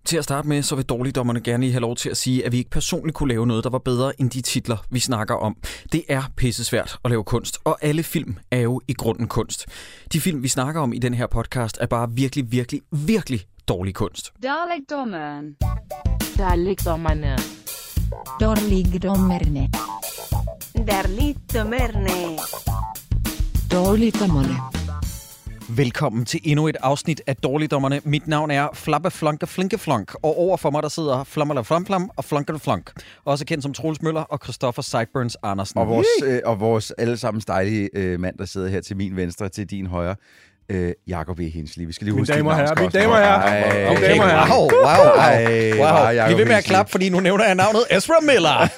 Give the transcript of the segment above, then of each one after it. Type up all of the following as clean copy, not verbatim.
Til at starte med, så vil dårligdommerne gerne lige have lov til at sige, at vi ikke personligt kunne lave noget, der var bedre end de titler, vi snakker om. Det er pissesvært at lave kunst, og alle film er jo i grunden kunst. De film, vi snakker om i den her podcast, er bare virkelig, virkelig, virkelig dårlig kunst. Dårligdommerne. Dårligdommerne. Dårligdommerne. Dårligdommerne. Dårligdommerne. Velkommen til endnu et afsnit af Dårligdommerne. Mit navn er Flabbe Flanke Flinkeflonk, og overfor mig der sidder Flammala Flam og Flanke Flonk. Også kendt som Troels Møller og Christopher Sideburns Andersen. Og vores allesammen dejlige mand, der sidder her til min venstre, til din højre. Jakob E. Hensley. Vi skal lige huske Mine damer og herrer. Wow. Bliv ved med at klappe, fordi nu nævner jeg navnet Ezra Miller.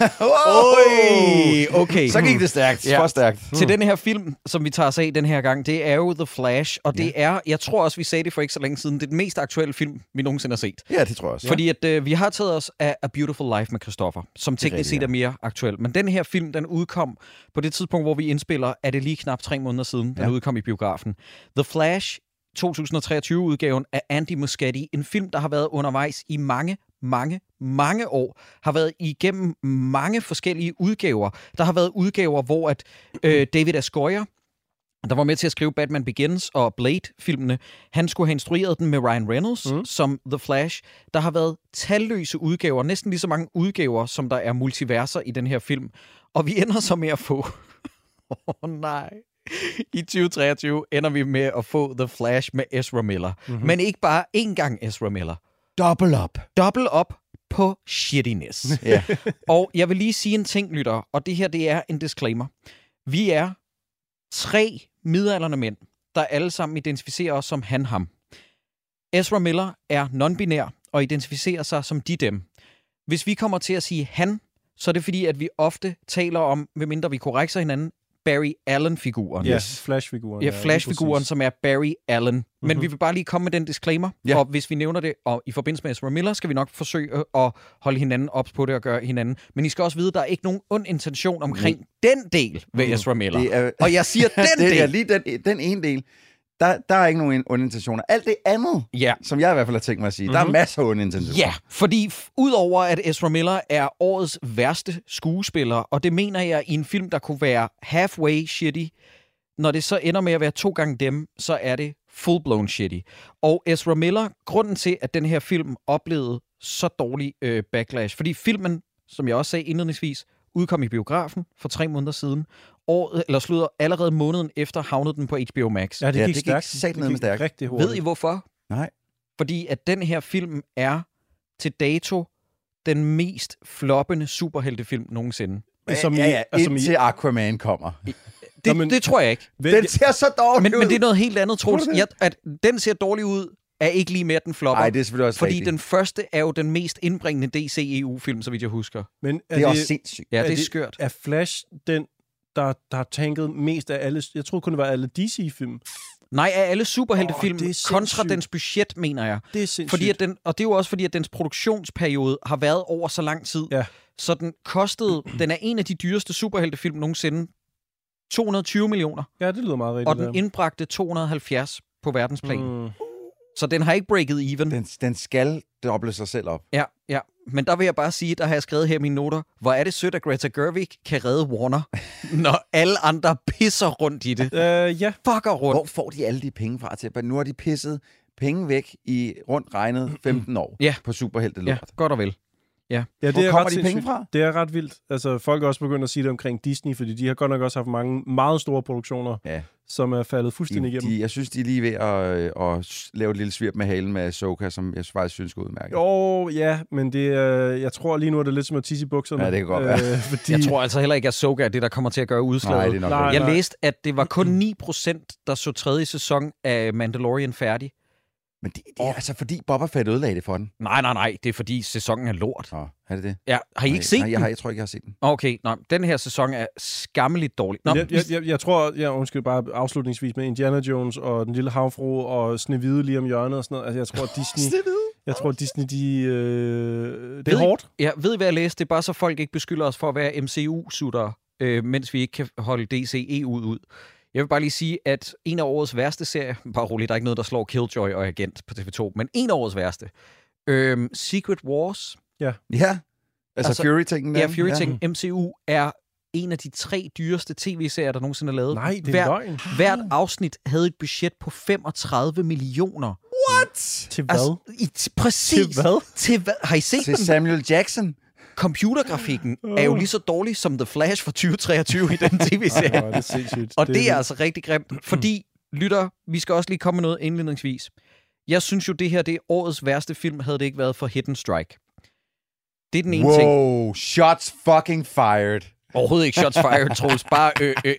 Okay. Så gik det stærkt. Ja. For stærkt. Til den her film, som vi tager os af den her gang, det er jo The Flash, og det er, jeg tror også, vi sagde det for ikke så længe siden, det er den mest aktuelle film, vi nogensinde har set. Ja, det tror jeg også. Fordi at vi har taget os af A Beautiful Life med Christopher, som teknisk set er mere aktuel. Men den her film, den udkom på det tidspunkt, hvor vi indspiller, er det lige knap 3 måneder siden, den udkom i biografen. The Flash 2023-udgaven af Andy Muschietti, en film, der har været undervejs i mange år, har været igennem mange forskellige udgaver. Der har været udgaver, hvor at David S. Goyer, der var med til at skrive Batman Begins og Blade-filmene, han skulle have instrueret den med Ryan Reynolds som The Flash. Der har været talløse udgaver, næsten lige så mange udgaver, som der er multiverser i den her film. Og vi ender så med at få... nej... I 2023 ender vi med at få The Flash med Ezra Miller. Men ikke bare én gang Ezra Miller. Double up på shittiness. Yeah. Og jeg vil lige sige en ting, lytter, og det her, det er en disclaimer. Vi er 3 midaldrende mænd, der alle sammen identificerer os som han-ham. Ezra Miller er non-binær og identificerer sig som de-dem. Hvis vi kommer til at sige han, så er det fordi, at vi ofte taler om, medmindre vi korrekser hinanden, Barry Allen-figuren. Yes, Flash-figuren. Ja, Flash-figuren, som er Barry Allen. Men vi vil bare lige komme med den disclaimer, og hvis vi nævner det, og i forbindelse med Ezra Miller, skal vi nok forsøge at holde hinanden op på det og gøre hinanden. Men I skal også vide, at der er ikke nogen ond intention omkring den del ved Ezra Miller. Og jeg siger den del. Det er lige den ene del. Der er ikke nogen onde intentioner. Alt det andet, som jeg i hvert fald har tænkt mig at sige, der er masser af onde intentioner. Ja, fordi udover at Ezra Miller er årets værste skuespiller, og det mener jeg i en film, der kunne være halfway shitty, når det så ender med at være 2 gange dem, så er det full-blown shitty. Og Ezra Miller, grunden til, at den her film oplevede så dårlig backlash, fordi filmen, som jeg også sagde indledningsvis, udkom i biografen for 3 måneder siden. Allerede måneden efter havnede den på HBO Max. Ja, det gik stærkt. Rigtig hurtigt. Ved I hvorfor? Nej. Fordi at den her film er til dato den mest floppende superheltefilm nogensinde. Indtil Aquaman kommer. Det tror jeg ikke. Den ser så dårlig ud. Men det er noget helt andet, Troels. At den ser dårlig ud, er ikke lige mere, den flopper. Nej, det er selvfølgelig også fordi rigtigt. Den første er jo den mest indbringende DC-EU-film, så vidt jeg husker. Men det er også sindssygt. Ja, det er skørt. Er Flash den, der har tanket mest af alle... Jeg tror kun, det var alle DC-film. Nej, af alle superheltefilm kontra dens budget, mener jeg. Det er sindssygt. Fordi at og det er jo også fordi, at dens produktionsperiode har været over så lang tid. Ja. Så den er en af de dyreste superheltefilm nogensinde. 220 millioner. Ja, det lyder meget rigtigt. Og den indbragte 270 på verdensplan. Så den har ikke breaket even. Den skal doble sig selv op. Ja. Men der vil jeg bare sige, der har jeg skrevet her i mine noter, hvor er det sødt, at Greta Gerwig kan redde Warner, når alle andre pisser rundt i det. Ja. Fucker rundt. Hvor får de alle de penge fra til? Nu har de pisset penge væk i rundt regnet 15 år på superheltelort. Ja, godt og vel. Ja. Det hvor er kommer ret de penge fra? Det er ret vildt. Altså, folk er også begyndt at sige det omkring Disney, fordi de har godt nok også haft mange meget store produktioner, som er faldet fuldstændig igennem. Jeg synes, de er lige ved at lave et lille svirp med halen med Ahsoka, som jeg faktisk synes er udmærket. Ja, men det jeg tror lige nu, er det lidt som at tisse i bukserne. Ja, det kan godt være. Fordi... Jeg tror altså heller ikke, at Ahsoka er det, der kommer til at gøre udslaget. Nej, jeg læste, at det var kun 9%, der så 3. sæson af Mandalorian færdig. Men det er altså fordi Boba Fett ødelagde det for den. Nej. Det er fordi sæsonen er lort. Er det det? Ja, har I ikke set den? Jeg tror ikke, jeg har set den. Okay, nej. Den her sæson er skammeligt dårlig. Jeg tror, undskyld bare afslutningsvis med Indiana Jones og Den Lille Havfrue og Snehvide lige om hjørnet og sådan noget. Altså, jeg tror, Disney... det er hårdt. Jeg ved, hvad jeg læste. Det er bare så folk ikke beskylder os for at være MCU-sutter, mens vi ikke kan holde DCEU ud. Jeg vil bare lige sige, at en af årets værste serier, bare roligt, der er ikke noget, der slår Killjoy og Agent på TV2, men en af årets værste, Secret Wars. Ja. Altså Fury-tingen. Ja, Fury-tingen. Ja. MCU er en af de 3 dyreste tv-serier, der nogensinde er lavet. Nej, det er løgn. Hvert afsnit havde et budget på 35 millioner. What? Til hvad? Altså, præcis. Til hvad? Til hvad? Har I set Til Samuel Jackson. Computergrafikken er jo lige så dårlig som The Flash fra 2023 i den tv-serie. Det er sindssygt. Og det er altså rigtig grimt, fordi, lytter, vi skal også lige komme med noget indledningsvis. Jeg synes jo, det her det er årets værste film, havde det ikke været for Hidden Strike. Det er den ene ting. Wow, shots fucking fired. Overhovedet ikke shots fired, Troels. Bare,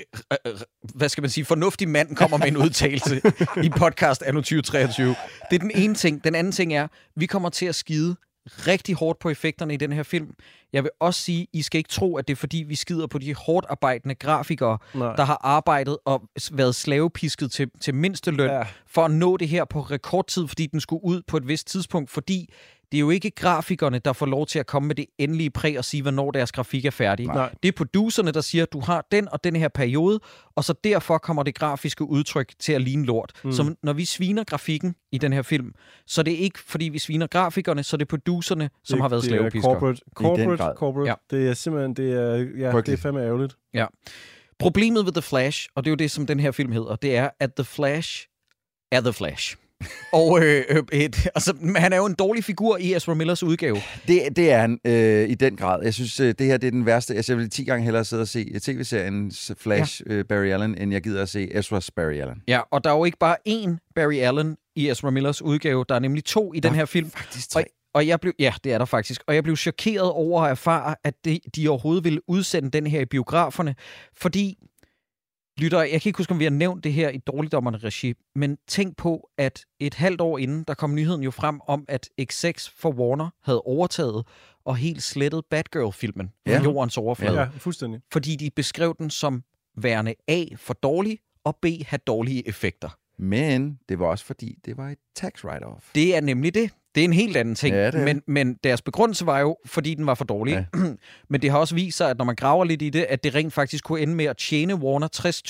hvad skal man sige, fornuftig mand kommer med en udtalelse i podcast anno 2023. Det er den ene ting. Den anden ting er, vi kommer til at skide rigtig hårdt på effekterne i den her film. Jeg vil også sige, I skal ikke tro, at det er fordi, vi skider på de hårdt arbejdende grafikere, der har arbejdet og været slavepisket til mindsteløn for at nå det her på rekordtid, fordi den skulle ud på et vist tidspunkt, fordi det er jo ikke grafikerne, der får lov til at komme med det endelige præg og sige, hvornår deres grafik er færdig. Nej. Det er producerne, der siger, at du har den og den her periode, og så derfor kommer det grafiske udtryk til at ligne lort. Så når vi sviner grafikken i den her film, så det er ikke, fordi vi sviner grafikerne, så det er producerne, som har været slavepiskere. Corporate. Ja. Det er simpelthen, det er fandme ærgerligt. Ja. Problemet ved The Flash, og det er jo det, som den her film hedder, det er, at The Flash er The Flash. Og altså, han er jo en dårlig figur i Ezra Millers udgave. Det er han i den grad. Jeg synes, det her det er den værste. Jeg vil 10 gange hellere sidde og se tv-serien Flash Barry Allen, end jeg gider at se Ezra's Barry Allen. Ja, og der er jo ikke bare én Barry Allen i Ezra Millers udgave. Der er nemlig 2 i den her film. Faktisk 3. Og jeg blev, ja, det er der faktisk. Og jeg blev chokeret over at erfare, at de overhovedet ville udsende den her i biograferne, fordi lytter, jeg kan ikke huske, om vi har nævnt det her i Dårligdommerne regi, men tænk på, at et halvt år inden, der kom nyheden jo frem om, at execs for Warner havde overtaget og helt slettet Batgirl-filmen fra jordens overflade. Ja, fuldstændig. Fordi de beskrev den som værende A, for dårlig, og B, have dårlige effekter. Men det var også fordi, det var et tax write-off. Det er nemlig det. Det er en helt anden ting. Ja, men deres begrundelse var jo, fordi den var for dårlig. Ja. Men det har også vist sig, at når man graver lidt i det, at det rent faktisk kunne ende med at tjene Warner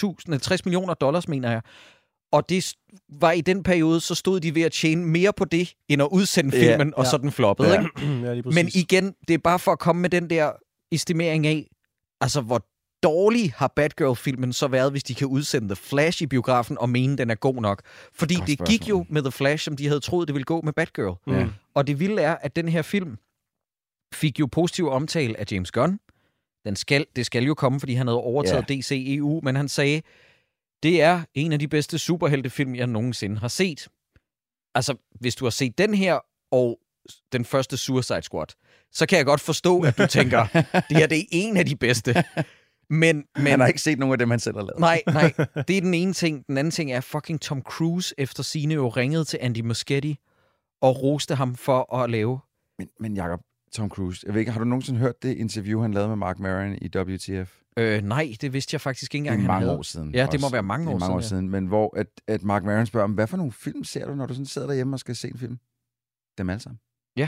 $60 millioner, mener jeg. Og det var i den periode, så stod de ved at tjene mere på det, end at udsende filmen, og så den floppede. Ja. Ikke? Men igen, det er bare for at komme med den der estimering af, altså hvor dårlig har Batgirl-filmen så været, hvis de kan udsende The Flash i biografen og mene, den er god nok. Fordi det gik jo med The Flash, som de havde troet, det ville gå med Batgirl. Ja. Og det vilde er, at den her film fik jo positiv omtale af James Gunn. Det skal jo komme, fordi han havde overtaget DC EU, men han sagde, det er en af de bedste superheltefilm, jeg nogensinde har set. Altså, hvis du har set den her og den første Suicide Squad, så kan jeg godt forstå, at du tænker, det her det er en af de bedste. Men han har ikke set nogen af dem, han selv har lavet. Nej, det er den ene ting. Den anden ting er, fucking Tom Cruise efter sine jo ringede til Andy Muschietti og roste ham for at lave. Men Jacob, Tom Cruise, jeg ved ikke, har du nogensinde hørt det interview, han lavede med Mark Maron i WTF? Nej, det vidste jeg faktisk ikke engang, han havde. Det er mange år siden. Ja, det må være mange år siden. Men hvor at Mark Maron spørger ham, hvad for nogle film ser du, når du sådan sidder derhjemme og skal se en film? Dem alle sammen. Ja.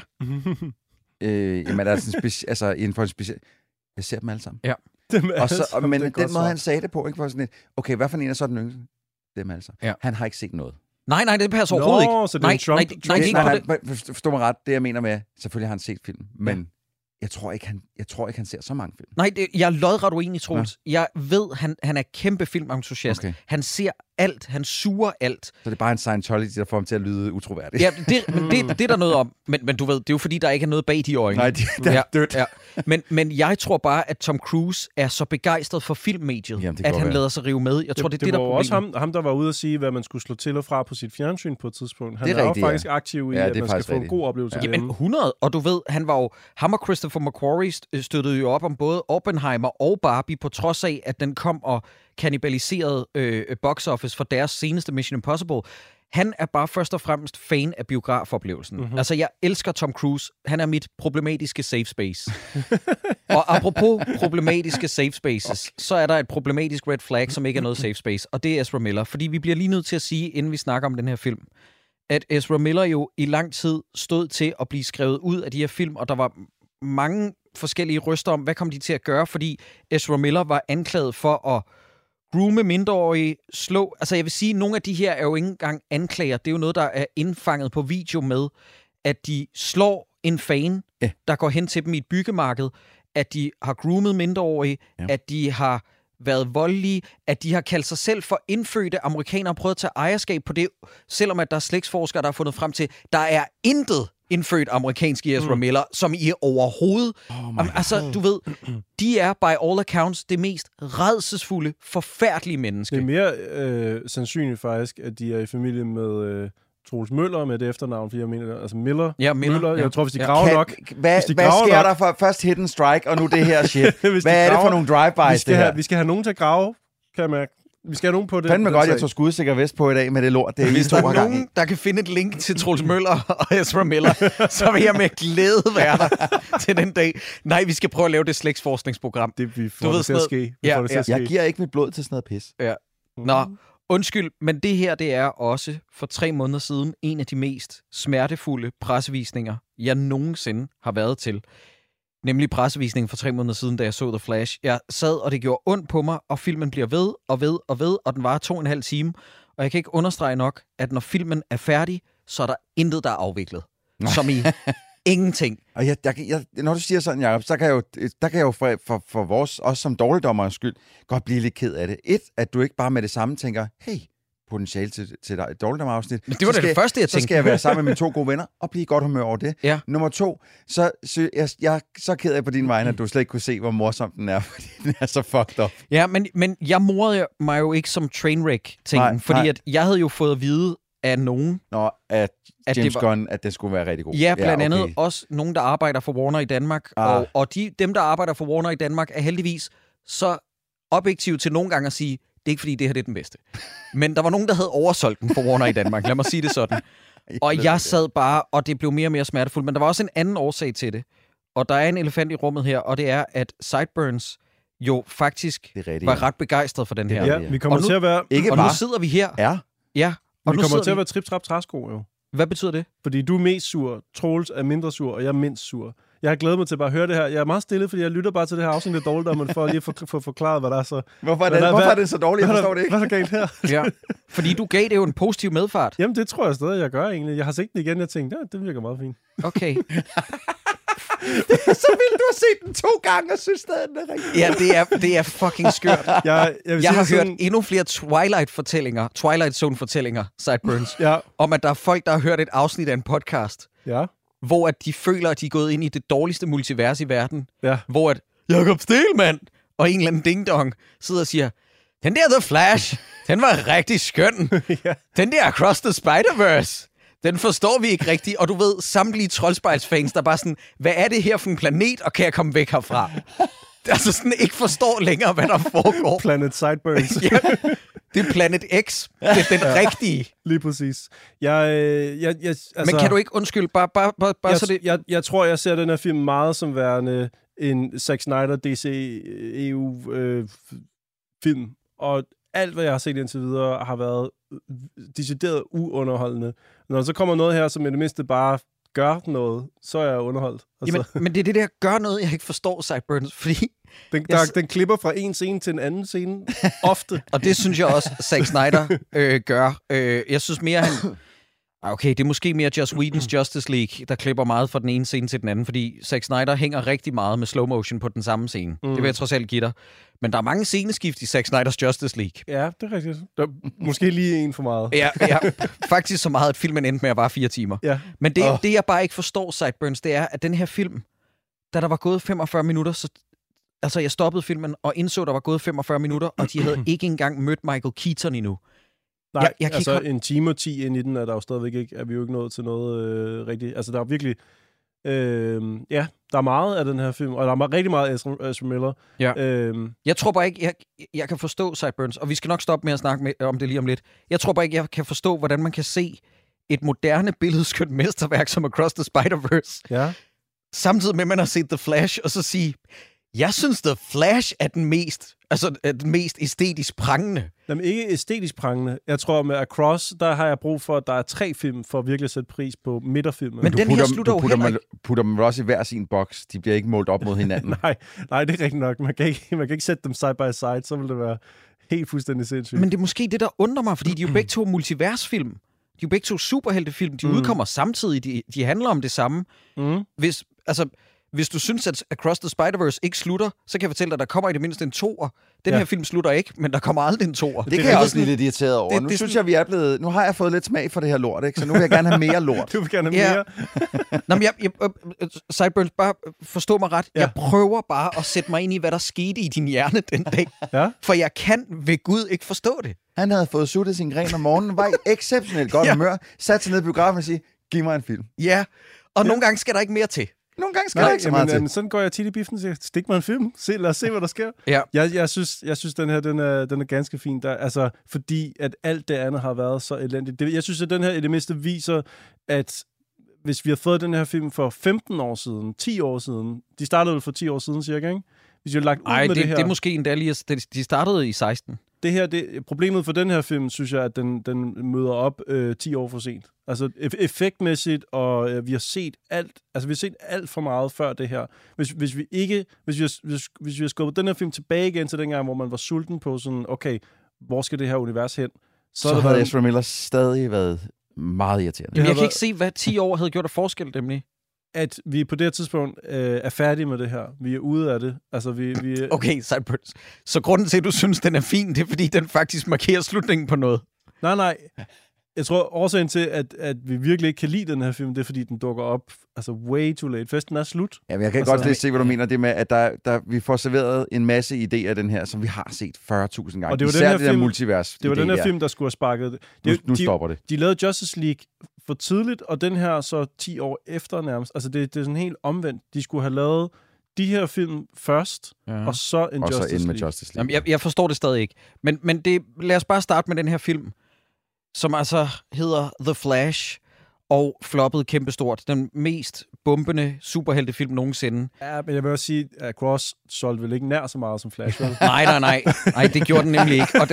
Jamen, altså inden for en speciel... Jeg ser dem alle sammen. Ja. Men den måde, han sagde det på, ikke, var sådan et, okay, hvad for en er så den yngste? Dem altså. Ja. Han har ikke set noget. Nej, det passer overhovedet ikke. Så det er forstå mig ret, det jeg mener med, selvfølgelig har han set film, men jeg tror ikke, han ser så mange film. Nej, jeg er lodret uenig, Troels. Ja. Jeg ved, han er kæmpe filmentusiast. Okay. Han ser alt, han suger alt. Så det er bare en Scientology, der får ham til at lyde utroværdigt. Ja, det er der noget om. Men du ved, det er jo fordi, der ikke er noget bag de øjne. Nej, det er dødt. Ja. Men jeg tror bare, at Tom Cruise er så begejstret for filmmediet, at han lader sig rive med. Jeg tror, det er det, der er problemet. Det var også ham, der var ude at sige, hvad man skulle slå til og fra på sit fjernsyn på et tidspunkt. Han er jo faktisk aktiv i, at man skal få en god oplevelse. Jamen 100, og du ved, ham og Christopher McQuarrie støttede jo op om både Oppenheimer og Barbie, på trods af, at den kom og kannibaliserede box office for deres seneste Mission Impossible. Han er bare først og fremmest fan af biografoplevelsen. Mm-hmm. Altså, jeg elsker Tom Cruise. Han er mit problematiske safe space. Og apropos problematiske safe spaces, så er der et problematisk red flag, som ikke er noget safe space, og det er Ezra Miller. Fordi vi bliver lige nødt til at sige, inden vi snakker om den her film, at Ezra Miller jo i lang tid stod til at blive skrevet ud af de her film, og der var mange forskellige røster om, hvad kom de til at gøre, fordi Ezra Miller var anklaget for at groome mindreårige, slå... Altså, jeg vil sige, nogle af de her er jo ikke engang anklager. Det er jo noget, der er indfanget på video med, at de slår en fan, der går hen til dem i et byggemarked, at de har groomet mindreårige, at de har været voldelige, at de har kaldt sig selv for indfødte amerikanere og prøvet at tage ejerskab på det, selvom at der er slægtsforskere, der har fundet frem til, der er intet indfødt amerikanske Ezra Miller, som i overhovedet... Altså, du ved, de er by all accounts det mest rædselsfulde, forfærdelige menneske. Det er mere sandsynligt faktisk, at de er i familie med... Troels Møller med det efternavn, fordi jeg mener, altså Miller. Ja, Miller. Ja. Jeg tror, hvis de graver nok... Hvad sker der for først hit and strike, og nu det her shit? Hvad er det for nogle drive-bys, det her? Vi skal have nogen til at grave, kan jeg mærke. Vi skal have nogen på det. Fandme godt, jeg tog skudsikker vest på i dag med det lort. Det er hvis der er nogen, der kan finde et link til Troels Møller og Ezra Miller, så vil jeg med glæde være der til den dag. Nej, vi skal prøve at lave det slægtsforskningsprogram. Vi får det til at ske. Jeg giver ikke mit blod til sådan noget pis. Ja. Nå, undskyld, men det her, det er også for 3 måneder siden en af de mest smertefulde pressevisninger, jeg nogensinde har været til. Nemlig pressevisningen for 3 måneder siden, da jeg så The Flash. Jeg sad, og det gjorde ondt på mig, og filmen bliver ved og ved og ved, og den varer 2,5 timer. Og jeg kan ikke understrege nok, at når filmen er færdig, så er der intet, der er afviklet. Som i ingenting. Og når du siger sådan, Jacob, så kan jeg jo for vores, også som dårligdommers skyld, godt blive lidt ked af det. At du ikke bare med det samme tænker, hey, potentiale til et dårligdommerafsnit. Men det var det første, jeg tænkte. Så skal jeg være sammen med mine 2 gode venner og blive i godt humør over det. Ja. Nummer 2, så jeg er så ked af på din vegne, at du slet ikke kunne se, hvor morsom den er, fordi den er så fucked up. Ja, men jeg morede mig jo ikke som trainwreck-tingen, fordi at jeg havde jo fået at vide af nogen... at James Gunn, at det skulle være rigtig god. Ja, blandt andet også nogen, der arbejder for Warner i Danmark. Og dem, der arbejder for Warner i Danmark, er heldigvis så objektivt til nogle gange at sige, det er ikke fordi, det her det er den bedste. Men der var nogen, der havde oversolgt den for Warner i Danmark. Lad mig sige det sådan. Og jeg sad bare, og det blev mere og mere smertefuldt. Men der var også en anden årsag til det. Og der er en elefant i rummet her, og det er, at Sideburns jo faktisk var ret begejstret for den her. Ja, vi kommer til at være... Og nu sidder vi her. Ja. Og vi kommer til at være trip-trap-træsko, jo. Hvad betyder det? Fordi du er mest sur, Troels er mindre sur, og jeg er mindst sur. Jeg har glædet mig til bare at høre det her. Jeg er meget stille, fordi jeg lytter bare til det her afsnit af dårligdommen, for lige at få forklaret, hvad der er så... Hvorfor er det så dårligt? Jeg forstår det ikke. Hvad er der galt her? Ja, fordi du gav det jo en positiv medfart. Jamen, det tror jeg stadig, jeg gør egentlig. Jeg har set den igen, jeg tænkte, det virker meget fint. Okay. Så ville du have set den 2 gange og synes stadig, den er rigtig. Ja, det er fucking skørt. Jeg har hørt endnu flere Twilight Zone-fortællinger, Sideburns, om at der er folk, der har hørt et afsnit af en podcast, hvor at de føler, at de er gået ind i det dårligste multivers i verden, hvor at Jacob Steelmann og en eller anden ding-dong sidder og siger, den der The Flash, den var rigtig skøn. Den der Across the Spider-Verse, den forstår vi ikke rigtigt, og du ved, samtlige Troldspejls-fans, der bare sådan, hvad er det her for en planet, og kan jeg komme væk herfra? Altså sådan ikke forstår længere, hvad der foregår. Planet Sideburns. Det er Planet X. Det er den rigtige. Lige præcis. Men kan du ikke undskylde, bare så det... Jeg tror, jeg ser den her film meget som værende en Zack Snyder DC EU film, og alt, hvad jeg har set indtil videre, har været decideret uunderholdende. Når så kommer noget her, som i det mindste bare gør noget, så er jeg underholdt. Altså. Jamen, men det er det der gør noget, jeg ikke forstår, Sideburns, fordi... Den klipper fra en scene til en anden scene, ofte. Og det synes jeg også, Zack Snyder gør. Jeg synes mere, han... Okay, det er måske mere Joss Whedon's Justice League, der klipper meget fra den ene scene til den anden, fordi Zack Snyder hænger rigtig meget med slow motion på den samme scene. Det vil jeg trods alt give dig. Men der er mange sceneskift i Zack Snyders Justice League. Ja, det er rigtigt. Der er måske lige en for meget. Ja, faktisk så meget, at filmen endte med at vare 4 timer. Ja. Men det, jeg bare ikke forstår, Sideburns, det er, at den her film, da der var gået 45 minutter, så... Altså, jeg stoppede filmen og indså, der var gået 45 minutter, og de havde ikke engang mødt Michael Keaton endnu. Nej, altså en time og 10 ind i den, er der jo stadigvæk ikke, er vi jo ikke nået til noget rigtigt. Altså, der er virkelig... der er meget af den her film, og der er rigtig meget Ezra Miller. Ja. Jeg tror bare ikke, jeg kan forstå Sideburns, og vi skal nok stoppe med at snakke om det lige om lidt. Jeg tror bare ikke, jeg kan forstå, hvordan man kan se et moderne billedskønt mesterværk som Across the Spider-Verse, samtidig med, at man har set The Flash, og så sige... Jeg synes, The Flash er den mest æstetisk prangende. Jamen, ikke æstetisk prangende. Jeg tror, med Across, der har jeg brug for, at der er 3 film for at virkelig sætte pris på midterfilmen. Men den her slutter jo heller ikke. Putter dem også i hver sin boks. De bliver ikke målt op mod hinanden. nej, det er rigtigt nok. Man kan ikke sætte dem side by side, så vil det være helt fuldstændig sindssygt. Men det er måske det, der undrer mig, fordi de er jo begge to multiversfilm. De er jo begge to superheltefilm. De udkommer samtidig. De handler om det samme. Hvis du synes, at Across the Spider-Verse ikke slutter, så kan jeg fortælle dig, at der kommer i det mindste en toer. Den her film slutter ikke, men der kommer aldrig en toer. Det kan jeg også blive lidt irriteret over. Nu synes jeg, vi er blevet... Nu har jeg fået lidt smag for det her lort, ikke? Så nu vil jeg gerne have mere lort. Du vil gerne have mere? Nå, men Sideburns, bare forstå mig ret. Jeg prøver bare at sætte mig ind i, hvad der skete i din hjerne den dag. For jeg kan ved Gud ikke forstå det. Han havde fået suttet sin gren om morgenen, var i exceptionelt godt humør, satte sig ned i biografen og sige, giv mig en film. Ja, og nogle gange skal der ikke mere til. Nogle gange skal der ikke så meget til. Sådan går jeg tit i biffen og siger, stik mig en film. Lad os se, hvad der sker. Ja. Jeg synes den her, den er ganske fin. Fordi at alt det andet har været så elendigt. Jeg synes, at den her i det mindste viser, at hvis vi har fået den her film for 15 år siden, 10 år siden, de startede vel for 10 år siden cirka, ikke? Hvis vi har lagt ud med det her... det er måske endda lige... De startede i 16. Det her, problemet for den her film, synes jeg, at den møder op 10 år for sent. Altså effektmæssigt, og vi har set alt for meget før det her. Hvis vi har skubbet den her film tilbage igen til dengang, hvor man var sulten på sådan, okay, hvor skal det her univers hen? Så havde Ezra Miller stadig været meget irriterende. Jamen, jeg kan ikke se, hvad 10 år havde gjort af forskel, nemlig. At vi på det her tidspunkt er færdige med det her. Vi er ude af det. Altså, vi Okay, Sideburns. Så grunden til, at du synes, den er fin, det er, fordi den faktisk markerer slutningen på noget? Nej. Jeg tror, årsagen til, at vi virkelig ikke kan lide den her film, det er, fordi den dukker op way too late. Festen er slut. Ja, men jeg kan godt se, hvad du mener. Det med, at vi får serveret en masse idéer af den her, som vi har set 40.000 gange. Og det var især den her det der film, multivers. Det var den her film, der skulle have sparket det. Nu stopper det. De lavede Justice League for tidligt, og den her så 10 år efter nærmest. Altså, det er sådan helt omvendt. De skulle have lavet de her film først, og så en Justice League. Jamen, jeg forstår det stadig ikke. Men lad os bare starte med den her film, som altså hedder The Flash, og floppede kæmpestort. Den mest bombende superheltefilm nogensinde. Ja, men jeg vil også sige, at Cross solgte vel ikke nær så meget som Flash, vel? Nej, det gjorde den nemlig ikke. Og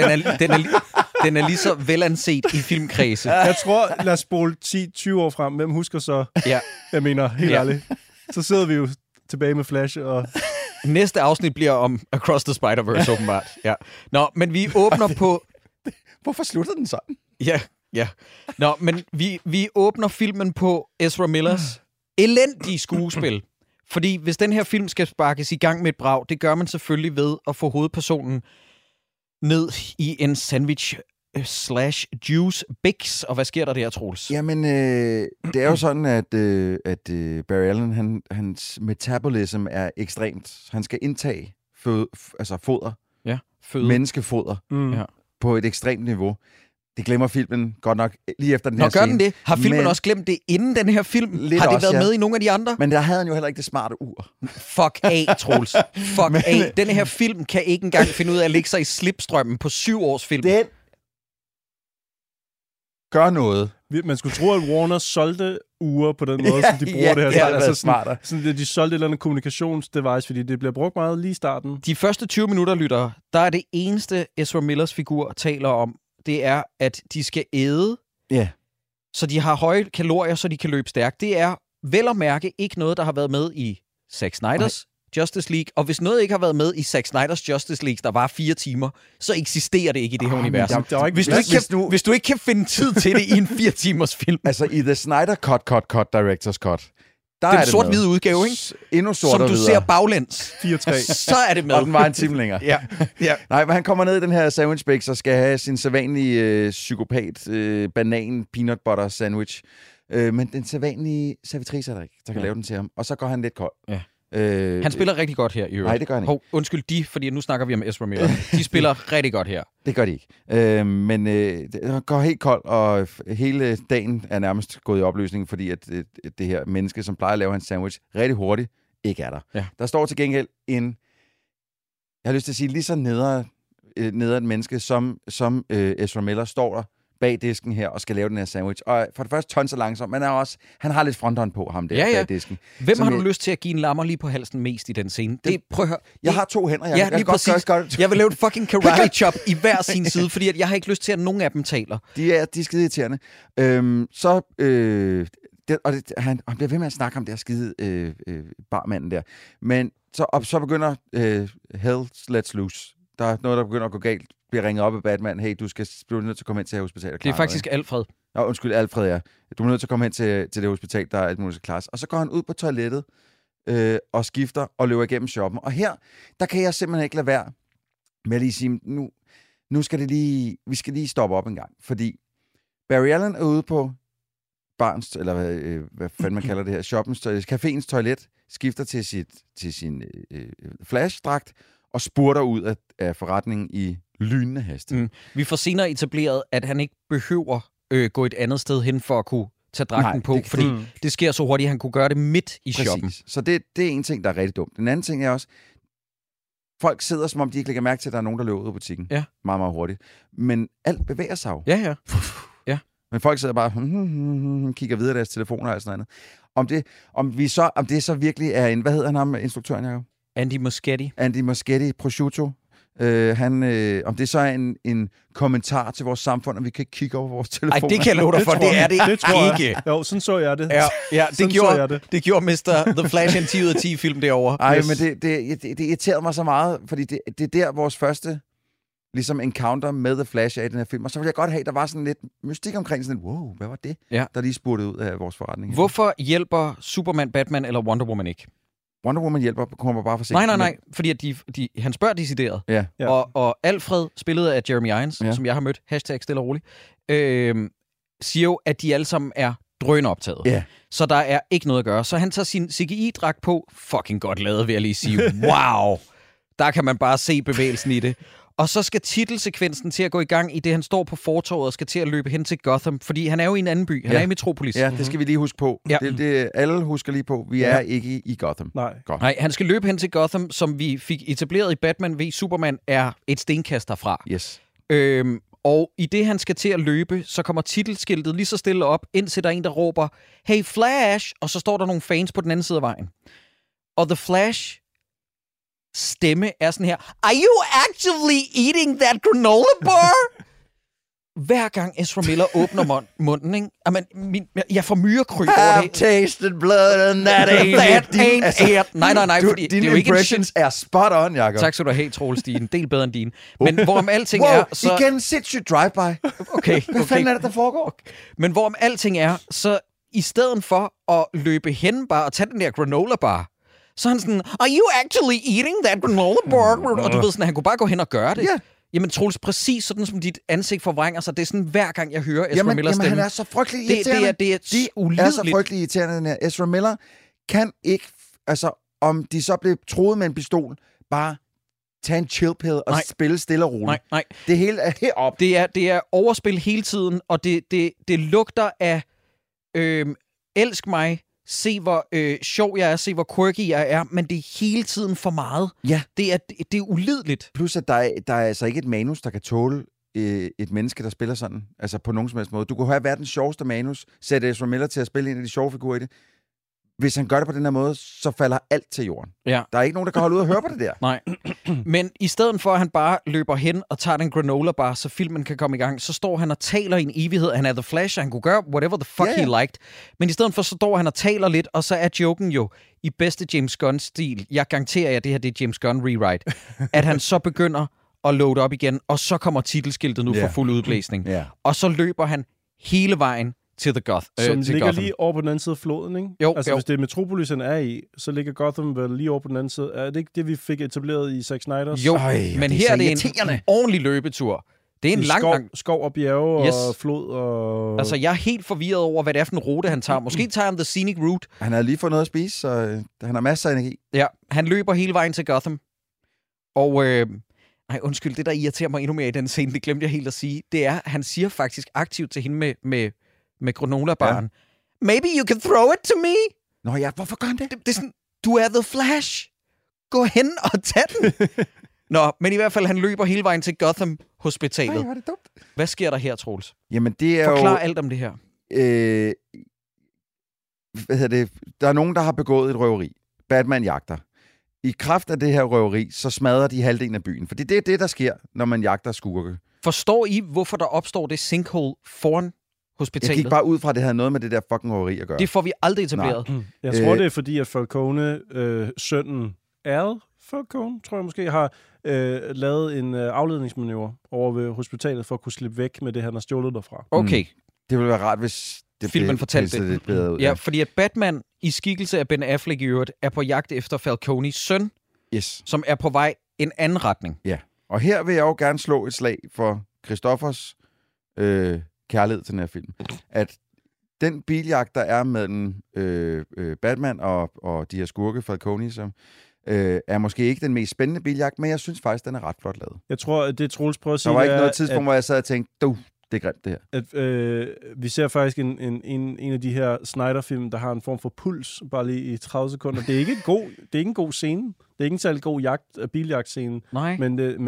den er lige så velanset i filmkredse. Jeg tror, lad os spole 10-20 år frem. Hvem husker så? Ja. Jeg mener, helt ærligt. Så sidder vi jo tilbage med Flash og... Næste afsnit bliver om Across the Spider-Verse, åbenbart. Ja. Nå, men vi åbner på... Hvorfor slutter den sådan? Ja. Nå, men vi åbner filmen på Ezra Millers elendige skuespil. Fordi hvis den her film skal sparkes i gang med et brag, det gør man selvfølgelig ved at få hovedpersonen ned i en sandwich / juice Bix. Og hvad sker der der, Troels? Jamen, det er jo sådan, at Barry Allen, hans metabolism er ekstremt. Han skal indtage foder. Ja, føde. Menneskefoder. På et ekstremt niveau. Det glemmer filmen godt nok lige efter den her scene. Nå, gør den det? Har filmen også glemt det inden den her film? Lidt har det også, været med i nogle af de andre? Men der havde han jo heller ikke det smarte ur. Fuck af, Troels. Fuck af. Den her film kan ikke engang finde ud af at lægge sig i slipstrømmen på 7 års film. Den gør noget. Man skulle tro, at Warner solgte uger på den måde, som de bruger det her. Ja, altså smartere. Sådan, de solgte et eller andet kommunikationsdevice, fordi det bliver brugt meget lige i starten. De første 20 minutter, lytter, der er det eneste, Ezra Millers figur taler om, det er, at de skal æde, så de har høje kalorier, så de kan løbe stærkt. Det er vel at mærke ikke noget, der har været med i Zack Snyders Justice League, og hvis noget ikke har været med i Zack Snyders Justice League, der var 4 timer, så eksisterer det ikke i det her univers. Hvis du ikke kan finde tid til det i en 4 timers film. Altså i The Snyder Cut, Director's Cut. Der den sort-hvide udgave, ikke? Endnu sortere som du ser baglæns. 4-3. Så er det med. Og den var en time længere. Ja. Nej, men han kommer ned i den her sandwich Bix og skal have sin sædvanlige psykopat banan peanut butter sandwich. Men den sædvanlige servitrice er der ikke, der kan lave den til ham. Og så går han lidt kold. Ja. Han spiller rigtig godt her i øvrigt. Nej, det gør han ikke. Undskyld fordi nu snakker vi om Ezra Miller. De spiller rigtig godt her. Det gør de ikke. Men det går helt koldt, og hele dagen er nærmest gået i opløsning, fordi at det her menneske, som plejer at lave hans sandwich rigtig hurtigt, ikke er der. Ja. Der står til gengæld jeg har lyst til at sige, lige så nederen menneske, som Ezra Miller står der bag disken her og skal lave den her sandwich. Og for det første tonser langsomt, men han har lidt fronthånd på ham der bag disken. Hvem har du lyst til at give en lammer lige på halsen mest i den scene? Prøv at høre. Jeg har 2 hænder. Jeg kan godt gøre. Jeg vil lave et fucking karate chop i hver sin side, fordi at jeg har ikke lyst til, at nogen af dem taler. De er skide irriterende. Han bliver ved med at snakke om det her skide barmanden der. Men så begynder Hell Let's Loose. Der er noget, der begynder at gå galt. Bliver ringet op af Batman. Hey, du bliver nødt til at komme ind til hospitalet. Det er faktisk Alfred. Undskyld, Alfred, ja. Du er nødt til at komme hen til det hospital, der er alt muligt klares. Og så går han ud på toilettet og skifter og løber igennem shoppen. Og her, der kan jeg simpelthen ikke lade være med at lige sige, nu skal vi skal lige stoppe op en gang. Fordi Barry Allen er ude på barns, eller hvad fanden man kalder det her, caféens toilet, skifter til sin Flash-dragt og spurter ud af forretningen i lynende hastighed. Vi får senere etableret, at han ikke behøver gå et andet sted hen for at kunne tage dragten på, fordi det sker så hurtigt, at han kunne gøre det midt i shoppen. Så det er en ting, der er rigtig dumt. Den anden ting er også, folk sidder, som om de ikke lægger mærke til, at der er nogen, der løber ud af butikken. Ja. Meget, meget hurtigt. Men alt bevæger sig jo. Ja. Men folk sidder bare kigger videre deres telefoner og sådan noget. Om det så virkelig er en, hvad hedder han ham, instruktøren, Jacob? Andy Muschietti, prosciutto. Om det så er en kommentar til vores samfund, og vi kan kigge over vores telefoner. Nej, det kan jeg love dig for, det er det tror ikke. Jo, sådan så jeg det. Ja, det gjorde Mr. The Flash en 10 ud af 10 film derovre. Ej, men det irriterede mig så meget, fordi det er der vores første ligesom encounter med The Flash i den her film. Og så ville jeg godt have, der var sådan lidt mystik omkring sådan lidt, wow, hvad var det? Ja. Der lige spurgte ud af vores forretning. Hvorfor hjælper Superman, Batman eller Wonder Woman ikke? Wonder Woman kommer bare for sent. Nej, fordi han spørger decideret. Ja. Og Alfred, spillet af Jeremy Irons, som jeg har mødt, #stille og roligt, siger jo, at de alle sammen er drønoptaget. Ja. Så der er ikke noget at gøre. Så han tager sin CGI-dragt på. Fucking godt lavet, vil jeg lige sige. Wow! Der kan man bare se bevægelsen i det. Og så skal titelsekvensen til at gå i gang i det, han står på fortovet og skal til at løbe hen til Gotham, fordi han er jo i en anden by. Han er i Metropolis. Ja, det skal vi lige huske på. Ja. Det alle husker lige på. Vi er ikke i Gotham. Nej, han skal løbe hen til Gotham, som vi fik etableret i Batman v Superman, er et stenkast derfra. Yes. Og i det, han skal til at løbe, så kommer titelskiltet lige så stille op, indtil der er en, der råber, hey Flash! Og så står der nogle fans på den anden side af vejen. Og The Flash stemme er sådan her, are you actually eating that granola bar? Hver gang Ezra Miller åbner munden, ikke? Jeg får myrekryb over det. Tasted blood and that ain't it. Nej, fordi dine det er jo ikke impressions er spot on, Jacob. Tak skal du have, Troels. De er en del bedre end dine. Men hvorom alting er... Så... igen, sindssygt drive-by. Okay. Hvad fanden er det, der foregår? Okay. Men hvorom alting er, så i stedet for at løbe hen bare og tage den der granola bar, så er han sådan, are you actually eating that granola bar? Og du ved sådan, han kunne bare gå hen og gøre det. Yeah. Jamen, Troels, præcis sådan, som dit ansigt forvrænger sig. Det er sådan, hver gang jeg hører Ezra Millers stemme. Jamen, han er så frygtelig irriterende. Det er ulideligt. Er så frygtelig irriterende, den her. Ezra Miller kan ikke, altså, om de så blev troet med en pistol, bare tage en chill pill og spille stille og roligt. Nej. Det hele er heroppe. Det er overspil hele tiden, og det lugter af elsk mig, se hvor sjov jeg er, se hvor quirky jeg er, men det er hele tiden for meget. Ja. Det er ulideligt. Plus, at der er altså ikke et manus, der kan tåle et menneske, der spiller sådan. Altså på nogen som helst måde. Du kunne have verdens sjoveste manus, sætte Ezra Miller til at spille en af de sjove figurer i det. Hvis han gør det på den her måde, så falder alt til jorden. Ja. Der er ikke nogen, der kan holde ud og høre på det der. Nej. Men i stedet for, at han bare løber hen og tager den granola bar, så filmen kan komme i gang, så står han og taler i en evighed. Han er The Flash, og han kunne gøre whatever the fuck he liked. Men i stedet for, så står han og taler lidt, og så er joken jo i bedste James Gunn-stil. Jeg garanterer jer, at det her det er James Gunn rewrite. At han så begynder at loade op igen, og så kommer titelskiltet nu for fuld udblæsning. Og så løber han hele vejen til The Gotham. Som ligger lige over på den anden side af floden, ikke? Jo, altså, hvis det er Metropolis, han er i, så ligger Gotham vel lige over på den anden side. Er det ikke det, vi fik etableret i Zack Snyder's? Jo, men her er det en ordentlig løbetur. Det er en lang skov og bjerge og flod og... Altså, jeg er helt forvirret over, hvad det er for en rute, han tager. Måske tager han The Scenic Route. Han har lige fået noget at spise, så han har masser af energi. Ja, han løber hele vejen til Gotham. Og... Nej, undskyld, det der irriterer mig endnu mere i den scene, det glemte jeg helt at sige, det er, han siger faktisk aktivt til hende med granola-baren. Ja. Maybe you can throw it to me? Nå ja, hvorfor gør han det? Det er sådan, du er The Flash. Gå hen og tag den. Nå, men i hvert fald, han løber hele vejen til Gotham-hospitalet. Nej, var det dumt. Hvad sker der her, Troels? Jamen, det er Forklar alt om det her. Der er nogen, der har begået et røveri. Batman jagter. I kraft af det her røveri, så smadrer de halvdelen af byen. For det er det, der sker, når man jagter skurke. Forstår I, hvorfor der opstår det sinkhole foran hospitalet? Jeg gik bare ud fra, at det havde noget med det der fucking røveri at gøre. Det får vi aldrig etableret. Jeg tror, det er fordi, at Falcone, sønnen Al Falcone, tror jeg måske, har lavet en afledningsmanøvre over ved hospitalet for at kunne slippe væk med det, han har stjålet derfra. Okay. Det ville være rart, hvis filmen fortalte det lidt bedre ud. Ja, fordi at Batman i skikkelse af Ben Affleck i øvrigt er på jagt efter Falcones søn, som er på vej en anden retning. Ja, og her vil jeg jo gerne slå et slag for Christoffers kærlighed til den her film. At den biljagt, der er mellem Batman og de her skurke, Falcone, som er måske ikke den mest spændende biljagt, men jeg synes faktisk, den er ret flot lavet. Jeg tror, at det Troels prøver at sige, der var ikke noget tidspunkt, hvor jeg sad og tænkte, det er grimt, det her. At, vi ser faktisk en af de her Snyder-film, der har en form for puls, bare lige i 30 sekunder. Det er ikke en god scene. Det er ikke en særlig god biljagtscene. Nej. Men det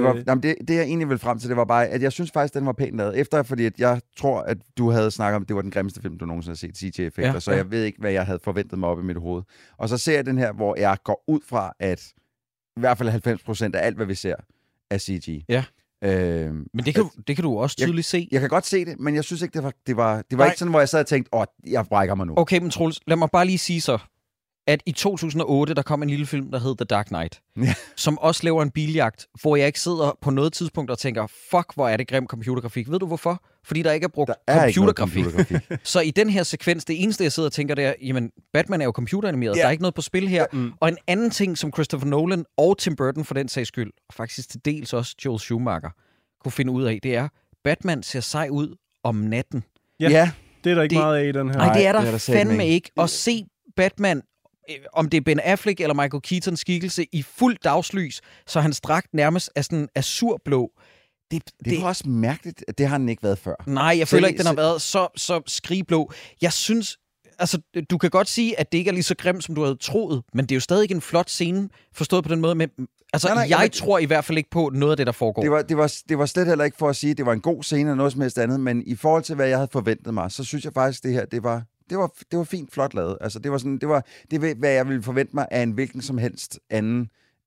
jeg egentlig ville frem til, det var bare, at jeg synes faktisk, den var pænt lavet. Fordi at jeg tror, at du havde snakket om, at det var den grimmeste film, du nogensinde har set, CGI-effekter. Så jeg ved ikke, hvad jeg havde forventet mig op i mit hoved. Og så ser jeg den her, hvor jeg går ud fra, at i hvert fald 90% af alt, hvad vi ser, er CGI. Ja. Men det kan du også tydeligt se. Jeg kan godt se det, men jeg synes ikke, det var ikke sådan, hvor jeg sad og tænkte, jeg brækker mig nu. Okay, men Troels, lad mig bare lige sige så, at i 2008, der kom en lille film, der hed The Dark Knight, som også laver en biljagt, hvor jeg ikke sidder på noget tidspunkt og tænker, fuck, hvor er det grim computergrafik. Ved du hvorfor? Fordi der ikke er brugt computergrafik. Så i den her sekvens, det eneste, jeg sidder og tænker, det er, jamen, Batman er jo computeranimeret. Der er ikke noget på spil her. Og en anden ting, som Christopher Nolan og Tim Burton for den sags skyld, og faktisk til dels også Joel Schumacher, kunne finde ud af, det er, Batman ser sej ud om natten. Ja. Det er der ikke meget af i den her. Nej, det er der fandme ikke. At se Batman, om det er Ben Affleck eller Michael Keatons skikkelse, i fuld dagslys, så hans dragt nærmest er sådan azurblå. Det var også mærkeligt, at det har den ikke været før. Nej, jeg føler ikke, den har været så skrigblå. Jeg synes, altså, du kan godt sige, at det ikke er lige så grimt, som du havde troet, men det er jo stadig en flot scene, forstået på den måde. Men, altså, jeg tror i hvert fald ikke på noget af det, der foregår. Det var slet heller ikke for at sige, at det var en god scene eller noget som helst andet, men i forhold til, hvad jeg havde forventet mig, så synes jeg faktisk, det her, det var fint flot lavet. Altså, det var hvad jeg ville forvente mig af en hvilken som helst anden,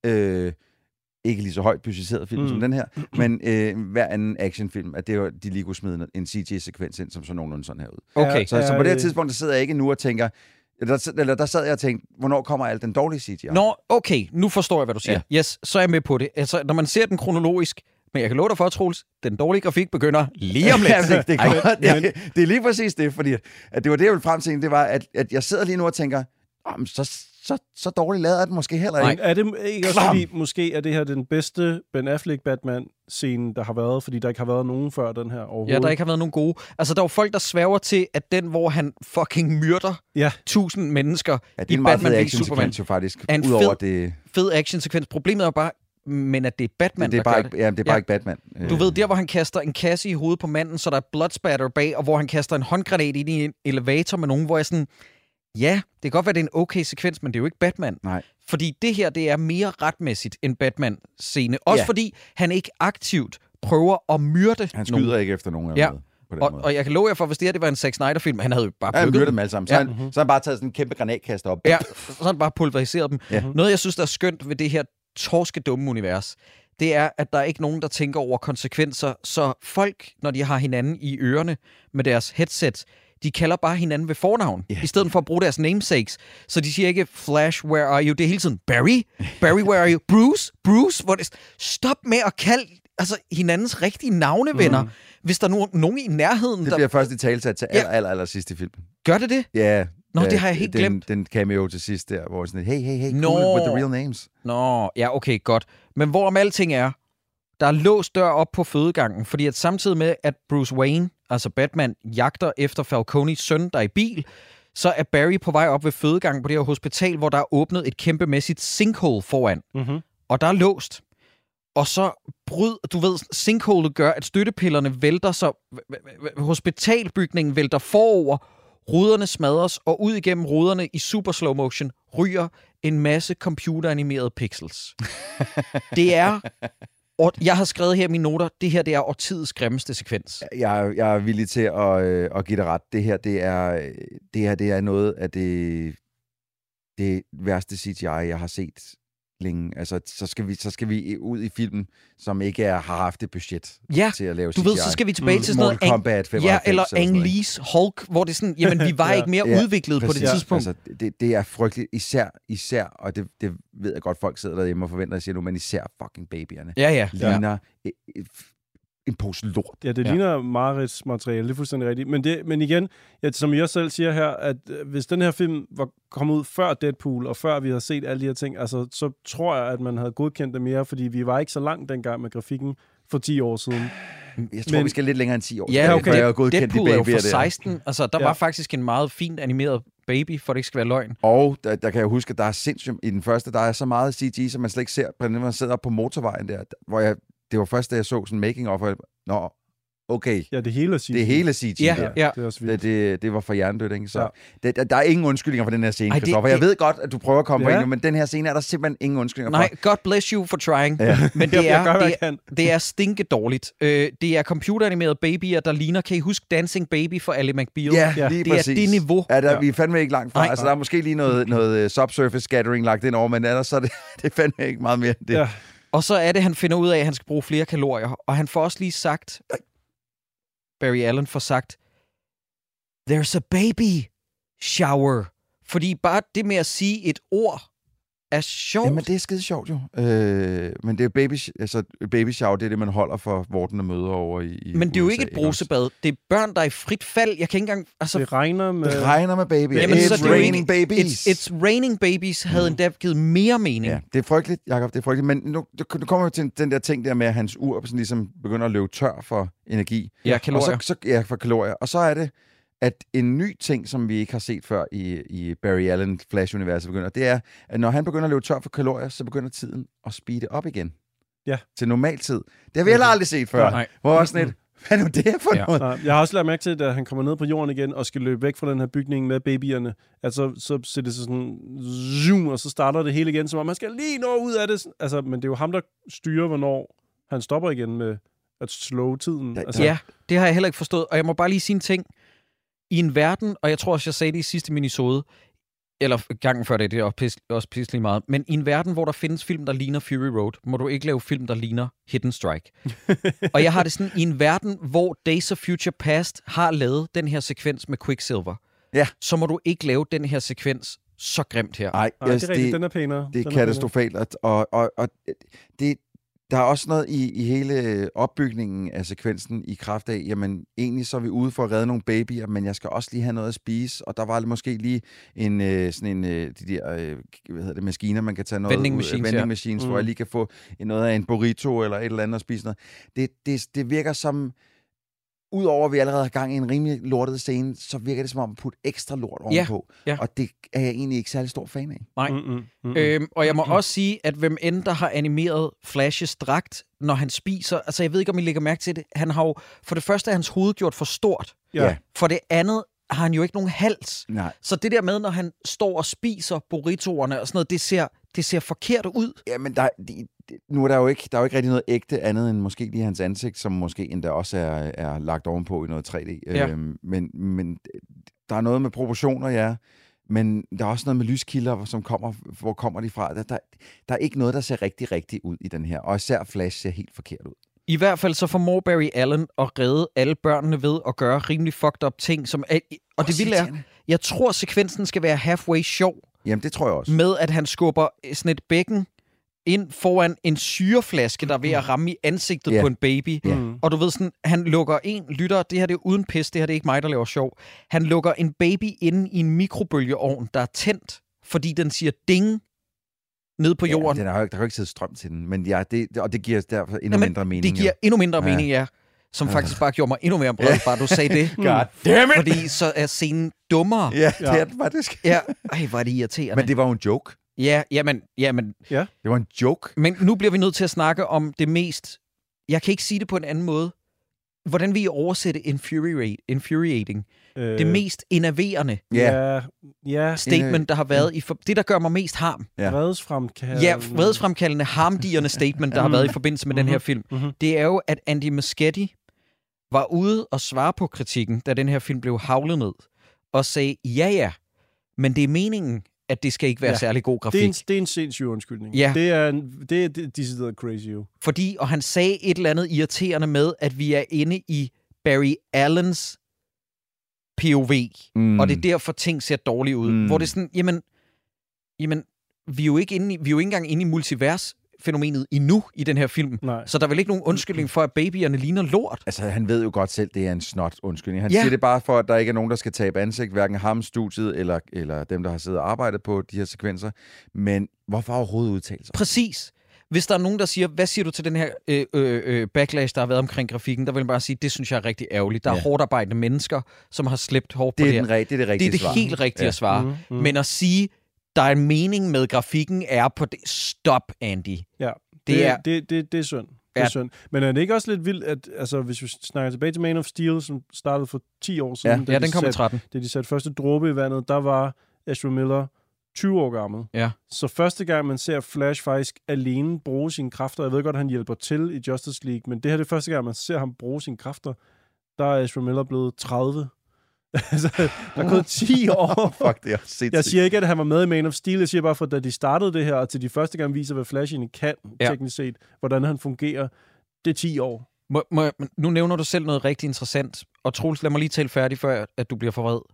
ikke lige så højt budgetteret film som den her, men hver anden actionfilm, at de lige kunne smide en CG-sekvens ind, som så nogenlunde sådan her ud. Okay. Så på det her tidspunkt, der sidder jeg ikke nu og tænker, der sad jeg og tænkte, hvornår kommer al den dårlige CGI? Nå, okay, nu forstår jeg, hvad du siger. Ja. Yes, så er jeg med på det. Altså, når man ser den kronologisk, men jeg kan love dig for, Troels, den dårlige grafik begynder lige om lidt. Det er lige præcis det, fordi at det var det, jeg ville frem til, det var, at jeg sidder lige nu og tænker, så dårligt lavet er den måske heller ikke. Er det ikke også fordi, måske er det her den bedste Ben Affleck Batman-scene, der har været, fordi der ikke har været nogen før den her overhovedet? Ja, der ikke har været nogen gode. Altså, der er jo folk, der sværger til, at den, hvor han fucking myrder 1000 mennesker i Batman v Superman, er en fed actionsekvens. Problemet er jo bare, men at det er Batman, det er bare ikke Batman. Du ved, der hvor han kaster en kasse i hovedet på manden, så der er bloodspatter bag, og hvor han kaster en håndgranat ind i en elevator med nogen, hvor jeg sådan, ja, det kan godt være, det er en okay sekvens, men det er jo ikke Batman. Nej. Fordi det her, det er mere retmæssigt end Batman-scene. Også fordi han ikke aktivt prøver at myrde Han skyder nogen. Ikke efter nogen af og jeg kan love jer for, hvis det her det var en Zack Snyder-film, han havde jo bare bygget myrdet dem alle sammen. Så har han bare taget sådan en kæmpe granatkaster op. Ja, så har han bare pulveriseret dem. Ja. Noget, jeg synes, der er skønt ved det her torskedumme univers, det er, at der er ikke nogen, der tænker over konsekvenser. Så folk, når de har hinanden i ørerne med deres headset, de kalder bare hinanden ved fornavn, i stedet for at bruge deres namesakes. Så de siger ikke, Flash, where are you? Det er hele tiden, Barry, where are you? Bruce, hvor det stop med at kalde hinandens rigtige navnevenner, hvis der er nogen i nærheden. Det bliver først i talsat til aller sidst i filmen. Gør det det? Ja. Nå, det har jeg helt glemt. Den cameo til sidst der, hvor sådan, hey, cool with the real names. Nå, ja, okay, godt. Men hvorom alting er, der er låst dør op på fødegangen, fordi at samtidig med, at Bruce Wayne, altså Batman, jagter efter Falcones søn, der er i bil, så er Barry på vej op ved fødegangen på det her hospital, hvor der er åbnet et kæmpemæssigt sinkhole foran. Mm-hmm. Og der er låst. Og så sinkholet gør, at støttepillerne vælter, så hospitalbygningen vælter forover, ruderne smadres, og ud igennem ruderne i super slow motion ryger en masse computeranimerede pixels. Det er... Og jeg har skrevet her i mine noter, det her det er årtidets grimmeste sekvens. Jeg er villig til at give det ret. Det her det er noget af det værste CGI, jeg har set længe. Altså, så skal vi ud i filmen, som ikke har haft et budget til at lave CGI. Du ved, så skal vi tilbage til sådan noget... Mortal Kombat 95, eller Ang Lee's Hulk, hvor det er sådan, jamen, vi var ikke mere udviklet på det tidspunkt. Altså, det er frygteligt. Især, og det ved jeg godt, folk sidder derhjemme og forventer, at jeg siger nu, men især fucking babyerne. Ja. Ligner en pose lort. Ja, det ligner Marits materiale, det er fuldstændig rigtigt. Men igen, som jeg selv siger her, at hvis den her film var kommet ud før Deadpool, og før vi havde set alle de her ting, altså, så tror jeg, at man havde godkendt det mere, fordi vi var ikke så langt dengang med grafikken for 10 år siden. Jeg tror, vi skal lidt længere end 10 år. Ja, okay. Deadpool er jo for 16. Altså, der var faktisk en meget fint animeret baby, for det ikke skal være løgn. Og der kan jeg huske, at der er sindssygt i den første, der er så meget CG, som man slet ikke ser, når man sidder på motorvejen der, hvor det var først, da jeg så sådan making of, okay. Ja, det hele er CG. Det hele CG. Ja. Det var for hjernedødt, ikke? Så der er ingen undskyldninger for den her scene, Christoffer. Jeg ved godt, at du prøver at komme på en, men den her scene er der simpelthen ingen undskyldninger for. Nej, God bless you for trying. Ja. Men det er stinke dårligt. Det er computeranimerede babyer, der ligner, kan I huske Dancing Baby for Ally McBeal? Ja, lige det præcis. Er det niveau. Ja, vi er fandme ikke langt fra. Nej. Altså, der er måske lige noget subsurface scattering lagt ind over, men ellers så er det fandme ikke meget mere end det. Ja. Og så er det, han finder ud af, at han skal bruge flere kalorier. Og han får også lige sagt, Barry Allen får sagt, there's a baby shower. Fordi bare det med at sige et ord er sjovt. Jamen, det er skide sjovt jo. Men det er baby shower, det er det, man holder for vortende møder over i Men det er jo ikke et brusebad. Det er børn, der er i frit fald. Jeg kan ikke engang... Altså, det regner med baby. Jamen, it's raining babies. It's raining babies havde endda givet mere mening. Ja, det er frygteligt, Jacob. Det er frygteligt. Men nu kommer vi til den der ting der med, at hans ur sådan ligesom begynder at løbe tør for energi. Ja, kalorier. Og for kalorier. Og så er det, at en ny ting, som vi ikke har set før i Barry Allen Flash-universet begynder, det er, at når han begynder at løbe tør for kalorier, så begynder tiden at speede op igen. Ja. Til normal tid. Det har vi heller aldrig set før. Nej. Hvor også sådan et, hvad er nu det for noget? Nej, jeg har også lagt mærke til, at han kommer ned på jorden igen og skal løbe væk fra den her bygning med babyerne. Altså, så ser det sådan zoom, og så starter det hele igen, som om man skal lige nå ud af det. Altså, men det er jo ham, der styrer, hvornår han stopper igen med at slå tiden. Altså. Ja, det har jeg heller ikke forstået. Og jeg må bare lige sige en ting. I en verden, og jeg tror også, jeg sagde det i sidste minisode, eller gangen før det er også pisselig meget, men i en verden, hvor der findes film, der ligner Fury Road, må du ikke lave film, der ligner Hidden Strike. Og jeg har det sådan, i en verden, hvor Days of Future Past har lavet den her sekvens med Quicksilver, så må du ikke lave den her sekvens så grimt her. Nej, det er rigtigt, den er pænere. Det er katastrofalt, og det der er også noget i hele opbygningen af sekvensen i kraft af, jamen egentlig så er vi ude for at redde nogle babyer, men jeg skal også lige have noget at spise, og der var måske lige de der maskiner, man kan tage noget vending machines, hvor jeg lige kan få noget af en burrito eller et eller andet at spise noget. Det virker som, udover at vi allerede har gang i en rimelig lortet scene, så virker det som om at putte ekstra lort ovenpå. Ja. Og det er jeg egentlig ikke særlig stor fan af. Nej. Og jeg må også sige, at hvem end der har animeret Flashes dragt, når han spiser, altså jeg ved ikke, om I lægger mærke til det, han har jo, for det første er hans hoved gjort for stort. Ja. For det andet har han jo ikke nogen hals. Nej. Så det der med, når han står og spiser burritoerne og sådan noget, det ser forkert ud. Ja, men nu er der jo ikke rigtig noget ægte andet end måske lige hans ansigt, som måske endda også er lagt ovenpå i noget 3D. Ja. Men der er noget med proportioner, ja. Men der er også noget med lyskilder, som kommer, hvor kommer de fra. Der er ikke noget, der ser rigtig ud i den her. Og især Flash ser helt forkert ud. I hvert fald så formår Barry Allen at redde alle børnene ved at gøre rimelig fucked up ting. Og det vilde er, jeg tror sekvensen skal være halfway sjov. Jamen, det tror jeg også. Med at han skubber sådan et bækken ind foran en syreflaske, der er ved at ramme i ansigtet på en baby. Og du ved sådan, han lukker det her det er uden pis, det her det er ikke mig, der laver sjov. Han lukker en baby inde i en mikrobølgeovn, der er tændt, fordi den siger ding ned på jorden. Der kan jo ikke sidde strøm til den, men det giver derfor endnu mindre mening. Det giver endnu mindre mening, ja. Som faktisk bare gjorde mig endnu mere bred, bare du sagde det. God damn it! Fordi så er scenen dummere. Ja, det er den faktisk. Ja, hvor er det irriterende. Men det var jo en joke. Ja, jamen. Det var en joke. Men nu bliver vi nødt til at snakke om det mest... Jeg kan ikke sige det på en anden måde. Hvordan vil I oversætte infuriating? Det mest enerverende statement, der har været i... Det, der gør mig mest harm. Vredesfremkaldende. Ja, vredesfremkaldende, harmdierende statement, der har været i forbindelse med den her film. Det er jo, at Andy Muschietti var ude og svare på kritikken, da den her film blev havlet ned, og sagde, ja, men det er meningen, at det skal ikke være særlig god grafik. Det er en sindssyg undskyldning. Ja. Det er decideret crazy. Fordi, og han sagde et eller andet irriterende med, at vi er inde i Barry Allens POV, og det er derfor ting ser dårligt ud. Hvor det er sådan, jamen vi er jo ikke engang inde i multivers. fænomenet endnu i den her film. Nej. Så der er vel ikke nogen undskyldning for, at babyerne ligner lort? Altså, han ved jo godt selv, det er en snot undskyldning. Han siger det bare for, at der ikke er nogen, der skal tabe ansigt, hverken ham, studiet, eller dem, der har siddet og arbejdet på de her sekvenser. Men hvorfor overhovedet udtale sig? Præcis. Hvis der er nogen, der siger, hvad siger du til den her backlash, der har været omkring grafikken, der vil jeg bare sige, det synes jeg er rigtig ærgerligt. Der er hårdt arbejdende mennesker, som har slæbt hårdt på det her. Det er det rigtige svar. Det er det helt rigtige at svare. Men at sige, der er en mening med grafikken, er på det. Stop, Andy. Ja, det er synd. Det er synd. Men er det ikke også lidt vildt, at altså, hvis vi snakker tilbage til Man of Steel, som startede for 10 år siden, den kom i 13. Da de satte første dråbe i vandet, der var Ezra Miller 20 år gammel. Ja. Så første gang, man ser Flash faktisk alene bruge sine kræfter, jeg ved godt, at han hjælper til i Justice League, men det her er det første gang, man ser ham bruge sine kræfter, der er Ezra Miller blevet 30. Altså, der er gået 10 år. Fuck, det er sindssygt. Jeg siger ikke, at han var med i Man of Steel. Jeg siger bare, for da de startede det her, og til de første gang viser, hvad Flash egentlig kan, teknisk set, hvordan han fungerer, det er 10 år. Nu nævner du selv noget rigtig interessant, og Troels, lad mig lige tale færdig, før at du bliver for vred.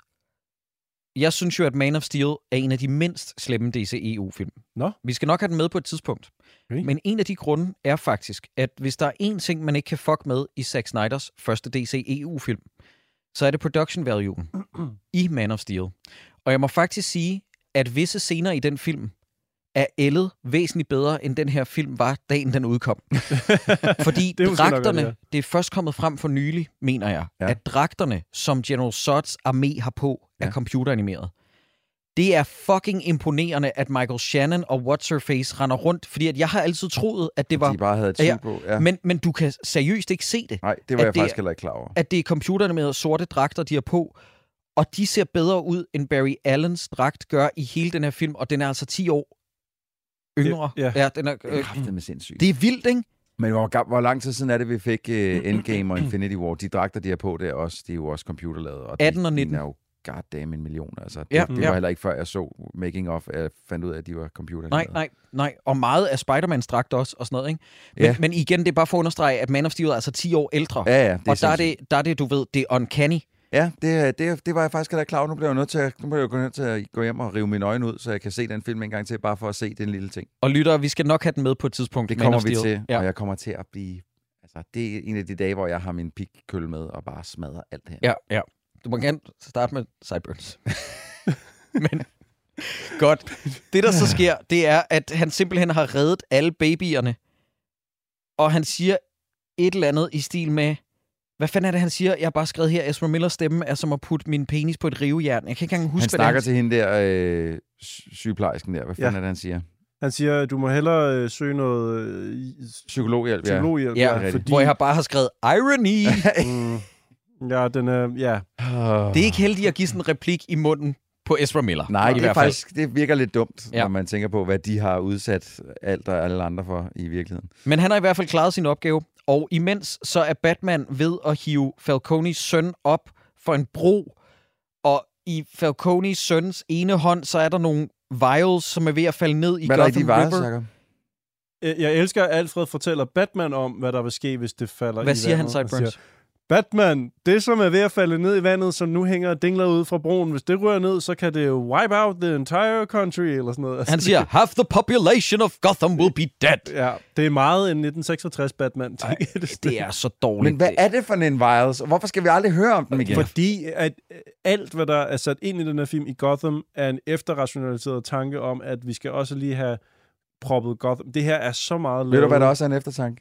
Jeg synes jo, at Man of Steel er en af de mindst slemme DC-EU-film. Nå? Vi skal nok have den med på et tidspunkt. Okay. Men en af de grunde er faktisk, at hvis der er én ting, man ikke kan fuck med i Zack Snyders første DC-EU-film, så er det production valuen i Man of Steel. Og jeg må faktisk sige, at visse scener i den film er ældet væsentligt bedre, end den her film var, dagen den udkom. Fordi dragterne, det er først kommet frem for nylig, mener jeg, at dragterne, som General Zod's armé har på, er computeranimeret. Det er fucking imponerende, at Michael Shannon og What's-Her-Face render rundt, fordi at jeg har altid troet, at det var... De bare havde et syn på, Men du kan seriøst ikke se det. Nej, det var jeg faktisk heller ikke klar over. At det er computeranimerede sorte dragter, de har på, og de ser bedre ud, end Barry Allens dragt gør i hele den her film, og den er altså 10 år yngre. Den er med sindssygt. Det er vildt, ikke? Men hvor lang tid siden er det, vi fik Endgame og Infinity War? De dragter, de har på, det er jo også computerlavet. Og 18 og 19. De er jo goddamn en million. Altså, det var heller ikke før, jeg så Making of, jeg fandt ud af, at de var computeranimerede. Nej. Og meget af Spider-Mans dragt også, og sådan noget, ikke? Men igen, det er bare for at understrege, at Man of Steel er altså 10 år ældre. Ja, det og der er det, du ved, det er uncanny. Ja, det var jeg faktisk heller ikke klar over. Nu bliver jeg nødt til at gå hjem og rive mine øjne ud, så jeg kan se den film en gang til, bare for at se den lille ting. Og lytter, vi skal nok have den med på et tidspunkt. Det kommer vi til, og jeg kommer til at blive... Altså, det er en af de dage, hvor jeg har min pikkølle med og bare smadrer alt det her. Ja. Du må gerne starte med Sideburns. Men godt. Det, der så sker, det er, at han simpelthen har reddet alle babyerne. Og han siger et eller andet i stil med... Hvad fanden er det, han siger? Jeg har bare skrevet her, Ezra Millers stemme er som at putte min penis på et rivejern. Jeg kan ikke engang huske, han snakker til hende der, sygeplejersken der. Hvad fanden er det, han siger? Han siger, du må hellere søge noget... Psykologhjælp, fordi... Hvor jeg bare har skrevet irony. Ja, den er... Ja. Det er ikke heldigt at give sådan en replik i munden på Ezra Miller. Nej, det er faktisk, det virker lidt dumt, når man tænker på, hvad de har udsat alt og alle andre for i virkeligheden. Men han har i hvert fald klaret sin opgave. Og imens så er Batman ved at hive Falcones søn op for en bro. Og i Falcones søns ene hånd, så er der nogle vials, som er ved at falde ned i Gotham River. Jeg elsker, at Alfred fortæller Batman om, hvad der vil ske, hvis det falder i vandet. Hvad siger han, Sideburns? Batman, det som er ved at falde ned i vandet, som nu hænger og dingler ud fra broen, hvis det rører ned, så kan det jo wipe out the entire country, eller sådan noget. Han siger, half the population of Gotham will be dead. Ja, det er meget en 1966 Batman. Ej, det er så dårligt. Men hvad er det for en vials? Hvorfor skal vi aldrig høre om dem igen? Fordi at alt, hvad der er sat ind i den her film i Gotham, er en efterrationaliseret tanke om, at vi skal også lige have proppet Gotham. Det her er så meget lavet. Ved du, hvad der også er en eftertanke?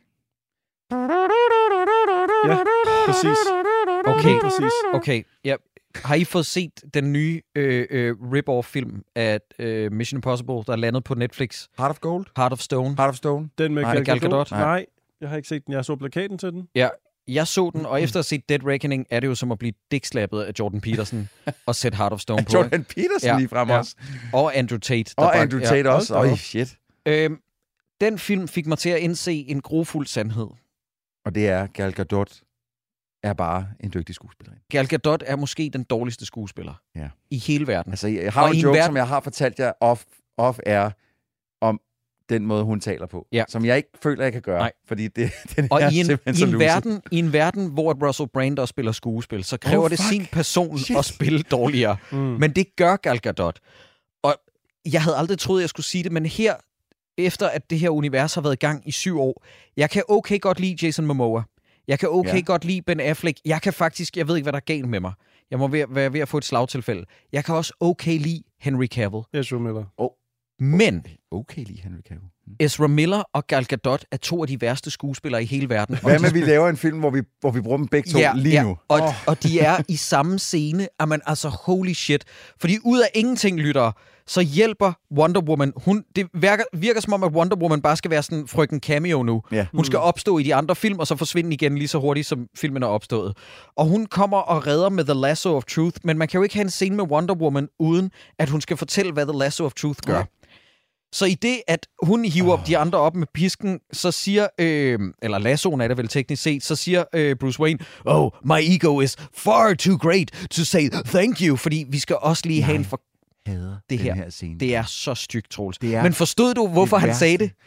Ja, præcis. Okay. Ja. Har I fået set den nye rip-off-film af Mission Impossible, der er landet på Netflix? Heart of Gold? Heart of Stone. Den med Gal Gadot? Nej, jeg har ikke set den. Jeg så plakaten til den. Ja, jeg så den, og efter at have set Dead Reckoning, er det jo som at blive dickslappet af Jordan Peterson og sætte Heart of Stone på. Jordan Peterson lige frem også. Og Andrew Tate. Og Andrew Tate også. Øj, shit. Den film fik mig til at indse en grofuld sandhed. Og det er, Gal Gadot er bare en dygtig skuespiller. Gal Gadot er måske den dårligste skuespiller i hele verden. Altså, jeg har en joke, som jeg har fortalt jer off er om den måde, hun taler på. Ja. Som jeg ikke føler, jeg kan gøre. Nej. Fordi den og er i en verden, hvor Russell Brand også spiller skuespil, så kræver det sin person at spille dårligere. Men det gør Gal Gadot. Og jeg havde aldrig troet, jeg skulle sige det, men her efter at det her univers har været i gang i 7 år, jeg kan okay godt lide Jason Momoa. Jeg kan okay godt lide Ben Affleck. Jeg ved ikke, hvad der er galt med mig. Jeg må være ved at få et slagtilfælde. Jeg kan også okay lide Henry Cavill. Ezra Miller. Men okay lige Henry Cavill. Ezra Miller og Gal Gadot er 2 af de værste skuespillere i hele verden. Hvad med, vi laver en film, hvor vi bruger dem begge to lige nu? Og de er i samme scene. Amen, altså, holy shit. Fordi ud af ingenting, lyttere, så hjælper Wonder Woman. Det virker som om, at Wonder Woman bare skal være sådan frøken cameo nu. Yeah. Hun skal opstå i de andre film, og så forsvinde igen lige så hurtigt, som filmen er opstået. Og hun kommer og redder med The Lasso of Truth, men man kan jo ikke have en scene med Wonder Woman, uden at hun skal fortælle, hvad The Lasso of Truth gør. Så i det, at hun hiver de andre op med pisken, så siger, eller lassoen er det vel teknisk set, så siger Bruce Wayne, my ego is far too great to say thank you, fordi vi skal også lige have en det her scene. Det er så stygt, Troels. Men forstod du, hvorfor han sagde det?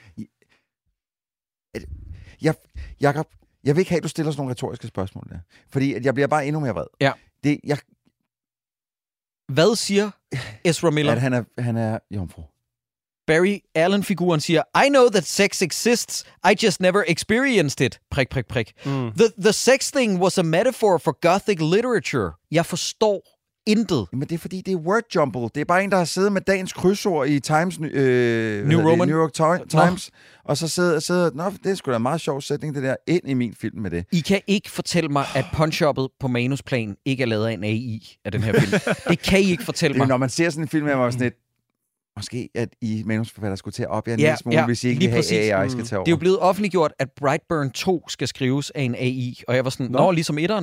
Jakob, jeg vil ikke have, at du stiller sådan nogle retoriske spørgsmål der. Fordi jeg bliver bare endnu mere vred. Ja. Hvad siger Ezra Miller? At han er jomfru. Barry Allen-figuren siger, I know that sex exists, I just never experienced it. Prik. The sex thing was a metaphor for gothic literature. Jeg forstår intet. Men det er fordi, det er word jumble. Det er bare en, der har siddet med dagens krydsord i Times, New York Times, og så sidder det er sgu da en meget sjov sætning, det der, ind i min film med det. I kan ikke fortælle mig, at punch-uppet på manusplan ikke er lavet af en AI af den her film. Det kan I ikke fortælle mig. Når man ser sådan en film, er man sådan et, måske at I manusforfatter skulle til at op jer en lille smule, hvis I ikke vil have AI skal tage over. Det er jo blevet offentliggjort, at Brightburn 2 skal skrives af en AI, og jeg var sådan, ligesom etteren.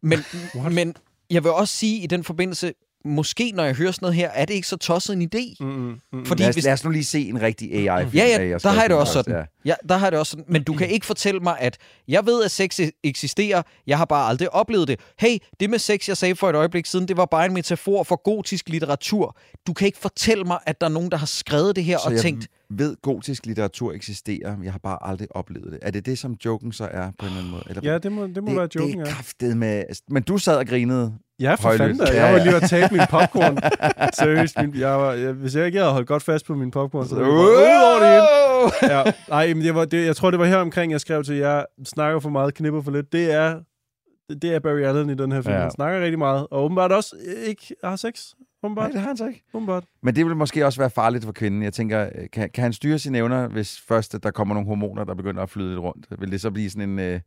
Men jeg vil også sige i den forbindelse, måske når jeg hører sådan noget her, er det ikke så tosset en idé? Fordi lad os nu lige se en rigtig AI-film. Ja, der har jeg det også sådan. Ja, der har jeg det også sådan. Men du kan ikke fortælle mig, at jeg ved, at sex eksisterer, jeg har bare aldrig oplevet det. Hey, det med sex, jeg sagde for et øjeblik siden, det var bare en metafor for gotisk litteratur. Du kan ikke fortælle mig, at der er nogen, der har skrevet det her og tænkt... ved gotisk litteratur eksisterer, jeg har bare aldrig oplevet det. Er det som joken så er på en eller anden måde? Eller, ja, det må være joken, det er kraftet med... Men du sad og grinede. Ja, for fanden. Jeg var lige at tabe min popcorn. Seriøst. Hvis jeg ikke havde holdt godt fast på min popcorn, så ville jeg bare over det hele. Nej, men jeg tror, det var her omkring, jeg skrev til jer, snakker for meget, knipper for lidt. Det er Barry Allen i den her film. Han snakker rigtig meget, og åbenbart også ikke har sex. Åbenbart. Nej, det har han så ikke. Åbenbart. Men det vil måske også være farligt for kvinden. Jeg tænker, kan han styre sine evner, hvis først der kommer nogle hormoner, der begynder at flyde lidt rundt? Vil det så blive sådan en...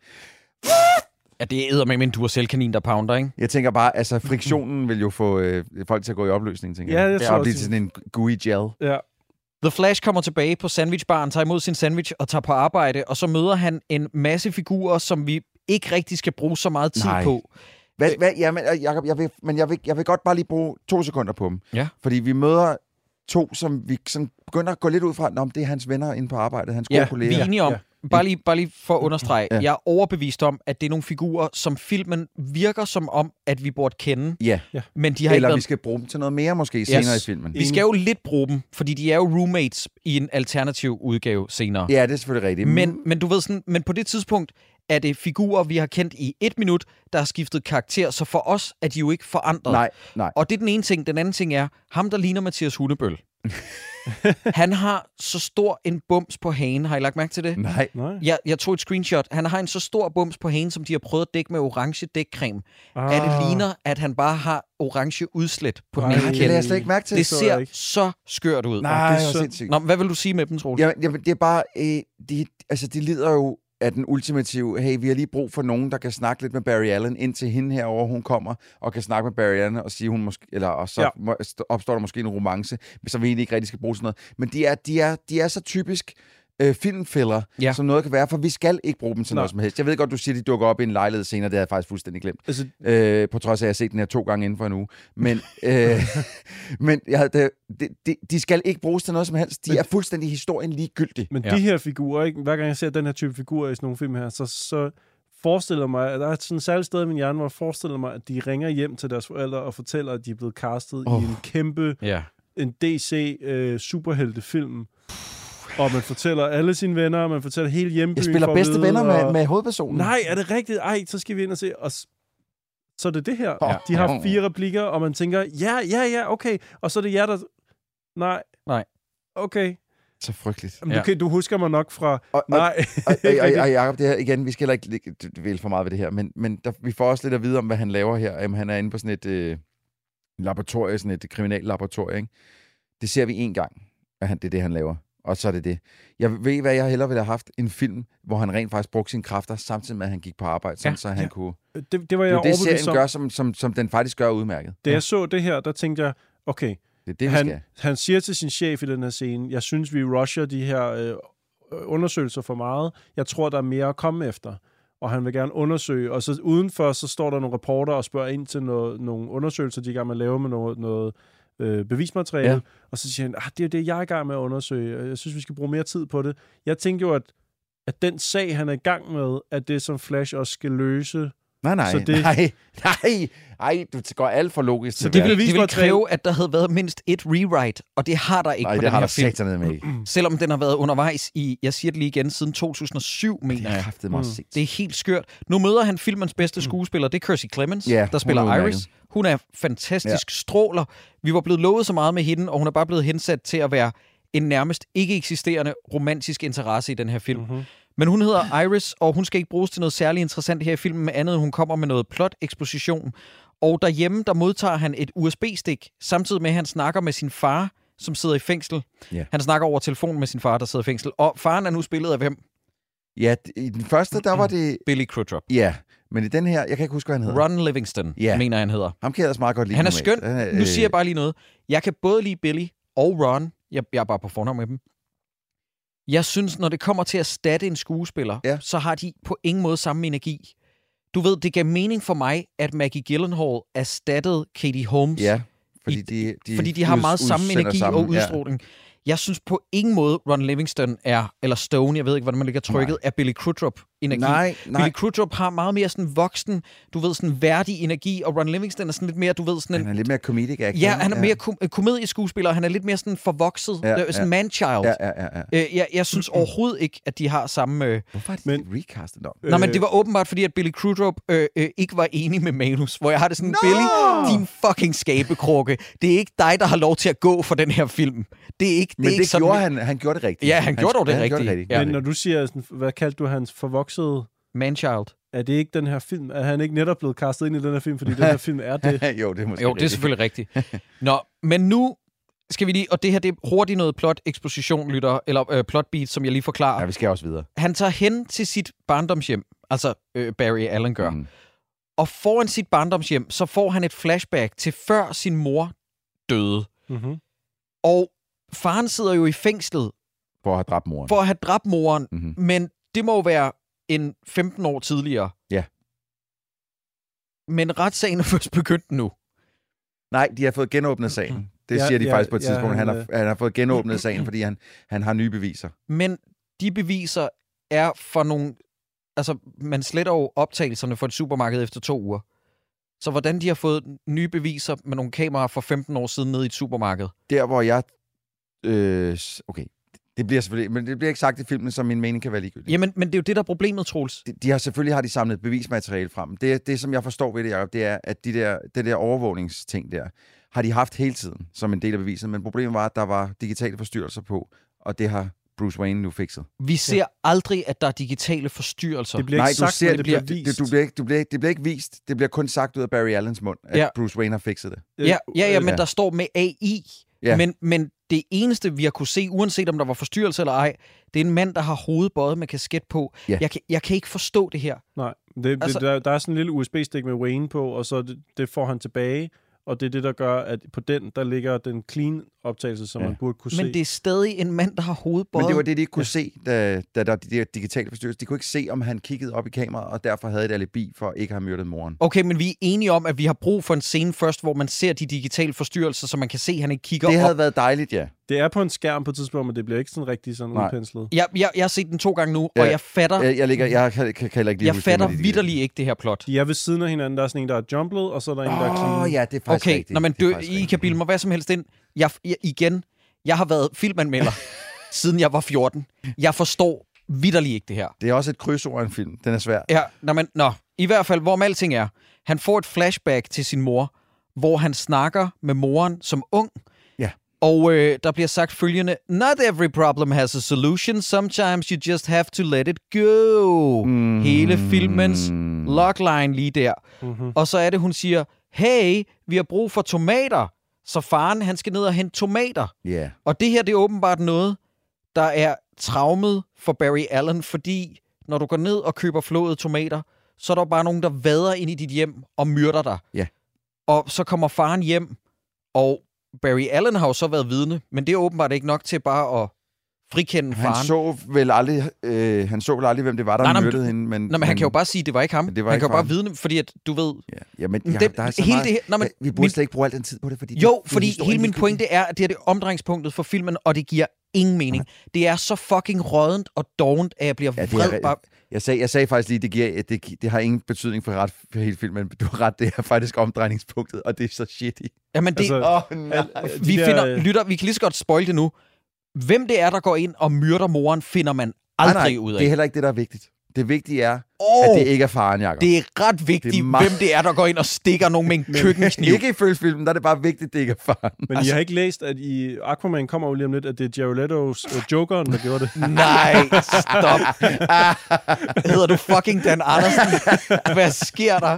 Ja, det æder med en duracell-kanin, der pounder, ikke? Jeg tænker bare, altså friktionen vil jo få folk til at gå i opløsning, tænker jeg. Ja, det bliver til sådan en gooey gel. Ja. The Flash kommer tilbage på sandwichbaren, tager imod sin sandwich og tager på arbejde, og så møder han en masse figurer, som vi ikke rigtig skal bruge så meget tid på. Jamen, Jacob, jeg vil godt bare lige bruge 2 sekunder på dem. Ja. Fordi vi møder 2, som vi sådan begynder at gå lidt ud fra, det er hans venner inde på arbejdet, hans gode kolleger. Vi er enige om. Bare lige for at understrege. Jeg er overbevist om, at det er nogle figurer, som filmen virker som om, at vi burde kende. Ja. Men de har Eller vi skal bruge dem til noget mere måske senere i filmen. Vi skal jo lidt bruge dem, fordi de er jo roommates i en alternativ udgave senere. Ja, det er selvfølgelig rigtigt. Men du ved sådan, men på det tidspunkt er det figurer, vi har kendt i 1 minut, der har skiftet karakter, så for os er de jo ikke forandret. Nej. Og det er den ene ting. Den anden ting er, ham der ligner Mathias Hundebøl. Han har så stor en bums på hagen. Har I lagt mærke til det? Nej. Jeg tog et screenshot. Han har en så stor bums på hagen, som de har prøvet at dække med orange dækcreme. At det ligner, at han bare har orange udslæt på den ene kende. Det lader jeg slet ikke mærke til. Det ser så skørt ud. Nej, det er sindssygt. Nå, hvad vil du sige med dem, Troels? Det er bare... de lider jo af den ultimative, hey, vi har lige brug for nogen, der kan snakke lidt med Barry Allen, indtil hende herover hun kommer, og kan snakke med Barry Allen, og sige, hun måske, og så opstår der måske en romance, så vi egentlig ikke rigtig skal bruge sådan noget. Men de er så typisk filmfiller, som noget kan være, for vi skal ikke bruge dem til noget som helst. Jeg ved godt, du siger, de dukker op i en lejlighed senere, det har jeg faktisk fuldstændig glemt. Altså, på trods af, at jeg har set den her 2 gange inden for en uge. Men, men de skal ikke bruges til noget som helst. De er fuldstændig historien ligegyldige. Men de her figurer, ikke? Hver gang jeg ser den her type figurer i sådan nogle film her, så forestiller mig, at der er sådan et særligt sted i min hjerne, hvor jeg forestiller mig, at de ringer hjem til deres forældre og fortæller, at de er blevet castet i en kæmpe en DC superheltefilm. Og man fortæller alle sine venner, man fortæller hele hjembyen. Jeg spiller bedste venner med hovedpersonen. Nej, er det rigtigt? Ej, så skal vi ind og se. Og så er det her. De har 4 replikker, og man tænker, ja, okay. Og så er det jer, der... Nej. Okay. Så frygteligt. Men du husker mig nok fra... Nej. Og Jacob, det her igen, vi skal heller ikke dvæle for meget ved det her, men vi får også lidt at vide om, hvad han laver her. Jamen, han er inde på sådan et laboratorie, sådan et kriminallaboratorie, ikke? Det ser vi en gang, at det er det, han laver. Og så er det det. Jeg ved, hvad jeg hellere ville have haft en film, hvor han rent faktisk brugte sine kræfter, samtidig med, at han gik på arbejde, sådan, så han kunne... Det var jeg overbevist det serien gør, som den faktisk gør udmærket. Da jeg så det her, der tænkte jeg, okay, han siger til sin chef i den her scene, jeg synes, vi rusher de her undersøgelser for meget. Jeg tror, der er mere at komme efter. Og han vil gerne undersøge. Og så udenfor, så står der nogle reporter og spørger ind til nogle undersøgelser, de er i gang med at lave med noget bevismateriale. Ja. Og så siger han, det er det, jeg er i gang med at undersøge. Jeg synes, vi skal bruge mere tid på det. Jeg tænkte jo, at den sag, han er i gang med, er det, som Flash også skal løse. Nej, du går alt for logisk. Så det ville kræve, at der havde været mindst et rewrite, og det har der ikke på den her film. Med. Selvom den har været undervejs i, jeg siger det lige igen, siden 2007, mener jeg. Det er helt skørt. Nu møder han filmens bedste skuespiller, det er Kiersey Clemons, der spiller Iris. Hun er fantastisk, stråler. Vi var blevet lovet så meget med hende, og hun er bare blevet hensat til at være en nærmest ikke eksisterende romantisk interesse i den her film. Men hun hedder Iris, og hun skal ikke bruges til noget særligt interessant her i filmen, med andet, hun kommer med noget plot-eksposition. Og derhjemme, der modtager han et USB-stik, samtidig med, at han snakker med sin far, som sidder i fængsel. Yeah. Han snakker over telefonen med sin far, der sidder i fængsel. Og faren er nu spillet af hvem? Ja, i den første, der var det... Billy Crudup. Ja, men i den her, jeg kan ikke huske, hvad han hedder. Ron Livingston, mener han hedder. Ham kan jeg også meget godt lide. Han er skøn. Nu siger jeg bare lige noget. Jeg kan både lide Billy og Ron. Jeg er bare på fornavn med dem. Jeg synes, når det kommer til at erstatte en skuespiller, så har de på ingen måde samme energi. Du ved, det gav mening for mig, at Maggie Gyllenhaal erstattede Katie Holmes. Ja, fordi de har meget samme energi og udstråling. Ja. Jeg synes på ingen måde, Ron Livingston eller Stone, jeg ved ikke, hvordan man ligger trykket, er Billy Crudup energi. Nej. Billy Crudup har meget mere sådan voksen, du ved, sådan værdig energi, og Ron Livingston er sådan lidt mere, du ved, sådan en... Han er lidt mere comedic actor. Ja, han er mere komedieskuespiller, han er lidt mere sådan forvokset, sådan man-child. Jeg synes overhovedet ikke, at de har samme... Hvorfor er de recastet om? Nej, men det var åbenbart, fordi at Billy Crudup ikke var enig med manus, hvor jeg har det sådan, Billy, din fucking skabekrukke, det er ikke dig, der har lov til at gå for den her film. Det er ikke, men det sådan, gjorde han gjorde det rigtigt. Ja, han gjorde dog det rigtigt. Ja. Men når du siger, sådan, hvad kaldte du hans forvoksede... Man-child. Er det ikke den her film? Er han ikke netop blevet castet ind i den her film, fordi den her film er det? Jo, det er måske det er selvfølgelig rigtigt. Nå, men nu skal vi lige... Og det her, det er hurtigt noget plot-eksposition, lytter, eller plot-beat, som jeg lige forklarer. Ja, vi skal også videre. Han tager hen til sit barndomshjem, altså Barry Allen gør. Og foran sit barndomshjem, så får han et flashback til før sin mor døde. Og faren sidder jo i fængslet. For at have dræbt moren. For at have dræbt moren. Men det må jo være en 15 år tidligere. Ja. Men retssagen er først begyndt nu. Nej, de har fået genåbnet sagen. Det siger de faktisk på et tidspunkt. Han har fået genåbnet sagen, fordi han har nye beviser. Men de beviser er for nogle... Altså, man sletter jo optagelserne for et supermarked efter 2 uger. Så hvordan de har fået nye beviser med nogle kameraer for 15 år siden nede i et supermarked? Der, hvor jeg... Okay, det bliver selvfølgelig... Men det bliver ikke sagt i filmen, så min mening kan være ligegyldig. Jamen, men det er jo det, der er problemet, Troels. De har selvfølgelig samlet bevismateriale frem. Det, som jeg forstår ved det, Jacob, det er, at det der overvågningsting der, har de haft hele tiden som en del af beviset. Men problemet var, at der var digitale forstyrrelser på, og det har Bruce Wayne nu fikset. Vi ser aldrig, at der er digitale forstyrrelser. Det bliver ikke sagt, men det bliver vist. Det bliver ikke vist. Det bliver kun sagt ud af Barry Allens mund, at Bruce Wayne har fikset det. Ja, men der står med AI. Ja. Men det eneste, vi har kunne se, uanset om der var forstyrrelse eller ej, det er en mand, der har hovedet bøjet med kasket på. Ja. Jeg kan ikke forstå det her. Nej, der er sådan en lille USB-stik med Wayne på, og så det får han tilbage. Og det er det, der gør, at på den, der ligger den clean optagelse, som man burde kunne se. Men det er stadig en mand, der har hovedet bøjet. Men det var det, de ikke kunne se, da der var de der digitale forstyrrelser. De kunne ikke se, om han kiggede op i kameraet, og derfor havde et alibi for at ikke have myrdet moren. Okay, men vi er enige om, at vi har brug for en scene først, hvor man ser de digitale forstyrrelser, så man kan se, at han ikke kigger op. Det havde været dejligt, ja. Det er på en skærm på et tidspunkt, men det bliver ikke sådan rigtig sådan udpenslet. Jeg har set den 2 gange nu, og jeg fatter... Jeg kan ikke jeg fatter vitterligt ikke det her plot. De er ved siden af hinanden. Der er sådan en, der er jumplet, og så er der en, der er clean. Ja, det er faktisk rigtigt. Okay, men I kan bilde mig hvad som helst ind. Jeg har været filmanmelder, siden jeg var 14. Jeg forstår vitterligt ikke det her. Det er også et krydsord af en film. Den er svær. Ja, i hvert fald, hvor alting er. Han får et flashback til sin mor, hvor han snakker med moren som ung. Ja. Og der bliver sagt følgende: Not every problem has a solution. Sometimes you just have to let it go. Hele filmens logline lige der. Og så er det, hun siger, hey, vi har brug for tomater. Så faren, han skal ned og hente tomater. Yeah. Og det her, det er åbenbart noget, der er traumet for Barry Allen, fordi når du går ned og køber flåede tomater, så er der bare nogen, der vader ind i dit hjem og myrder dig. Ja. Og så kommer faren hjem, og Barry Allen har jo så været vidne, men det er åbenbart ikke nok til bare at frikende faren. Han så vel aldrig, hvem det var, der myrdede hende. Men han kan jo bare sige, at det var ikke ham. Han kan jo bare vidne, fordi at du ved... Ja, men der er så meget... Vi burde slet ikke bruge al den tid på det, fordi... Fordi hele min pointe er, at det er det omdrejningspunktet for filmen, og det giver ingen mening. Det er så fucking rådent og dovent, at jeg bliver vred bare... Jeg sagde faktisk lige, det har ingen betydning for hele filmen, men du har ret, det er faktisk omdrejningspunktet, og det er så shitty. Jamen det... Vi kan lige så godt spoil det nu. Hvem det er, der går ind og myrder moren, finder man aldrig ud af. Det er heller ikke det, der er vigtigt. Det vigtige er, at det ikke er faren, Jacob. Det er ret vigtigt, hvem det er, der går ind og stikker nogen med en køkkenkniv. Ikke ifølge filmen, der er det bare vigtigt, at det ikke er faren. Men I har ikke læst, at i Aquaman kommer jo lige om lidt, at det er Jared Leto's Jokeren, der gjorde det. Nej, stop. Hedder du fucking Dan Andersen? Hvad sker der?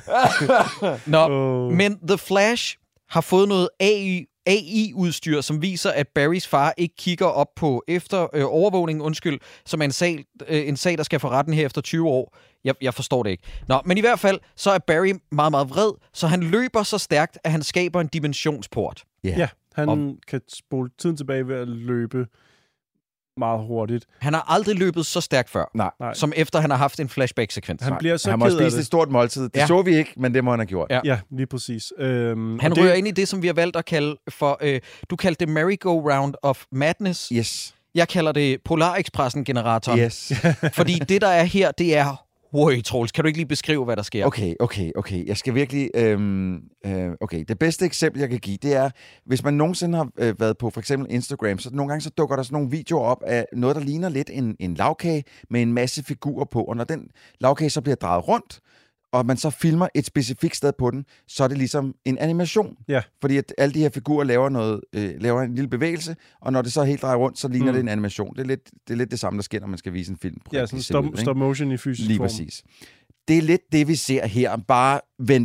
Men The Flash har fået noget AI-udstyr, som viser, at Barrys far ikke kigger op på overvågningen, som er en sag, der skal for retten her efter 20 år. Jeg forstår det ikke. Men i hvert fald, så er Barry meget, meget vred, så han løber så stærkt, at han skaber en dimensionsport. Ja, han kan spole tiden tilbage ved at løbe meget hurtigt. Han har aldrig løbet så stærkt før, Nej. som efter han har haft en flashback-sekvens. Han må spise et stort måltid. Det så vi ikke, men det må han have gjort. Ja, lige præcis. Han ryger ind i det, som vi har valgt at kalde for... du kaldte det merry-go-round of madness. Yes. Jeg kalder det Polar-Expressen-generatoren. Yes. Fordi det, der er her, det er... Troels, kan du ikke lige beskrive, hvad der sker? Okay. Jeg skal virkelig... Okay, det bedste eksempel, jeg kan give, det er, hvis man nogensinde har været på for eksempel Instagram, så nogle gange så dukker der sådan nogle videoer op af noget, der ligner lidt en lagkage med en masse figurer på, og når den lagkage så bliver drejet rundt, og man så filmer et specifikt sted på den, så er det ligesom en animation. Ja. Fordi at alle de her figurer laver en lille bevægelse, og når det så helt drejer rundt, så ligner det en animation. Det er lidt det samme, der sker, når man skal vise en film. Ja, sådan stop motion i fysisk lige form. Præcis. Det er lidt det, vi ser her, bare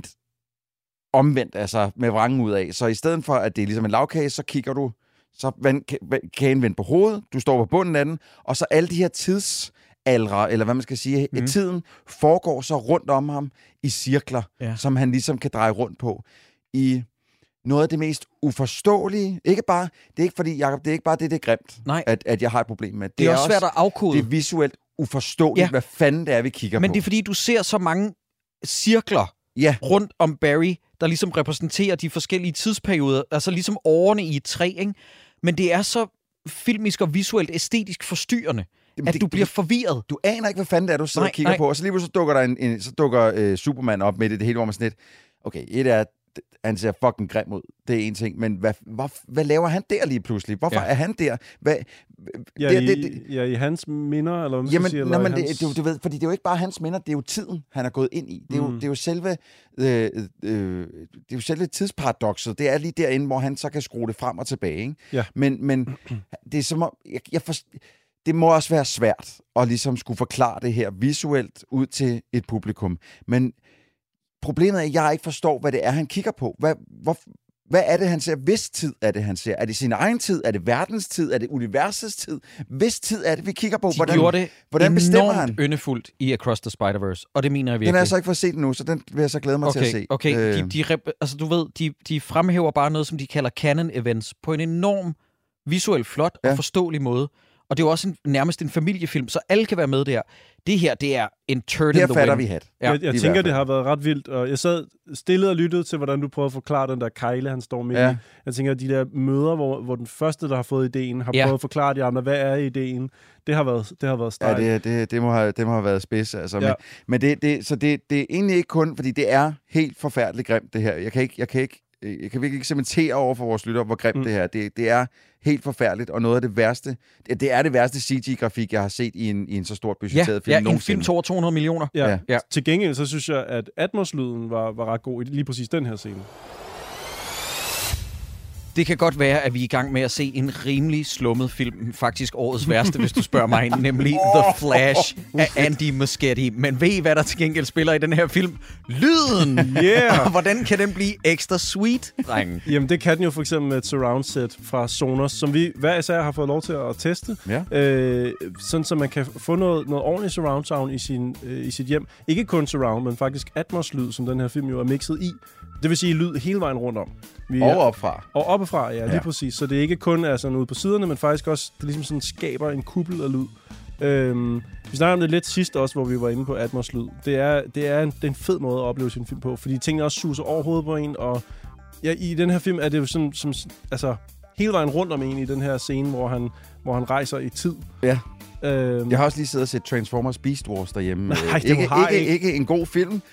omvendt, altså med vrangen ud af. Så i stedet for, at det er ligesom en lagkage, så kigger du, så kagen vendt på hovedet, du står på bunden af den, og så alle de her tidsalre, eller hvad man skal sige, tiden foregår så rundt om ham i cirkler, som han ligesom kan dreje rundt på. I noget af det mest uforståelige. Det er ikke fordi, Jacob, det er ikke bare det er grimt, at jeg har et problem med. Det er også svært at afkode. Det er visuelt uforståeligt, hvad fanden det er, vi kigger på. Men det er fordi, du ser så mange cirkler rundt om Barry, der ligesom repræsenterer de forskellige tidsperioder, altså ligesom årene i et træ, ikke? Men det er så filmisk og visuelt æstetisk forstyrrende, at du bliver forvirret. Du aner ikke, hvad fanden det er, du sidder og kigger på, og så lige så dukker der dukker Superman op midt i det hele, hvor man sådan lidt, okay, et er, han ser fucking grim ud, det er en ting, men hvad laver han der lige pludselig? Hvorfor er han der? I hans minder, eller hvad man siger? Jamen, du ved, fordi det er jo ikke bare hans minder, det er jo tiden, han er gået ind i. Det er jo selve tidsparadoxet. Det er lige derinde, hvor han så kan skrue det frem og tilbage. Ikke? Ja. Men det er som om, det må også være svært at ligesom skulle forklare det her visuelt ud til et publikum. Men problemet er, at jeg ikke forstår, hvad det er, han kigger på. Hvad er det, han ser? Hvis tid er det, han ser? Er det sin egen tid? Er det verdens tid? Er det universets tid? Hvis tid er det, vi kigger på? Hvordan bestemmer han? Yndefuldt i Across the Spider-Verse, og det mener jeg virkelig. Den har jeg så ikke fået set nu, så den vil jeg så glæde mig til at se. Okay, du ved, de fremhæver bare noget, som de kalder canon events, på en enorm visuelt flot og forståelig måde. Og det er jo også nærmest en familiefilm, så alle kan være med der. Det her, det er en turd in the wind. Her fatter vi hat. Ja. Jeg tænker, det har været ret vildt. Og jeg sad stille og lyttede til, hvordan du prøvede at forklare den der kejle, han står med i. Jeg tænker, de der møder, hvor den første, der har fået ideen, har prøvet at forklare de andre, hvad er ideen. Det har været stejlt. Ja, det må have været spids. Altså. Men det er egentlig ikke kun, fordi det er helt forfærdeligt grimt, det her. Jeg kan virkelig ikke cementere over for vores lytter, hvor grimt det her. Det er helt forfærdeligt, og noget af det værste. Det er det værste CG-grafik, jeg har set i en så stort budgetteret film. Ja, en film til over 200 millioner. Ja. Til gengæld, så synes jeg, at Atmos-lyden var ret god i lige præcis den her scene. Det kan godt være, at vi er i gang med at se en rimelig slummet film. Faktisk årets værste, hvis du spørger mig, nemlig The Flash af Andy Muschietti. Men ved I, hvad der til gengæld spiller i den her film? Lyden! Yeah! Hvordan kan den blive ekstra sweet, drengen? Jamen, det kan den jo for eksempel med et surround set fra Sonos, som vi hver især har fået lov til at teste. Ja. Sådan, så man kan få noget ordentligt surround sound i sit hjem. Ikke kun surround, men faktisk Atmos-lyd, som den her film jo er mixet i. Det vil sige lyd hele vejen rundt om. Og opfra. Og oppefra, ja, lige præcis. Så det ikke kun er sådan ude på siderne, men faktisk også, det ligesom sådan skaber en kuppel af lyd. Vi snakkede om det lidt sidst også, hvor vi var inde på Atmos-lyd. Det er en fed måde at opleve sin film på, fordi tingene også suser over hovedet på en, og ja, i den her film er det jo sådan, altså hele vejen rundt om en i den her scene, hvor han rejser i tid. Ja. Jeg har også lige siddet og set Transformers Beast Wars derhjemme. Nej, ikke en god film,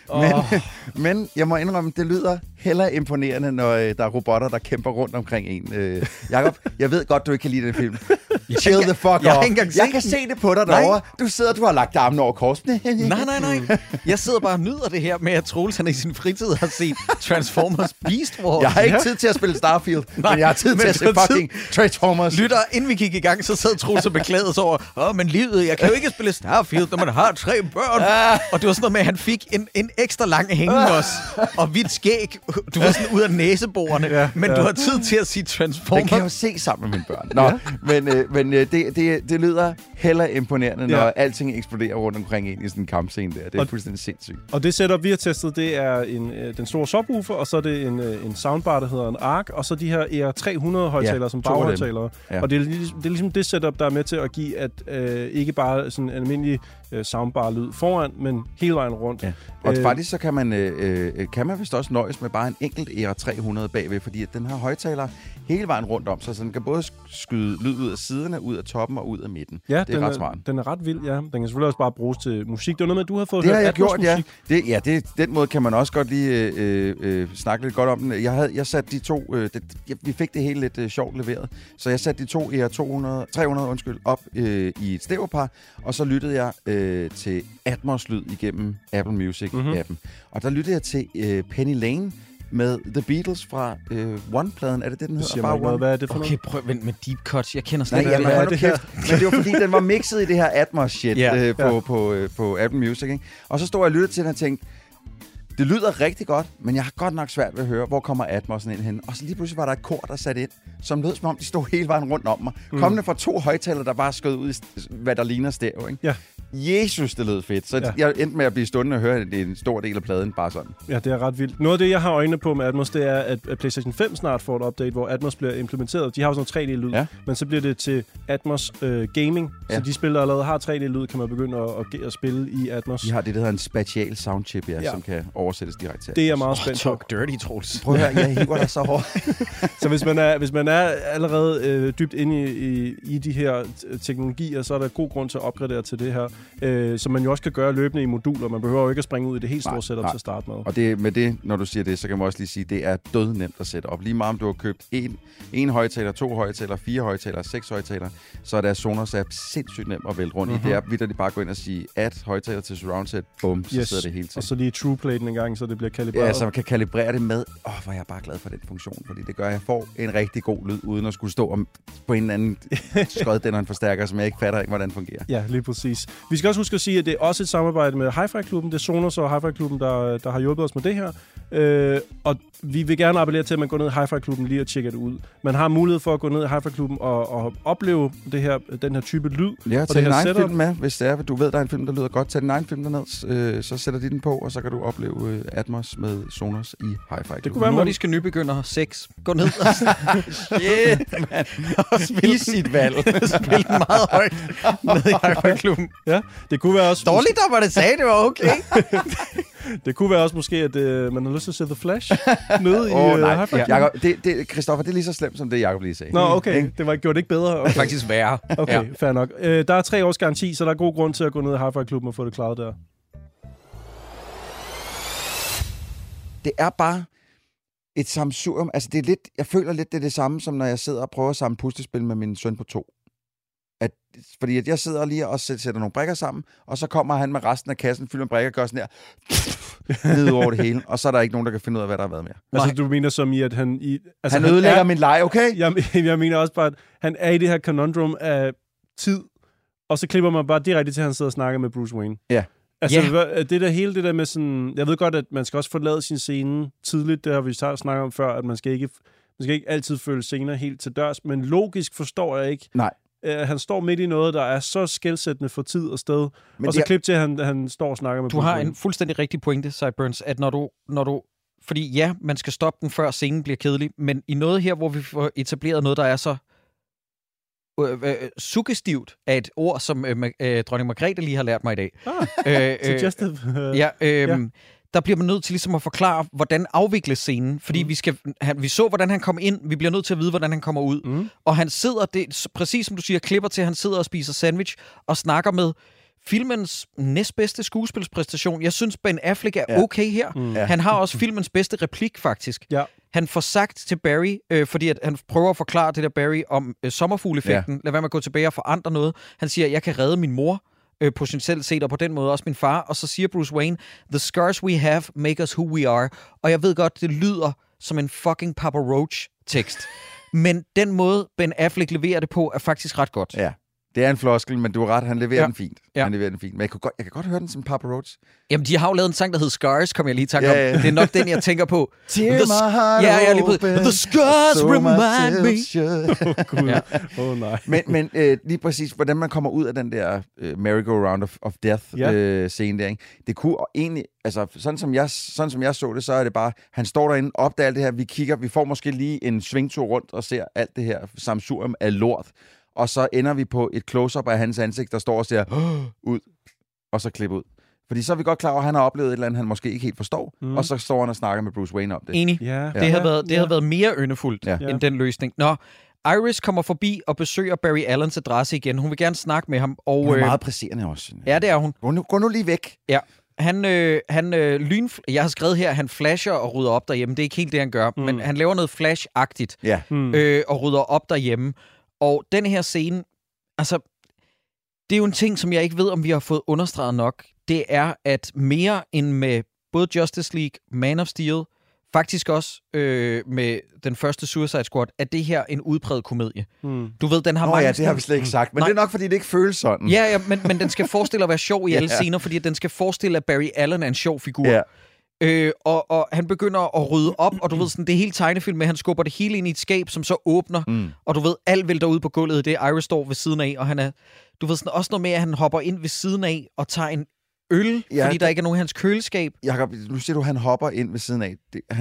men jeg må indrømme, det lyder hellere imponerende, når der er robotter, der kæmper rundt omkring en. Jakob, jeg ved godt, du ikke kan lide den film. Chill the fuck off. Jeg kan se det på dig derovre. Du har lagt armen over kors. Nej. Jeg sidder bare og nyder det her med, at Troels han i sin fritid har set Transformers Beast Wars. Jeg har ikke tid til at spille Starfield, men jeg har tid til at se fucking Transformers. Lytter, inden vi gik i gang, så sad Troels og beklagede sig over, men livet, jeg kan jo ikke spille Starfield, når man har 3 børn. Og det var sådan noget med, at han fik en ekstra lang hængenos og hvidt skæg. Du var sådan ud af næseborene, men du har tid til at sige Transformers. Det kan jeg jo se sammen med mine børn. Men det lyder hellere imponerende, når alting eksploderer rundt omkring en i sådan en kampscene der. Det er fuldstændig sindssygt. Og det setup, vi har testet, det er den store subwoofer, og så er det en soundbar, der hedder en ARC, og så de her ER300-højtalere som baghøjtalere. Ja. Og det er ligesom det setup, der er med til at give, at ikke bare sådan en almindelig soundbar-lyd foran, men hele vejen rundt. Ja. Og faktisk så kan man vist også nøjes med bare en enkelt ER300 bagved, fordi at den har højtalere hele vejen rundt om, så den kan både skyde lyd ud af siderne, ud af toppen og ud af midten. Ja, det er ret smart. Den er ret vild, ja. Den kan selvfølgelig også bare bruges til musik. Det var noget med, at du havde fået hørt Atmos musik. Ja. Den måde kan man også godt lige snakke lidt godt om den. Jeg satte de to... vi fik det hele lidt sjovt leveret, så jeg satte de to ER300 op i et stereopar, og så lyttede jeg til Atmos-lyd igennem Apple Music-appen. Og der lyttede jeg til Penny Lane med The Beatles fra One-pladen. Er det den hedder? Bare One? Hvad er det for noget? Okay, vent med deep cuts. Jeg kender slet ikke det her. Men det var fordi, den var mixet i det her Atmos-shit på Apple Music. Ikke? Og så stod jeg og lyttede til den og tænkte, det lyder rigtig godt, men jeg har godt nok svært ved at høre, hvor kommer Atmosen ind hen. Og så lige pludselig var der et kor, der satte ind, som lød som om, de stod hele vejen rundt om mig. Kommende fra 2 højtalere, der bare skød ud i, hvad der ligner stereo. Ikke? Ja. Jesus, det lød fedt. Så jeg endte med at blive stående og høre en stor del af pladen bare sådan. Ja, det er ret vildt. Noget af det, jeg har øjne på med Atmos, det er, at PlayStation 5 snart får et update, hvor Atmos bliver implementeret. De har jo sådan 3D-lyd, men så bliver det til Atmos Gaming. Ja. Så de spil, der allerede har 3D-lyd, kan man begynde at spille i Atmos. De har det, der hedder en spatial soundchip, som kan oversættes direkte til. Det er meget spændt. Talk dirty, Troels. Prøv at høre, jeg hiver dig så hårdt. Så hvis man er allerede dybt inde i de her teknologier, så er der god grund til at opgradere til det her. Som man jo også kan gøre løbende i moduler. Man behøver jo ikke at springe ud i det helt store setup til at starte med. Og det, med det, når du siger det, så kan man også lige sige, det er dødnemt at sætte op. Lige meget om du har købt en højtaler, 2 højtaler, 4 højtaler, 6 højtaler, så er deres Sonos app sindssygt nemt at vælge rundt i. Det er vitterligt bare gå ind og sige, add højtaler til surround set, bum, så sidder det hele til. Og så lige TruePlay den en gang, så det bliver kalibreret. Ja, så man kan kalibrere det med. Hvor er jeg bare glad for den funktion, fordi det gør, at jeg får en rigtig god lyd, uden at skulle stå på en eller anden skoddænder en forstærker, som jeg ikke fatter ikke, hvordan fungerer. Ja, lige præcis. Vi skal også huske at sige, at det er også et samarbejde med Hi-Fi-klubben. Det er Sonos og Hi-Fi-klubben, der har hjulpet os med det her. Og vi vil gerne appellere til, at man går ned i Hi-Fi-klubben lige og tjekker det ud. Man har mulighed for at gå ned i Hi-Fi-klubben og opleve den her type lyd. Ja, tag din egen film med, hvis det er, du ved, der er en film, der lyder godt. Tag din egen film derned, så sætter de den på, og så kan du opleve Atmos med Sonos i Hi-Fi-klubben. Det kunne være nordiske nybegyndere 6. Gå ned og shit, man. Og spil sit valg. Spil den meget højt ned i Hi-Fi-klubben. Ja, det kunne være også... Dårligt, der var det sagde, det var okay. Det kunne være også måske, at man har lyst til at se The Flash nede i Hi-Fi-klubben. Christoffer, det er lige så slemt, som det Jacob lige sagde. Nå, okay. Det var gjort ikke bedre. Okay. Det er faktisk værre. Okay, fair nok. Der er 3 års garanti, så der er god grund til at gå ned i Hi-Fi-klubben og få det klaret der. Det er bare et sammensurium. Altså, det er lidt, jeg føler lidt, det er det samme, som når jeg sidder og prøver at samle puslespil med min søn på 2. Fordi at jeg sidder lige og sætter nogle brikker sammen, og så kommer han med resten af kassen fyldt med brikker og gør sådan her. ned over det hele, og så er der ikke nogen, der kan finde ud af, hvad der har været mere. Altså, du mener som i, at han... Han ødelægger min leg, okay? Jeg mener også bare, at han er i det her conundrum af tid, og så klipper man bare direkte til, at han sidder og snakker med Bruce Wayne. Ja. Altså, det der hele det der med sådan... Jeg ved godt, at man skal også forlade sin scene tidligt, det har vi snakket om før, at man skal ikke altid følge scener helt til dørs, men logisk forstår jeg ikke. Nej. Han står midt i noget, der er så skelsættende for tid og sted, men og så klip til, at han står og snakker med Bruce Wayne. Du har en fuldstændig rigtig pointe, Sideburns, at når du fordi ja, man skal stoppe den, før scenen bliver kedelig, men i noget her, hvor vi får etableret noget, der er så suggestivt af et ord, som dronning Margrethe lige har lært mig i dag. Suggestive. Der bliver man nødt til ligesom at forklare, hvordan afvikles scenen, fordi vi så, hvordan han kom ind, vi bliver nødt til at vide, hvordan han kommer ud. Og han sidder, præcis som du siger, klipper til, han sidder og spiser sandwich og snakker med filmens næstbedste skuespilspræstation. Jeg synes, Ben Affleck er okay her. Han har også filmens bedste replik, faktisk. Ja. Han får sagt til Barry, fordi at han prøver at forklare det der Barry om sommerfugleffekten. Ja. Lad være med at gå tilbage og forandre noget. Han siger, jeg kan redde min mor, potentielt set, og på den måde også min far. Og så siger Bruce Wayne, the scars we have make us who we are. Og jeg ved godt, det lyder som en fucking Papa Roach-tekst. Men den måde, Ben Affleck leverer det på, er faktisk ret godt. Ja. Det er en floskel, men du har ret, han leverer den fint. Ja. Han leverer den fint. Men jeg kan godt høre den som Papa Roach. Jamen, de har jo lavet en sang, der hedder Scars, kom jeg lige i tanke om. Det er nok den, jeg tænker på. Tear my heart open. The scars so remind me. Nej. Men lige præcis, hvordan man kommer ud af den der merry-go-round of death scene der, ikke? Det kunne egentlig, altså sådan som jeg så det, så er det bare, han står derinde, opdager alt det her, vi får måske lige en svingtur rundt og ser alt det her sammensurium af lort. Og så ender vi på et close-up af hans ansigt, der står og siger ud, og så klip ud. Fordi så er vi godt klar over, at han har oplevet et eller andet, han måske ikke helt forstår, og så står han og snakker med Bruce Wayne om det. Enig. Yeah. Det havde været mere yndefuldt end den løsning. Nå, Iris kommer forbi og besøger Barry Allens adresse igen. Hun vil gerne snakke med ham. Og, hun er meget presserende også. Ja, det er hun. Gå nu lige væk. Ja. Jeg har skrevet her, han flasher og rydder op derhjemme. Det er ikke helt det, han gør, men han laver noget flash-agtigt og rydder op derhjemme. Og den her scene, altså, det er jo en ting, som jeg ikke ved, om vi har fået understreget nok. Det er, at mere end med både Justice League, Man of Steel, faktisk også med den første Suicide Squad, er det her en udpræget komedie. Du ved, den har mange... ja, det har vi slet ikke sagt, men det er nok, fordi det ikke føles sådan. Ja, men den skal forestille at være sjov i alle scener, fordi den skal forestille, at Barry Allen er en sjov figur. Ja. Og han begynder at rydde op, og du ved, sådan, det er helt tegnefilm med, han skubber det hele ind i et skab, som så åbner, og du ved, alt vælter ud på gulvet, det Iris står ved siden af, og han er, du ved, sådan, også noget med, at han hopper ind ved siden af og tager en øl, fordi der ikke er nogen i hans køleskab. Jakob, nu siger du, han hopper ind ved siden af.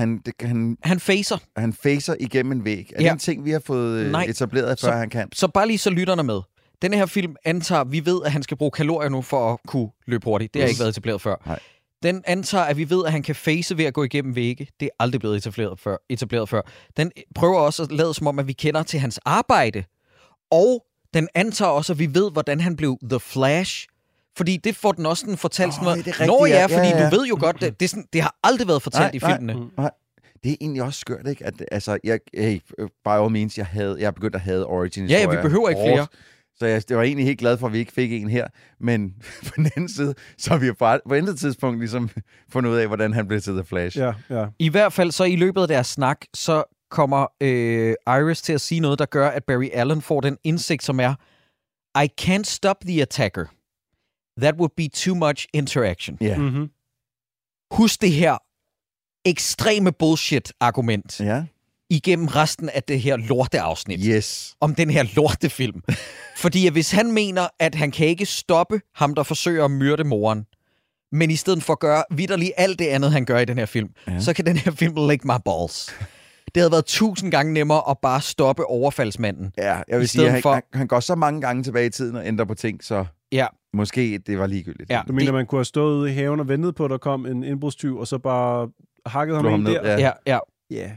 Han facer. Han facer igennem en væg. Er det en ting, vi har fået etableret, før han kan? Så bare lige så lytterne med. Denne her film antager, vi ved, at han skal bruge kalorier nu for at kunne løbe hurtigt. Det har ikke været etableret før. Nej. Den antager, at vi ved, at han kan face ved at gå igennem vægge. Det er aldrig blevet etableret før. Den prøver også at lade som om, at vi kender til hans arbejde. Og den antager også, at vi ved, hvordan han blev The Flash. Fordi det får den også fortalt sådan noget. Fordi du ved jo godt, det har aldrig været fortalt i filmene. Nej. Det er egentlig også skørt, ikke? At, altså, by all means, jeg er begyndt at hade origin-historier. Ja, vi behøver ikke flere. Så jeg var egentlig helt glad for, at vi ikke fik en her. Men på den anden side, så har vi på intet tidspunkt ligesom fundet ud af, hvordan han blev til The Flash. Ja. I hvert fald så i løbet af deres snak, så kommer Iris til at sige noget, der gør, at Barry Allen får den indsigt, som er, I can't stop the attacker. That would be too much interaction. Yeah. Mm-hmm. Husk det her ekstreme bullshit-argument. Ja. Igennem resten af det her lorteafsnit. Yes. Om den her lortefilm. Fordi hvis han mener, at han kan ikke stoppe ham, der forsøger at myrde moren, men i stedet for at gøre vitterligt alt det andet, han gør i den her film, så kan den her film lick my balls. Det havde været 1000 gange nemmere at bare stoppe overfaldsmanden. Ja, jeg vil sige, at han går så mange gange tilbage i tiden og ændrer på ting, så måske det var ligegyldigt. Ja, du mener, man kunne have stået ude i haven og ventet på, at der kom en indbrudstyv, og så bare hakket ham ind der? Ja.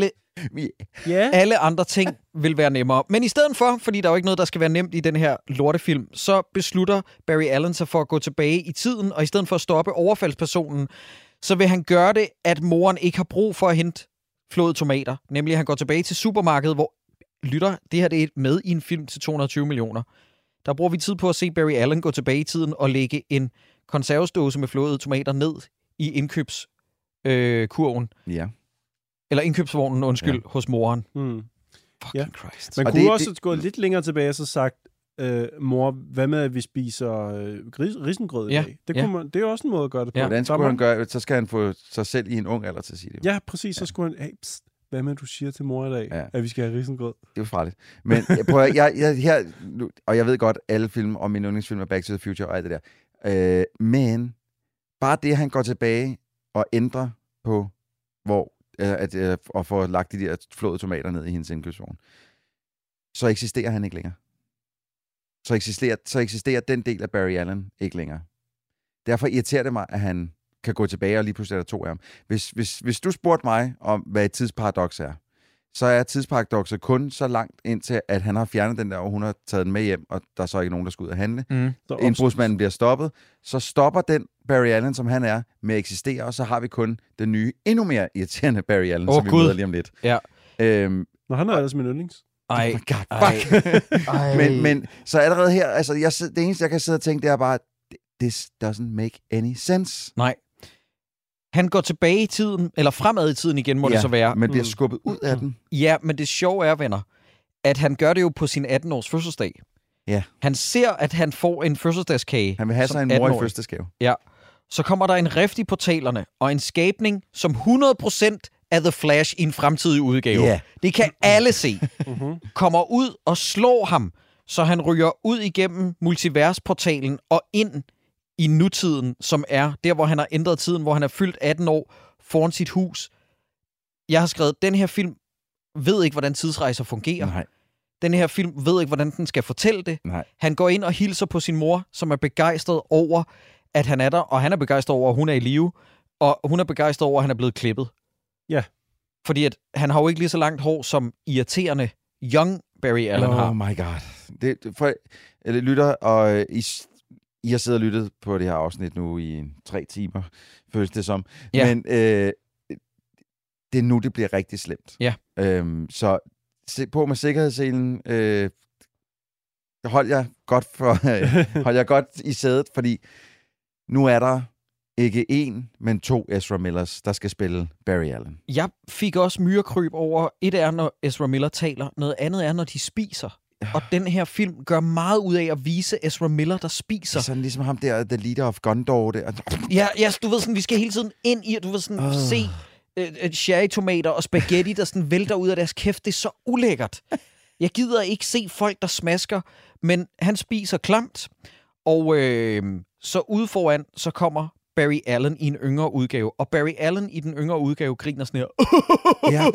Alle andre ting vil være nemmere. Men i stedet for, fordi der er jo ikke noget, der skal være nemt i den her lortefilm, så beslutter Barry Allen sig for at gå tilbage i tiden, og i stedet for at stoppe overfaldspersonen, så vil han gøre det, at moren ikke har brug for at hente flåede tomater. Nemlig, at han går tilbage til supermarkedet, hvor det her det er med i en film til 220 millioner. Der bruger vi tid på at se Barry Allen gå tilbage i tiden og lægge en konservesdåse med flåede tomater ned i indkøbskurven. Ja. Eller indkøbsvognen, hos moren. Ja. Christ. Man kunne også gå lidt længere tilbage og så sagt, mor, hvad med, at vi spiser risengrød i dag? Det er jo også en måde at gøre det på. Hvordan skulle han gøre? Så skal han få sig selv i en ung alder til at sige det. Ja, præcis. Så skulle han, hvad med, at du siger til mor i dag, at vi skal have risengrød? Det er jo farligt. Men og jeg ved godt, alle film og min yndlingsfilm er Back to the Future og alt det der. Men bare det, han går tilbage og ændrer på, og får lagt de der flåede tomater ned i hendes indkøbsvogn, så eksisterer han ikke længere. Så eksisterer den del af Barry Allen ikke længere. Derfor irriterer det mig, at han kan gå tilbage, og lige pludselig er der 2 af ham. Hvis du spurgte mig om, hvad et tidsparadoks er, så er tidsparadokset kun så langt indtil, at han har fjernet den der, og hun har taget den med hjem, og der er så ikke nogen, der skal ud og handle. Indbrudsmanden bliver stoppet. Så stopper den Barry Allen, som han er, med at eksistere, og så har vi kun den nye, endnu mere irriterende Barry Allen, som vi møder lige om lidt. Ja. Når han er ellers min yndlings. Ej. men så allerede her, altså det eneste, jeg kan sidde og tænke, det er bare, this doesn't make any sense. Nej. Han går tilbage i tiden, eller fremad i tiden igen, må det så være. Men bliver skubbet ud af den. Ja, men det sjove er, venner, at han gør det jo på sin 18-års fødselsdag. Ja. Han ser, at han får en fødselsdagskage. Han vil have sig en mor i fødselsdagsgave. Ja. Så kommer der en rift i portalerne, og en skabning, som 100% af The Flash i en fremtidig udgave. Yeah. Det kan alle se. Kommer ud og slår ham, så han ryger ud igennem multiversportalen og ind i nutiden, som er der, hvor han har ændret tiden, hvor han er fyldt 18 år foran sit hus. Jeg har skrevet, den her film ved ikke, hvordan tidsrejser fungerer. Nej. Den her film ved ikke, hvordan den skal fortælle det. Nej. Han går ind og hilser på sin mor, som er begejstret over, at han er der, og han er begejstret over, at hun er i live, og hun er begejstret over, at han er blevet klippet. Ja. Fordi at han har jo ikke lige så langt hår, som irriterende young Barry Allen har. Oh my god. Lytter, og I har siddet og lyttet på det her afsnit nu i 3 timer, føles det som. Ja. Men det er nu, det bliver rigtig slemt. Ja. Så se på med sikkerhedsselen. Hold jer godt i sædet, fordi nu er der ikke 1, men 2 Ezra Millers, der skal spille Barry Allen. Jeg fik også myrekryb over, et er, når Ezra Miller taler, noget andet er, når de spiser. Og den her film gør meget ud af at vise Ezra Miller, der spiser. Det er sådan ligesom ham der, The Leader of Gondor. Ja, du ved sådan, vi skal hele tiden ind i, du ved sådan, se cherrytomater og spaghetti, der sådan vælter ud af deres kæft. Det er så ulækkert. Jeg gider ikke se folk, der smasker, men han spiser klamt. Og så ude foran, så kommer Barry Allen i en yngre udgave. Og Barry Allen i den yngre udgave griner sådan her. Ja,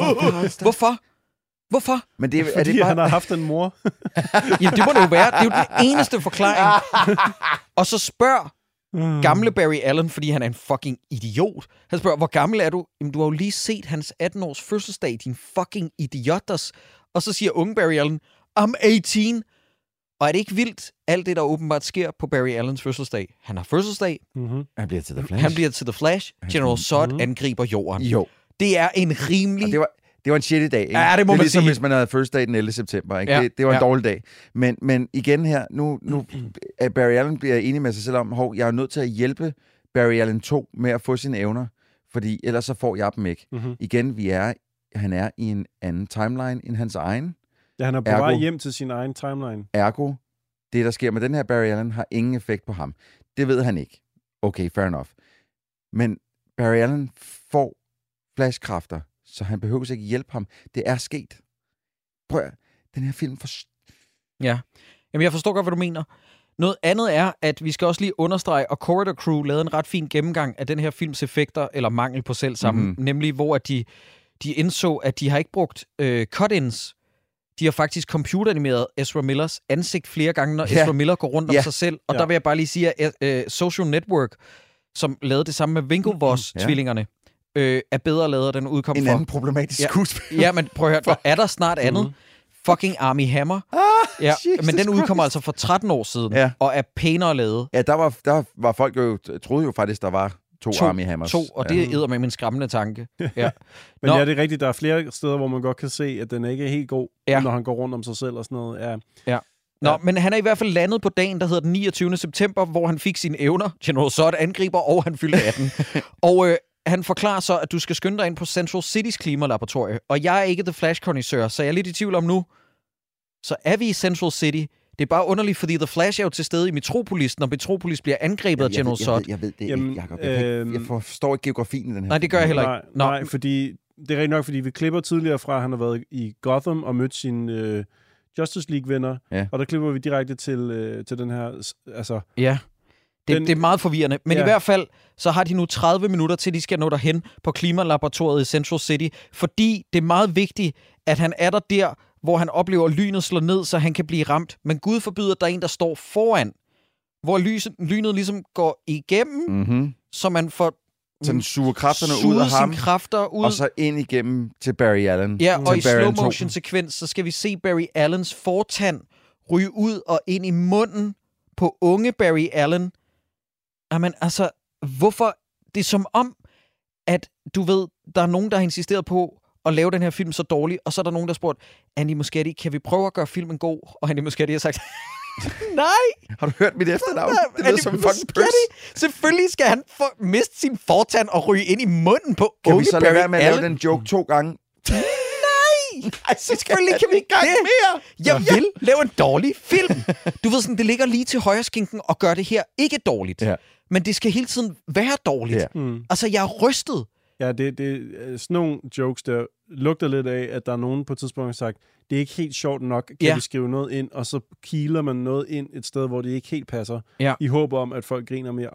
Hvorfor? Men det er fordi, han har haft en mor. Jamen, det må det jo være. Det er jo den eneste forklaring. Og så spørger gamle Barry Allen, fordi han er en fucking idiot. Han spørger, hvor gammel er du? Jamen, du har jo lige set hans 18-års fødselsdag, din fucking idiotters. Og så siger unge Barry Allen, I'm 18. Og er det ikke vildt, alt det, der åbenbart sker på Barry Allens fødselsdag? Han har fødselsdag. Han bliver til The Flash. General Zod angriber jorden. Jo. Det er en rimelig... Det var en shitty dag, ikke? Ja, det må det er man ligesom, sige. Hvis man havde fødselsdag den 11. september, ikke? Ja. Det var en dårlig dag. Men igen her, nu Barry Allen bliver enig med sig selv om, jeg er nødt til at hjælpe Barry Allen 2 med at få sine evner, fordi ellers så får jeg dem ikke. Igen, han er i en anden timeline end hans egen. Ja, han er på vej hjem til sin egen timeline. Ergo, det der sker med den her Barry Allen, har ingen effekt på ham. Det ved han ikke. Okay, fair enough. Men Barry Allen får flashkræfter, så han behøver ikke hjælpe ham. Det er sket. Prøv at, den her film... Ja. Jamen, jeg forstår godt, hvad du mener. Noget andet er, at vi skal også lige understrege, og Corridor Crew lavede en ret fin gennemgang af den her films effekter, eller mangel på selv sammen, nemlig hvor at de indså, at de har ikke brugt cut-ins. De har faktisk computeranimeret Ezra Millers ansigt flere gange, når Ezra Miller går rundt om sig selv. Og der vil jeg bare lige sige, at Social Network, som lavede det samme med Winklevoss-tvillingerne, er bedre lavet, den udkom en anden problematisk skuespiller. Ja, men prøv at høre, der er der snart andet. Fucking Armie Hammer. Men den udkommer altså for 13 år siden, og er pænere lavet. Ja, der var folk jo, troede jo faktisk, der var to Armie Hammers. Og det æder med min skræmmende tanke. Ja. Men det er rigtigt, der er flere steder, hvor man godt kan se, at den ikke er helt god, når han går rundt om sig selv og sådan noget. Ja. Nå, men han er i hvert fald landet på dagen, der hedder den 29. september, hvor han fik sine evner. General Zod angriber, og han fyldte 18. Og han forklarer så, at du skal skynde dig ind på Central Citys klimalaboratorie. Og jeg er ikke The Flash-kondisseur, så jeg er lidt i tvivl om nu. Så er vi i Central City. Det er bare underligt, fordi The Flash er jo til stede i Metropolis, når Metropolis bliver angrebet af General Zod. Jeg ved det ikke, Jacob. Jeg forstår ikke geografien i den her. Nej, det gør jeg heller ikke. Nej, fordi det er rigtig nok, fordi vi klipper tidligere fra, at han har været i Gotham og mødt sine Justice League-venner. Ja. Og der klipper vi direkte til den her... Altså, ja, det er meget forvirrende. Men i hvert fald, så har de nu 30 minutter til, de skal nå derhen på klimalaboratoriet i Central City. Fordi det er meget vigtigt, at han er der, hvor han oplever, at lynet slår ned, så han kan blive ramt. Men Gud forbyder, at der er en, der står foran, hvor lynet ligesom går igennem, så man får så den suger kræfterne ud af ham, kræfter ud. Og så ind igennem til Barry Allen. Ja, og i slow-motion-sekvens, så skal vi se Barry Allens fortand ryge ud og ind i munden på unge Barry Allen. Jamen, altså, hvorfor? Det er som om, at du ved, der er nogen, der har insisteret på at lave den her film så dårlig, og så er der nogen, der har spurgt, Andy Muschietti, kan vi prøve at gøre filmen god? Og Andy Muschietti har sagt, nej! Har du hørt mit efternavn? Det lyder som fucking pøs. Selvfølgelig skal han miste sin fortand og ryge ind i munden på kan unge Barry Allen. Kan vi så lade være med at lave den joke 2 gange? Nej! Selvfølgelig kan vi ikke det. Mere. Jeg vil lave en dårlig film. Du ved sådan, det ligger lige til højre skinken og gør det her ikke dårligt. Ja. Men det skal hele tiden være dårligt. Ja. Altså, jeg er rystet. Ja, det er sådan nogle jokes, der lugter lidt af, at der er nogen på et tidspunkt, har sagt, det er ikke helt sjovt nok, kan vi skrive noget ind, og så kiler man noget ind et sted, hvor det ikke helt passer, i håb om, at folk griner mere.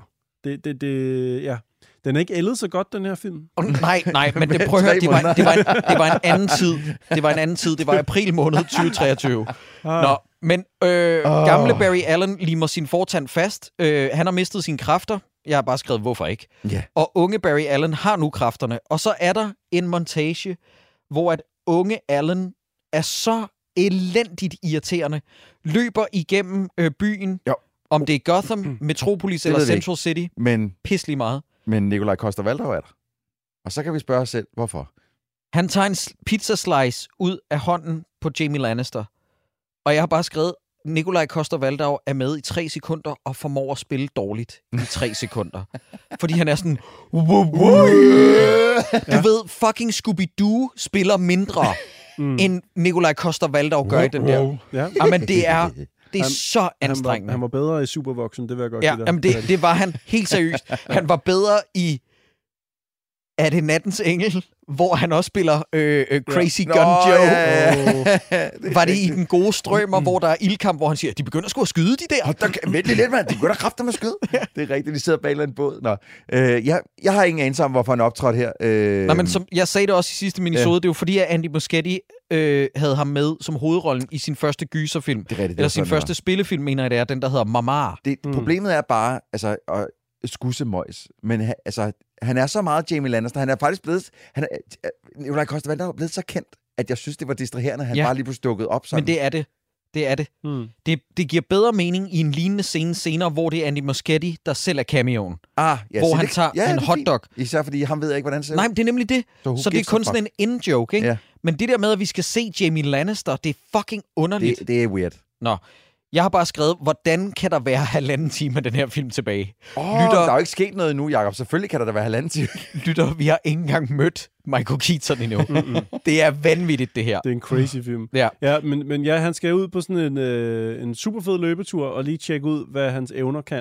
Ja. Den er ikke ældet så godt, den her film. Nej, men det, prøv at høre, det var en anden tid. Det var en anden tid. Det var april måned 2023. Nå, men gamle Barry Allen limer sin fortand fast. Han har mistet sine kræfter. Jeg har bare skrevet, hvorfor ikke. Yeah. Og unge Barry Allen har nu kræfterne. Og så er der en montage, hvor at unge Allen er så elendigt irriterende, løber igennem byen, om det er Gotham, Metropolis eller Central City. Men pisselig meget. Men Nikolaj Coster-Waldau er der. Og så kan vi spørge os selv, hvorfor? Han tager en pizza slice ud af hånden på Jamie Lannister. Og jeg har bare skrevet, Nikolaj Coster-Waldau er med i 3 sekunder og formår at spille dårligt i 3 sekunder. Fordi han er sådan... Du ved, fucking Scooby-Doo spiller mindre, end Nikolaj Coster-Waldau gør i den der. Jamen, det er så anstrengende. Han var bedre i Supervoksen, det vil jeg godt give dig. Jamen, det var han helt seriøst. Han var bedre i... Er det Nattens Engel, hvor han også spiller Crazy Gun Joe? Var det i Den Gode Strømmer, hvor der er ildkamp, hvor han siger, de begynder sgu at skyde de der? Vent lidt, mand. De begynder kræfter med at skyde. Det er rigtigt, de sidder bag en båd. Nå. Jeg har ingen anelse om, hvorfor han optrådte her. Nej, men som jeg sagde det også i sidste minisode, det er jo fordi, at Andy Muschietti havde ham med som hovedrollen i sin første gyserfilm. Det er rigtigt, eller sin første spillefilm, mener jeg det er, den der hedder Mamar. Problemet er bare, altså... skudsemøjs. Men altså, han er så meget Jamie Lannister. Han er faktisk blevet... Nikolaj Coster-Waldau er blevet så kendt, at jeg synes, det var distraherende, at han bare lige blev stukket op sådan. Men det er det. Det er det. Det giver bedre mening i en lignende scene senere, hvor det er Andy Muschietti, der selv er cameoen. Hvor han tager en hotdog. Især fordi han ved ikke, hvordan det ser ud. Nej, men det er nemlig det. Så det er kun sådan en in-joke, ikke? Ja. Men det der med, at vi skal se Jamie Lannister, det er fucking underligt. Det er weird. Nå. Jeg har bare skrevet, hvordan kan der være 1,5 time af den her film tilbage? Lytter, der er jo ikke sket noget endnu, Jacob. Selvfølgelig kan der være 1,5 time. Lytter, vi har ikke engang mødt Michael Keaton endnu. Det er vanvittigt, det her. Det er en crazy film. Ja, men han skal ud på sådan en super fed løbetur og lige tjekke ud, hvad hans evner kan.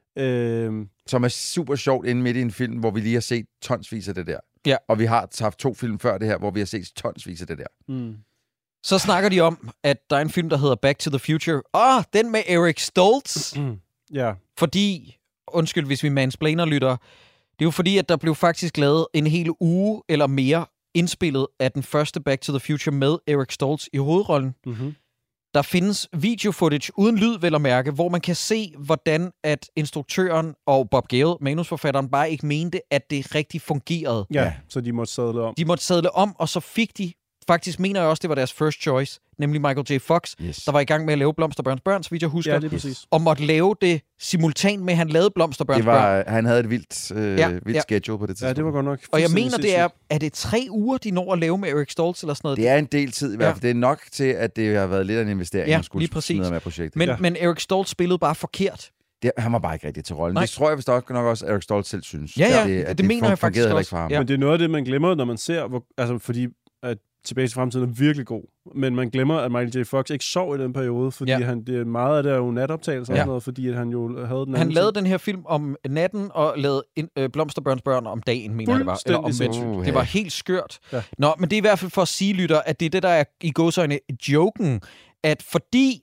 Som er super sjovt inde midt i en film, hvor vi lige har set tonsvis af det der. Ja. Og vi har haft 2 film før det her, hvor vi har set tonsvis af det der. Så snakker de om, at der er en film, der hedder Back to the Future. Den med Eric Stoltz. Fordi, undskyld, hvis vi mansplainer lytter, det er jo fordi, at der blev faktisk lavet en hel uge eller mere indspillet af den første Back to the Future med Eric Stoltz i hovedrollen. Der findes video-footage uden lyd, vel at mærke, hvor man kan se, hvordan at instruktøren og Bob Gale, manusforfatteren, bare ikke mente, at det rigtig fungerede. Ja, så de måtte sadle om. De måtte sadle om, og så fik de faktisk mener jeg også, det var deres first choice, nemlig Michael J. Fox, der var i gang med at lave Blomsterbørns Børn, så vidt jeg husker. Ja, det er præcis. Og måtte lave det simultant med, at han lavede Blomsterbørns Børn. Han havde et vildt schedule på det tidspunkt. Ja, det var godt nok. Og jeg mener, er det 3 uger, de når at lave med Eric Stoltz eller sådan noget? Det er en del tid i hvert fald. Det er nok til, at det har været lidt af en investering, at skulle smide med projektet. Men Eric Stoltz spillede bare forkert. Han var bare ikke rigtig til rollen. Det tror jeg vist nok også, Eric Stoltz selv synes. Det mener jeg faktisk også. For ham. Ja. Men det er noget af det, man glemmer, når man ser, fordi at Tilbage til fremtiden er virkelig god. Men man glemmer, at Michael J. Fox ikke sov i den periode, fordi det meget af det er jo natoptagelser og sådan noget, fordi at han jo havde den anden. Han lavede den her film om natten og lavede Blomsterbørns Børn om dagen, mener jeg det var. Eller omvendt. Det var helt skørt. Ja. Nå, men det er i hvert fald for at sige, lytter, at det er det, der er i gåseøjne joken, at fordi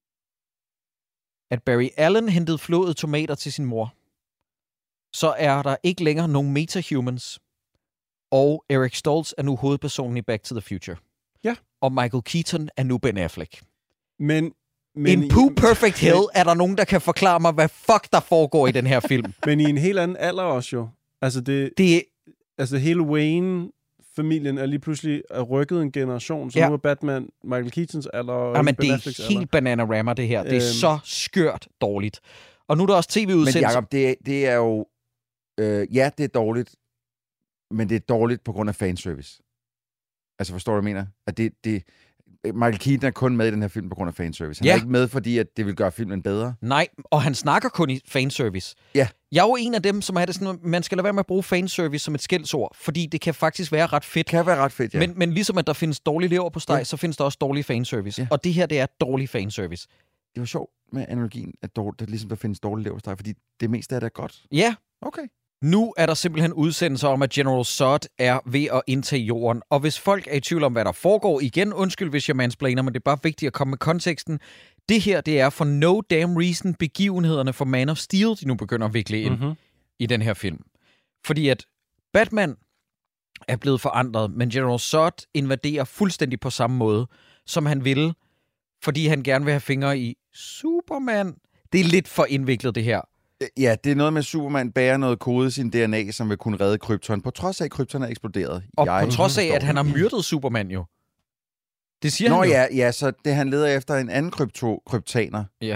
at Barry Allen hentede flåede tomater til sin mor, så er der ikke længere nogen metahumans. Og Eric Stoltz er nu hovedpersonen i Back to the Future. Ja. Og Michael Keaton er nu Ben Affleck. Men in Pooh Perfect Hill er der nogen, der kan forklare mig, hvad fuck der foregår i den her film. Men i en helt anden alder også jo. Altså hele Wayne-familien er lige pludselig rykket en generation, så nu er Batman Michael Keatons alder og men Ben det Afflecks er helt banana-rammer, det her. Det er så skørt dårligt. Og nu er der også tv-udsendelser. Men Jacob, det er jo... det er dårligt, men det er dårligt på grund af fanservice. Altså, forstår du, hvad jeg mener? At Michael Keaton er kun med i den her film på grund af fanservice. Han er ikke med, fordi at det vil gøre filmen bedre. Nej, og han snakker kun i fanservice. Ja. Jeg er jo en af dem, som har det sådan, man skal lade være med at bruge fanservice som et skældsord, fordi det kan faktisk være ret fedt. Kan være ret fedt, ja. Men ligesom at der findes dårlig lever på steg, så findes der også dårlig fanservice. Ja. Og det her, det er dårlig fanservice. Det var sjovt med analogien, at der findes dårlig lever på steg, fordi det meste af det er godt. Ja. Okay. Nu er der simpelthen udsendelser om, at General Zod er ved at indtage jorden. Og hvis folk er i tvivl om, hvad der foregår, igen, undskyld, hvis jeg mansplainer, men det er bare vigtigt at komme med konteksten. Det her, det er for no damn reason begivenhederne for Man of Steel, de nu begynder at vikle ind i den her film. Fordi at Batman er blevet forandret, men General Zod invaderer fuldstændig på samme måde, som han ville, fordi han gerne vil have fingre i Superman. Det er lidt for indviklet, det her. Ja, det er noget med, at Superman bærer noget kode i sin DNA, som vil kunne redde Krypton, på trods af, at Krypton er eksploderet. Og på trods af, at han har myrdet Superman jo. Det siger han jo. Ja, så det han leder efter en anden kryptaner. Ja.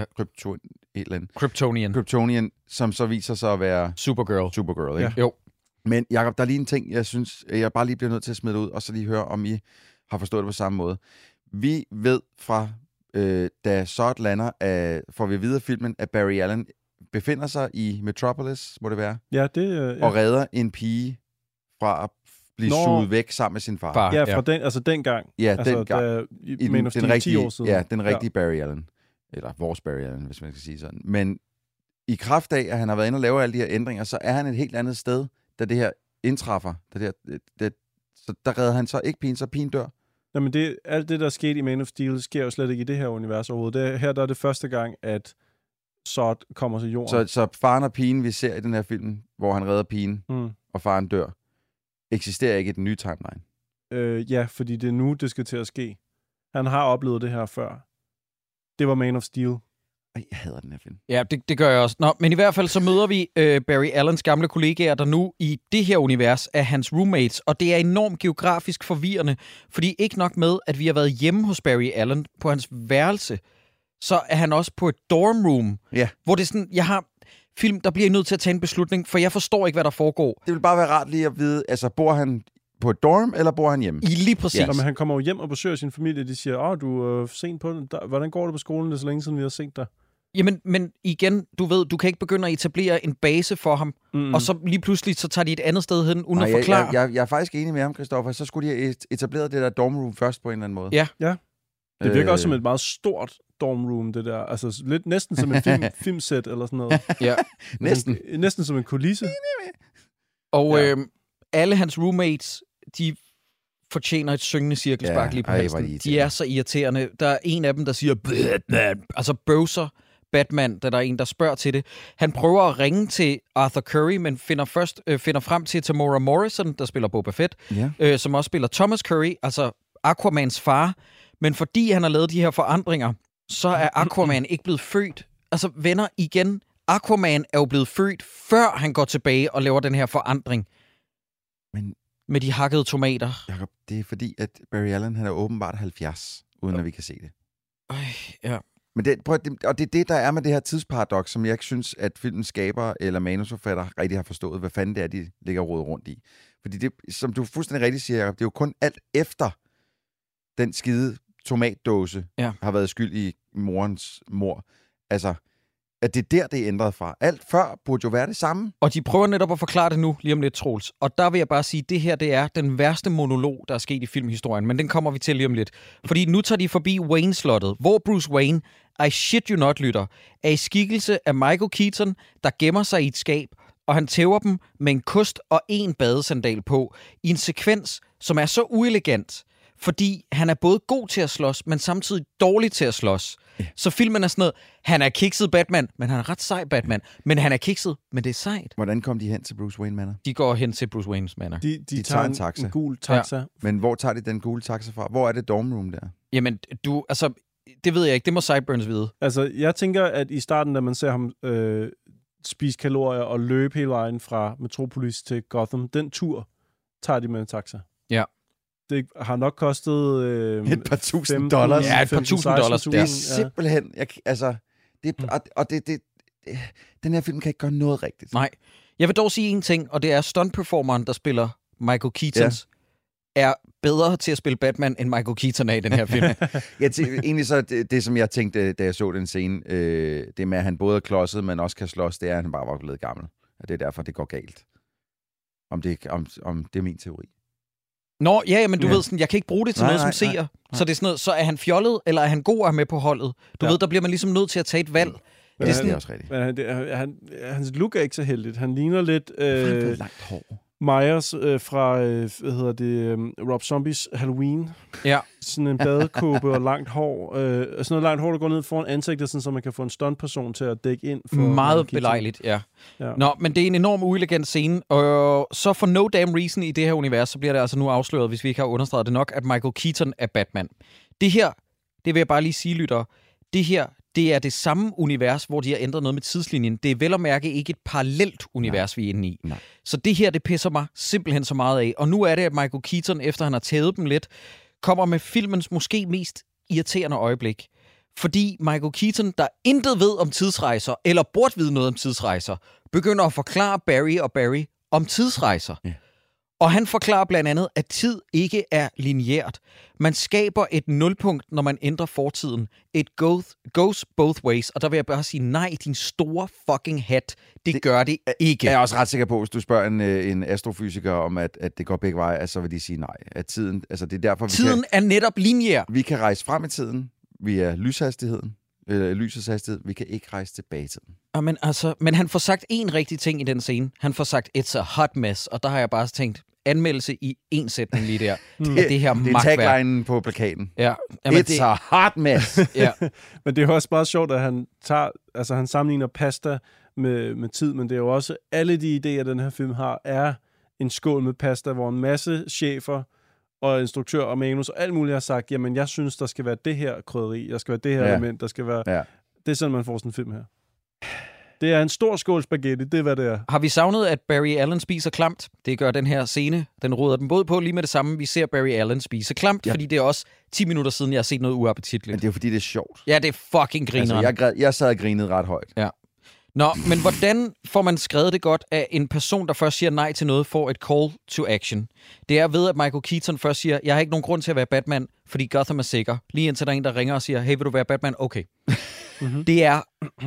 Kryptonian, som så viser sig at være... Supergirl, ikke? Ja. Jo. Men Jacob, der er lige en ting, jeg synes, jeg bare lige bliver nødt til at smide ud, og så lige høre, om I har forstået det på samme måde. Vi ved fra, da Zod lander, får vi videre filmen, at Barry Allen befinder sig i Metropolis, må det være? Ja, det... Og redder en pige fra at blive suget væk sammen med sin far. Ja, fra dengang. Ja, altså, dengang. I Man of Steel 10 år siden. Ja, den rigtige Barry Allen. Eller vores Barry Allen, hvis man skal sige sådan. Men i kraft af, at han har været inde og lave alle de her ændringer, så er han et helt andet sted, da det her indtræffer. Så der redder han så ikke pigen, så pigen dør. Jamen, alt det, der er sket i Man of Steel, sker jo slet ikke i det her univers overhovedet. Her der er det første gang, at Zod kommer til jorden. Så faren og pigen, vi ser i den her film, hvor han redder pigen, og faren dør, eksisterer ikke i den nye timeline? Ja, fordi det er nu, det skal til at ske. Han har oplevet det her før. Det var Man of Steel. Jeg hader den her film. Ja, det gør jeg også. Nå, men i hvert fald så møder vi Barry Allens gamle kollegaer, der nu i det her univers er hans roommates, og det er enormt geografisk forvirrende, fordi ikke nok med, at vi har været hjemme hos Barry Allen på hans værelse, så er han også på et dorm room, hvor det er sådan, jeg har film, der bliver nødt til at tage en beslutning, for jeg forstår ikke, hvad der foregår. Det vil bare være rart lige at vide, altså bor han på et dorm, eller bor han hjemme? Lige præcis. Ja. Men han kommer jo hjem og besøger sin familie, de siger, du er sent på den. Hvordan går det på skolen? Det er så længe siden, vi har set dig. Jamen, men igen, du ved, du kan ikke begynde at etablere en base for ham, og så lige pludselig, så tager de et andet sted hen, uden at forklare. Jeg er faktisk enig med ham, Christoffer. Så skulle de have etableret det der dorm room først på en eller anden måde. Ja. Det virker også som et meget stort dorm room, det der. Altså lidt næsten som en filmsæt eller sådan noget. Ja. Næsten som en kulisse. Og alle hans roommates, de fortjener et syngende cirkelspark lige på halsen. De er så irriterende. Der er en af dem, der siger, Batman. Altså bøvser Batman, da der er en, der spørger til det. Han prøver at ringe til Arthur Curry, men finder frem til Tamora Morrison, der spiller Boba Fett, som også spiller Thomas Curry, altså Aquamans far. Men fordi han har lavet de her forandringer, så er Aquaman ikke blevet født. Altså venner igen, Aquaman er jo blevet født, før han går tilbage og laver den her forandring. Men Med de hakkede tomater. Jacob, det er fordi, at Barry Allen, han er åbenbart 70, uden at vi kan se det. Ja. Men det er det, der er med det her tidsparadoks, som jeg ikke synes, at filmens skaber eller manusforfatter rigtig har forstået, hvad fanden det er, de ligger rodet rundt i. Fordi det, som du fuldstændig rigtigt siger, Jacob, det er jo kun alt efter den skide tomatdåse har været skyld i morens mor. Altså, at det er der, det er ændret fra. Alt før burde jo være det samme. Og de prøver netop at forklare det nu, lige om lidt, Troels. Og der vil jeg bare sige, at det her, det er den værste monolog, der er sket i filmhistorien. Men den kommer vi til lige om lidt. Fordi nu tager de forbi Wayne-slottet, hvor Bruce Wayne, I shit you not, lytter, er i skikkelse af Michael Keaton, der gemmer sig i et skab, og han tæver dem med en kost og en badesandal på, i en sekvens, som er så uelegant, fordi han er både god til at slås, men samtidig dårlig til at slås. Ja. Så filmen er sådan noget, han er kikset Batman, men han er ret sej Batman. Men han er kikset, men det er sejt. Hvordan kom de hen til Bruce Wayne Manor? De går hen til Bruce Waynes Manor. De tager en taxa. En gul taxa. Ja. Men hvor tager de den gule taxa fra? Hvor er det dorm room der? Jamen, det ved jeg ikke. Det må Sideburns vide. Altså, jeg tænker, at i starten, da man ser ham spise kalorier og løbe hele vejen fra Metropolis til Gotham, den tur tager de med en taxa. Ja. Det har nok kostet et par tusind $. Ja, et par $1,000. Det er simpelthen... Den her film kan ikke gøre noget rigtigt. Nej. Jeg vil dog sige en ting, og det er stunt-performeren, der spiller Michael Keatons, er bedre til at spille Batman, end Michael Keaton er i den her film. Egentlig så det, som jeg tænkte, da jeg så den scene, det med, at han både er klodset, men også kan slås, det er, at han bare var blevet gammel. Og det er derfor, det går galt. Om det er min teori. Nå, ja, men du ved sådan, jeg kan ikke bruge det til noget som seer. Så det er sådan noget, så er han fjollet, eller er han god og er med på holdet? Du ved, der bliver man ligesom nødt til at tage et valg. Det er sådan, også rigtigt. Men hans look er ikke så heldigt. Han ligner lidt langt hår. Myers fra Rob Zombies Halloween. Ja. Sådan en badekåbe og langt hår. Sådan noget langt hår, der går ned foran ansigtet, sådan, så man kan få en stuntperson til at dække ind. For meget belejligt, ja. Nå, men det er en enorm uelegant scene, og så for no damn reason i det her univers, så bliver det altså nu afsløret, hvis vi ikke har understreget det nok, at Michael Keaton er Batman. Det her, det vil jeg bare lige sige, lytter, det her, det er det samme univers, hvor de har ændret noget med tidslinjen. Det er vel at mærke ikke et parallelt univers, vi er inde i. Nej. Så det her, det pisser mig simpelthen så meget af. Og nu er det, at Michael Keaton, efter han har tævet dem lidt, kommer med filmens måske mest irriterende øjeblik. Fordi Michael Keaton, der intet ved om tidsrejser, eller burde vide noget om tidsrejser, begynder at forklare Barry om tidsrejser. Ja. Og han forklarer blandt andet, at tid ikke er lineært. Man skaber et nulpunkt, når man ændrer fortiden. It goes both ways. Og der vil jeg bare sige, nej, din store fucking hat, det gør det ikke. Jeg er også ret sikker på, hvis du spørger en astrofysiker om, at det går begge veje, så vil de sige nej. At tiden, altså det er derfor, tiden er netop lineær. Vi kan rejse frem i tiden via lysets hastighed. Vi kan ikke rejse tilbage i tiden. Men han får sagt en rigtig ting i den scene. Han får sagt, it's a hot mess. Og der har jeg bare tænkt, anmeldelse i en sætning lige der. Det her det er taglinen på plakaten. Ja. It's a hot mess. Ja. Men det er jo også bare sjovt, at han sammenligner pasta med tid, men det er jo også, alle de idéer, den her film har, er en skål med pasta, hvor en masse chefer og instruktør og manus og alt muligt har sagt, jamen jeg synes, der skal være det her krydderi, der skal være det her element, der skal være... Ja. Det er sådan, man får sådan en film her. Det er en stor skål spaghetti, det er, hvad det er. Har vi savnet, at Barry Allen spiser klamt? Det gør den her scene. Den råder den både på lige med det samme. Vi ser Barry Allen spise klamt, fordi det er også 10 minutter siden, jeg har set noget uappetitligt. Men det er jo fordi, det er sjovt. Ja, det er fucking grineren. Altså, jeg sad og grinede ret højt. Ja. Nå, men hvordan får man skrevet det godt, at en person, der først siger nej til noget, får et call to action? Det er ved, at Michael Keaton først siger, jeg har ikke nogen grund til at være Batman, fordi Gotham er sikker. Lige indtil der er en, der ringer og siger, hey, vil du være Batman? Okay. Det er...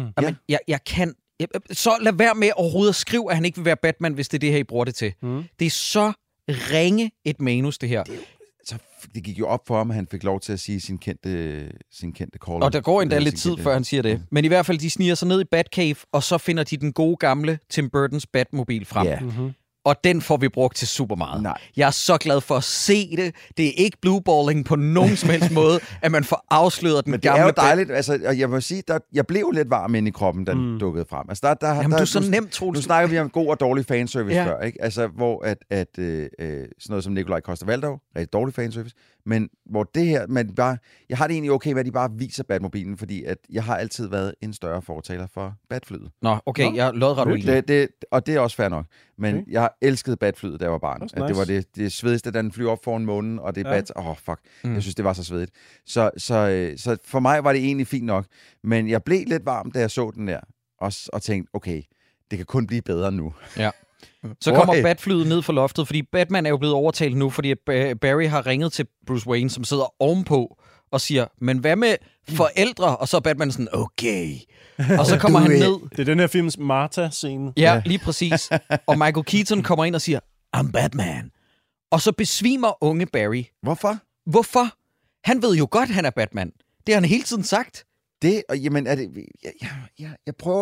Jeg kan... Så lad være med overhovedet at skrive, at han ikke vil være Batman, hvis det er det her, I bruger det til. Det er så ringe et manus, det her. Det gik jo op for ham, at han fik lov til at sige sin kendte call. Og der går endda lidt tid, før han siger det. Men i hvert fald, de sniger sig ned i Batcave, og så finder de den gode gamle Tim Burtons Batmobil frem. Yeah. Og den får vi brugt til super meget. Nej. Jeg er så glad for at se det. Det er ikke blueballing på nogen som helst måde, at man får afsløret den gamle... Men det er jo dejligt. Altså, jeg må sige, jeg blev lidt varm inde i kroppen, da den dukkede frem. Altså, Jamen, du er så nemt, Troels. Nu snakker vi om god og dårlig fanservice før, ikke? Altså, hvor sådan noget som Nikolaj Coster-Waldau, rigtig dårlig fanservice, Men hvor det her, jeg har det egentlig okay med, at de bare viser Batmobilen, fordi at jeg har altid været en større fortaler for Batflyet. Nå, okay, jeg er lodret uenig. Og det er også fair nok. Men jeg elskede Batflyet, da jeg var barn. Nice. Det var det svedigste, da den flyver op foran månen, og det er Bat... fuck. Jeg synes, det var så svedigt. Så for mig var det egentlig fint nok. Men jeg blev lidt varm, da jeg så den der, og tænkte, okay, det kan kun blive bedre nu. Ja. Så kommer Batflyet ned fra loftet, fordi Batman er jo blevet overtalt nu, fordi Barry har ringet til Bruce Wayne, som sidder ovenpå og siger, men hvad med forældre? Og så er Batman sådan, okay. Og så kommer han ned. Det er den her films Martha-scene. Ja, lige præcis. Og Michael Keaton kommer ind og siger, I'm Batman. Og så besvimer unge Barry. Hvorfor? Han ved jo godt, han er Batman. Det har han hele tiden sagt. Jamen, er det... Jeg prøver...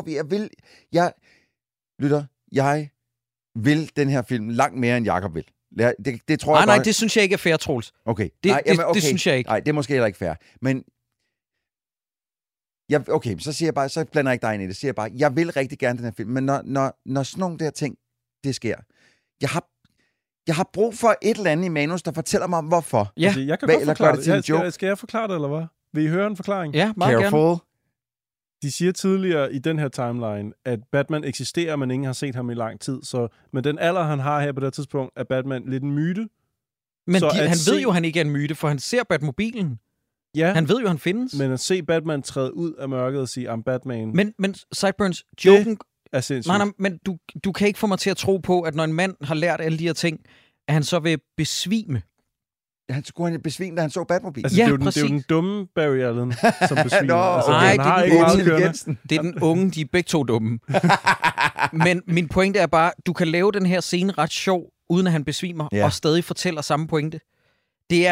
Jeg vil den her film langt mere, end Jacob vil. Det tror jeg nej, det synes jeg ikke er fair, Troels. Okay. Det synes jeg ikke. Nej, det er måske heller ikke fair. Men okay, så siger jeg bare, så blander jeg ikke dig ind i det. Så siger jeg bare, jeg vil rigtig gerne den her film, men når sådan nogle der ting, det sker, jeg har brug for et eller andet i manus, der fortæller mig om, hvorfor. Ja. Altså, jeg kan godt forklare det. Skal jeg forklare det, eller hvad? Vil I høre en forklaring? Ja, meget gerne. De siger tidligere i den her timeline, at Batman eksisterer, men ingen har set ham i lang tid. Så med den alder, han har her på det tidspunkt, er Batman lidt en myte. Men han ved jo, han ikke er en myte, for han ser Batmobilen. Ja. Han ved jo, han findes. Men at se Batman træde ud af mørket og sige, I'm Batman... Men Sideburns, joken... er sindssygt. Nej, men du kan ikke få mig til at tro på, at når en mand har lært alle de her ting, at han så vil besvime. Han skulle besvime, da han så Batmobilen. Altså, det er jo den dumme Barry Allen, som besvimer. Det er den unge, de er begge to dumme. Men min pointe er bare, du kan lave den her scene ret sjov, uden at han besvimer, og stadig fortæller samme pointe. Det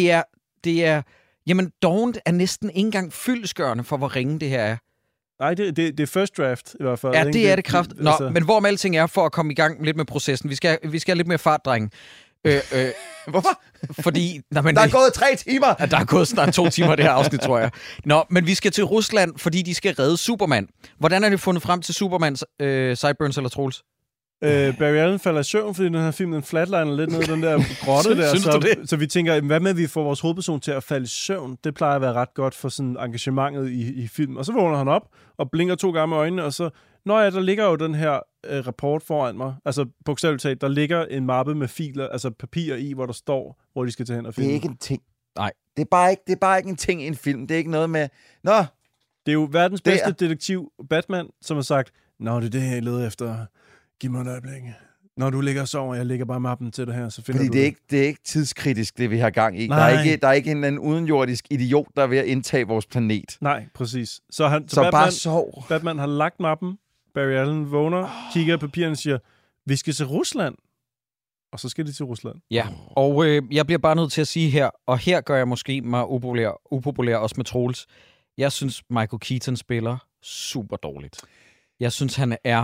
er jamen, Dawn er næsten ikke engang fyldestgørende for, hvor ringe det her er. Nej, det er first draft i hvert fald. Ja, det er det kraft. Nå, altså... men hvorom alting er for at komme i gang lidt med processen. Vi skal have lidt mere fart, drenge. Hvorfor? Fordi... der er gået 3 timer! Der er gået snart 2 timer, det her afsnit, tror jeg. Nå, men vi skal til Rusland, fordi de skal redde Superman. Hvordan er det fundet frem til Superman, Sideburns eller Troels? Barry Allen falder i søvn, fordi den her film den flatliner lidt ned i den der grotte der. Så vi tænker, hvad med, at vi får vores hovedperson til at falde i søvn? Det plejer at være ret godt for sådan engagementet i film. Og så vågner han op og blinker 2 gange med øjnene, og så... der ligger jo den her rapport foran mig. Altså, bogstaveligt talt, der ligger en mappe med filer, altså papirer i, hvor der står, hvor de skal tage hen og finde. Det er ikke en ting. Nej. Det er bare ikke en ting i en film. Det er ikke noget med... Det er jo verdens bedste detektiv, Batman, som har sagt, det er det her, jeg leder efter. Giv mig et øjeblik. Når du ligger og sover, jeg lægger bare mappen til dig her, så finder du det. Det er ikke tidskritisk, det vi har gang i. Der er ikke en eller anden udenjordisk idiot, der er ved at indtage vores planet. Nej, præcis. Så Batman, bare sov. Batman har lagt mappen. Barry Allen vågner, kigger på papirerne og siger, vi skal til Rusland. Og så skal de til Rusland. Ja, og jeg bliver bare nødt til at sige her, og her gør jeg måske mig upopulær også med Troels. Jeg synes, Michael Keaton spiller super dårligt. Jeg synes, han er...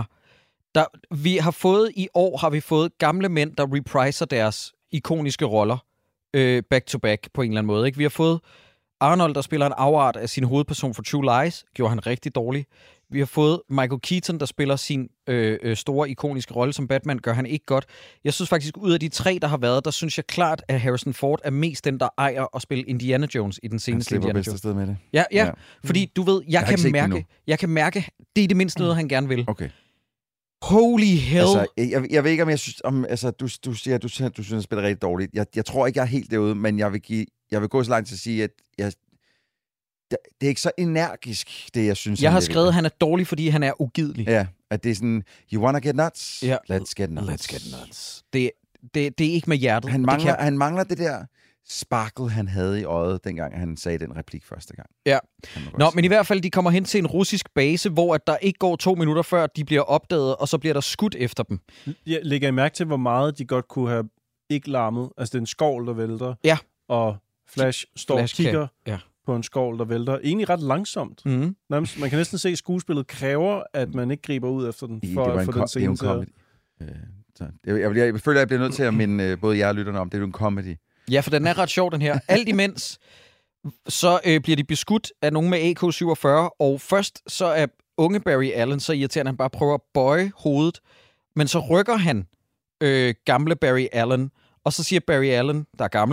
I år har vi fået gamle mænd, der repriser deres ikoniske roller back to back på en eller anden måde. Ikke? Vi har fået Arnold, der spiller en afart af sin hovedperson for True Lies. Gjorde han rigtig dårlig. Vi har fået Michael Keaton, der spiller sin store ikoniske rolle som Batman. Gør han ikke godt. Jeg synes faktisk, ud af de 3, der har været, der synes jeg klart, at Harrison Ford er mest den, der ejer at spille Indiana Jones i den seneste Indiana Jones. Han slipper bedst afsted med det. Ja. Fordi du ved, jeg kan mærke, det er det mindste noget, han gerne vil. Okay. Holy hell. Altså, jeg ved ikke, om jeg synes... Du siger, du synes, han spiller rigtig dårligt. Jeg tror ikke, jeg er helt derude, men jeg vil gå så langt til at sige, at det er ikke så energisk, det jeg synes. Jeg har skrevet, at han er dårlig, fordi han er ugidelig. Ja, at det er sådan, you wanna get nuts? Ja. Let's get nuts. Let's get nuts. Det er ikke med hjertet. Han mangler det der sparkle, han havde i øjet, dengang han sagde den replik første gang. Ja. Men i hvert fald, de kommer hen til en russisk base, hvor at der ikke går 2 minutter før, de bliver opdaget, og så bliver der skudt efter dem. Jeg lægger I mærke til, hvor meget de godt kunne have ikke larmet. Altså, det er en skovl, der vælter. Ja. Og Flash står og kigger på en skovl, der vælter. Egentlig ret langsomt. Mm-hmm. Man kan næsten se, at skuespillet kræver, at man ikke griber ud efter den, for at få den scene til. Jeg føler, at jeg bliver nødt til at minde både jer og lytterne om, det er jo en comedy. Ja, for den er ret sjov, den her. Alt imens, så bliver de beskudt af nogen med AK-47, og først så er unge Barry Allen så irriterende, han bare prøver at bøje hovedet, men så rykker han gamle Barry Allen, og så siger Barry Allen, der er gammel,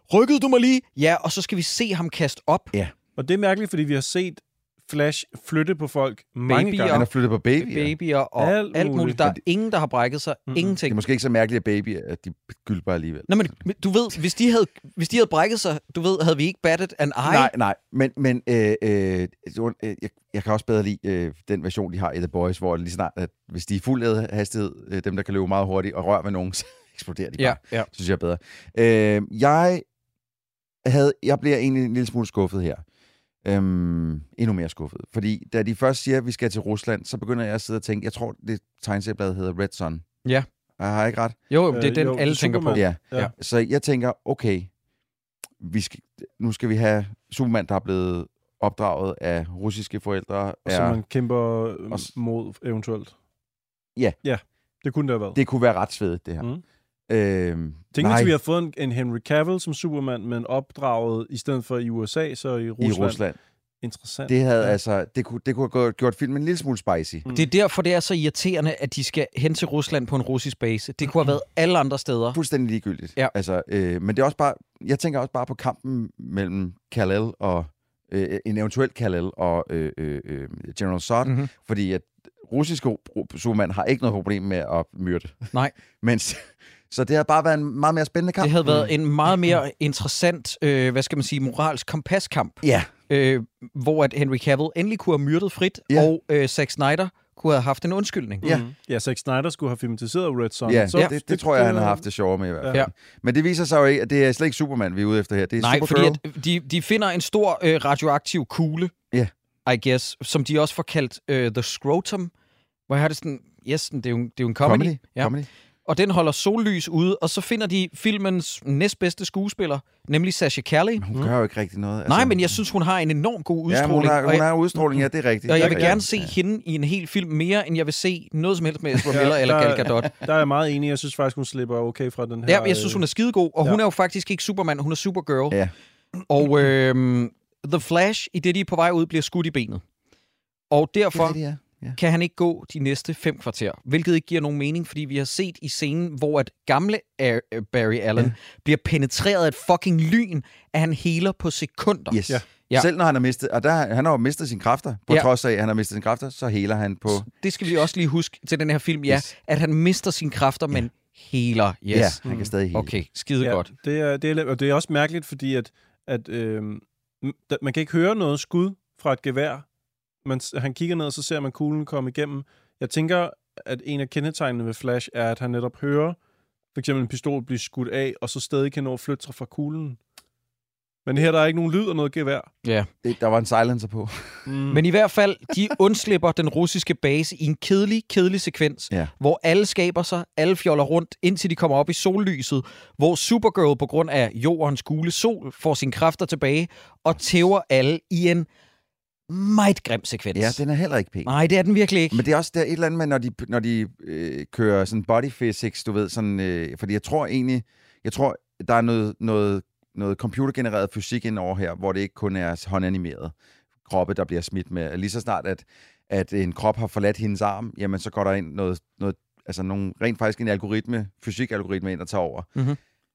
rykkede du mig lige? Ja, og så skal vi se ham kaste op. Ja. Og det er mærkeligt, fordi vi har set Flash flytte på folk mange Babyer. gange. Han har flyttet på babyer. Og alt muligt. Der er Men ingen, der har brækket sig. Det Ingenting. er måske ikke så mærkeligt, at babyer, at de gylper alligevel. Nå, men du ved, hvis de havde brækket sig, du ved, havde vi ikke battet an eye. Nej, men jeg kan også bedre lide den version, de har i The Boys, hvor lige snart, at hvis de er fuld hastighed, dem der kan løbe meget hurtigt og røre ved nogen, så eksploderer de bare. Ja. Synes jeg er bedre. Jeg bliver egentlig en lille smule skuffet her. Endnu mere skuffet. Fordi da de først siger, at vi skal til Rusland, så begynder jeg at sidde og tænke, jeg tror, det tegneseriebladet hedder Red Son. Ja. Jeg har ikke ret? Jo, det er den, alle tænker på. Ja. Ja. Så jeg tænker, okay, nu skal vi have Superman, der er blevet opdraget af russiske forældre. Og som man kæmper mod eventuelt. Ja. Ja, det kunne det have været. Det kunne være ret svedigt, det her. Tænk, hvis vi har fået en Henry Cavill som Superman, men opdraget i stedet for i USA, så i Rusland. Interessant. Det havde det kunne have gjort filmen en lille smule spicy. Det er derfor, det er så irriterende, at de skal hen til Rusland på en russisk base. Det kunne have været alle andre steder. Fuldstændig ligegyldigt. Ja. Men det er også bare, jeg tænker også bare på kampen mellem Kal-El og en eventuel Kal-El og General Zod, fordi at russiske Superman har ikke noget problem med at myrde. Nej. Så det har bare været en meget mere spændende kamp. Det havde været en meget mere interessant, moralsk kompaskamp. Ja. Hvor at Henry Cavill endelig kunne have myrdet frit, og Zack Snyder kunne have haft en undskyldning. Ja, Zack Snyder skulle have filmatiseret Red Son. Ja, så det tror jeg, han har haft det sjovere med i hvert fald. Ja. Men det viser sig jo ikke, at det er slet ikke Superman, vi er ude efter her. Det er Nej, Supergirl. fordi de finder en stor radioaktiv kugle, I guess, som de også får kaldt The Scrotum. Hvor jeg har det sådan, det er jo en comedy. Comedy. Og den holder sollys ude, og så finder de filmens næstbedste skuespiller, nemlig Sasha Calle. Hun gør jo ikke rigtig noget. Nej, men jeg synes, hun har en enorm god udstråling. Ja, hun har udstråling, ja, det er rigtigt. Og jeg vil gerne se hende i en hel film mere, end jeg vil se noget som helst med Ezra Miller eller Gal Gadot. Der er jeg meget enig. Jeg synes faktisk, hun slipper okay fra den her. Ja, jeg synes, hun er skidegod, og hun er jo faktisk ikke Superman, hun er Supergirl. Ja. Og The Flash, i det de er på vej ud, bliver skudt i benet. Og derfor kan han ikke gå de næste 5 kvarter, hvilket ikke giver nogen mening, fordi vi har set i scenen, hvor at gamle Barry Allen bliver penetreret af et fucking lyn, at han healer på sekunder. Yes. Ja. Selv når han har mistet, og han har jo mistet sine kræfter, på trods af, at han har mistet sine kræfter, så healer han på... Det skal vi også lige huske til den her film, at han mister sine kræfter, men healer. Yes. Ja, han kan stadig heale. Okay, skide godt. Og det er også mærkeligt, fordi at man kan ikke høre noget skud fra et gevær. Han kigger ned, og så ser man kuglen komme igennem. Jeg tænker, at en af kendetegnene ved Flash er, at han netop hører for eksempel en pistol blive skudt af, og så stadig kan nå at flytte sig fra kuglen. Men her der er ikke nogen lyd og noget gevær. Ja. Der var en silencer på. Men i hvert fald, de undslipper den russiske base i en kedelig sekvens, hvor alle skaber sig, alle fjoller rundt, indtil de kommer op i sollyset, hvor Supergirl på grund af jordens gule sol får sine kræfter tilbage og tæver alle i en meget grim sekvens. Ja, den er heller ikke pæn. Nej, det er den virkelig ikke. Men det er også der et eller andet med, når de kører sådan body physics, du ved, sådan, fordi jeg tror, der er noget computergenereret fysik indover her, hvor det ikke kun er håndanimeret kroppe, der bliver smidt med. Lige så snart, at en krop har forladt hendes arm, jamen så går der ind noget rent faktisk en fysikalgoritme ind og tager over. Mm-hmm.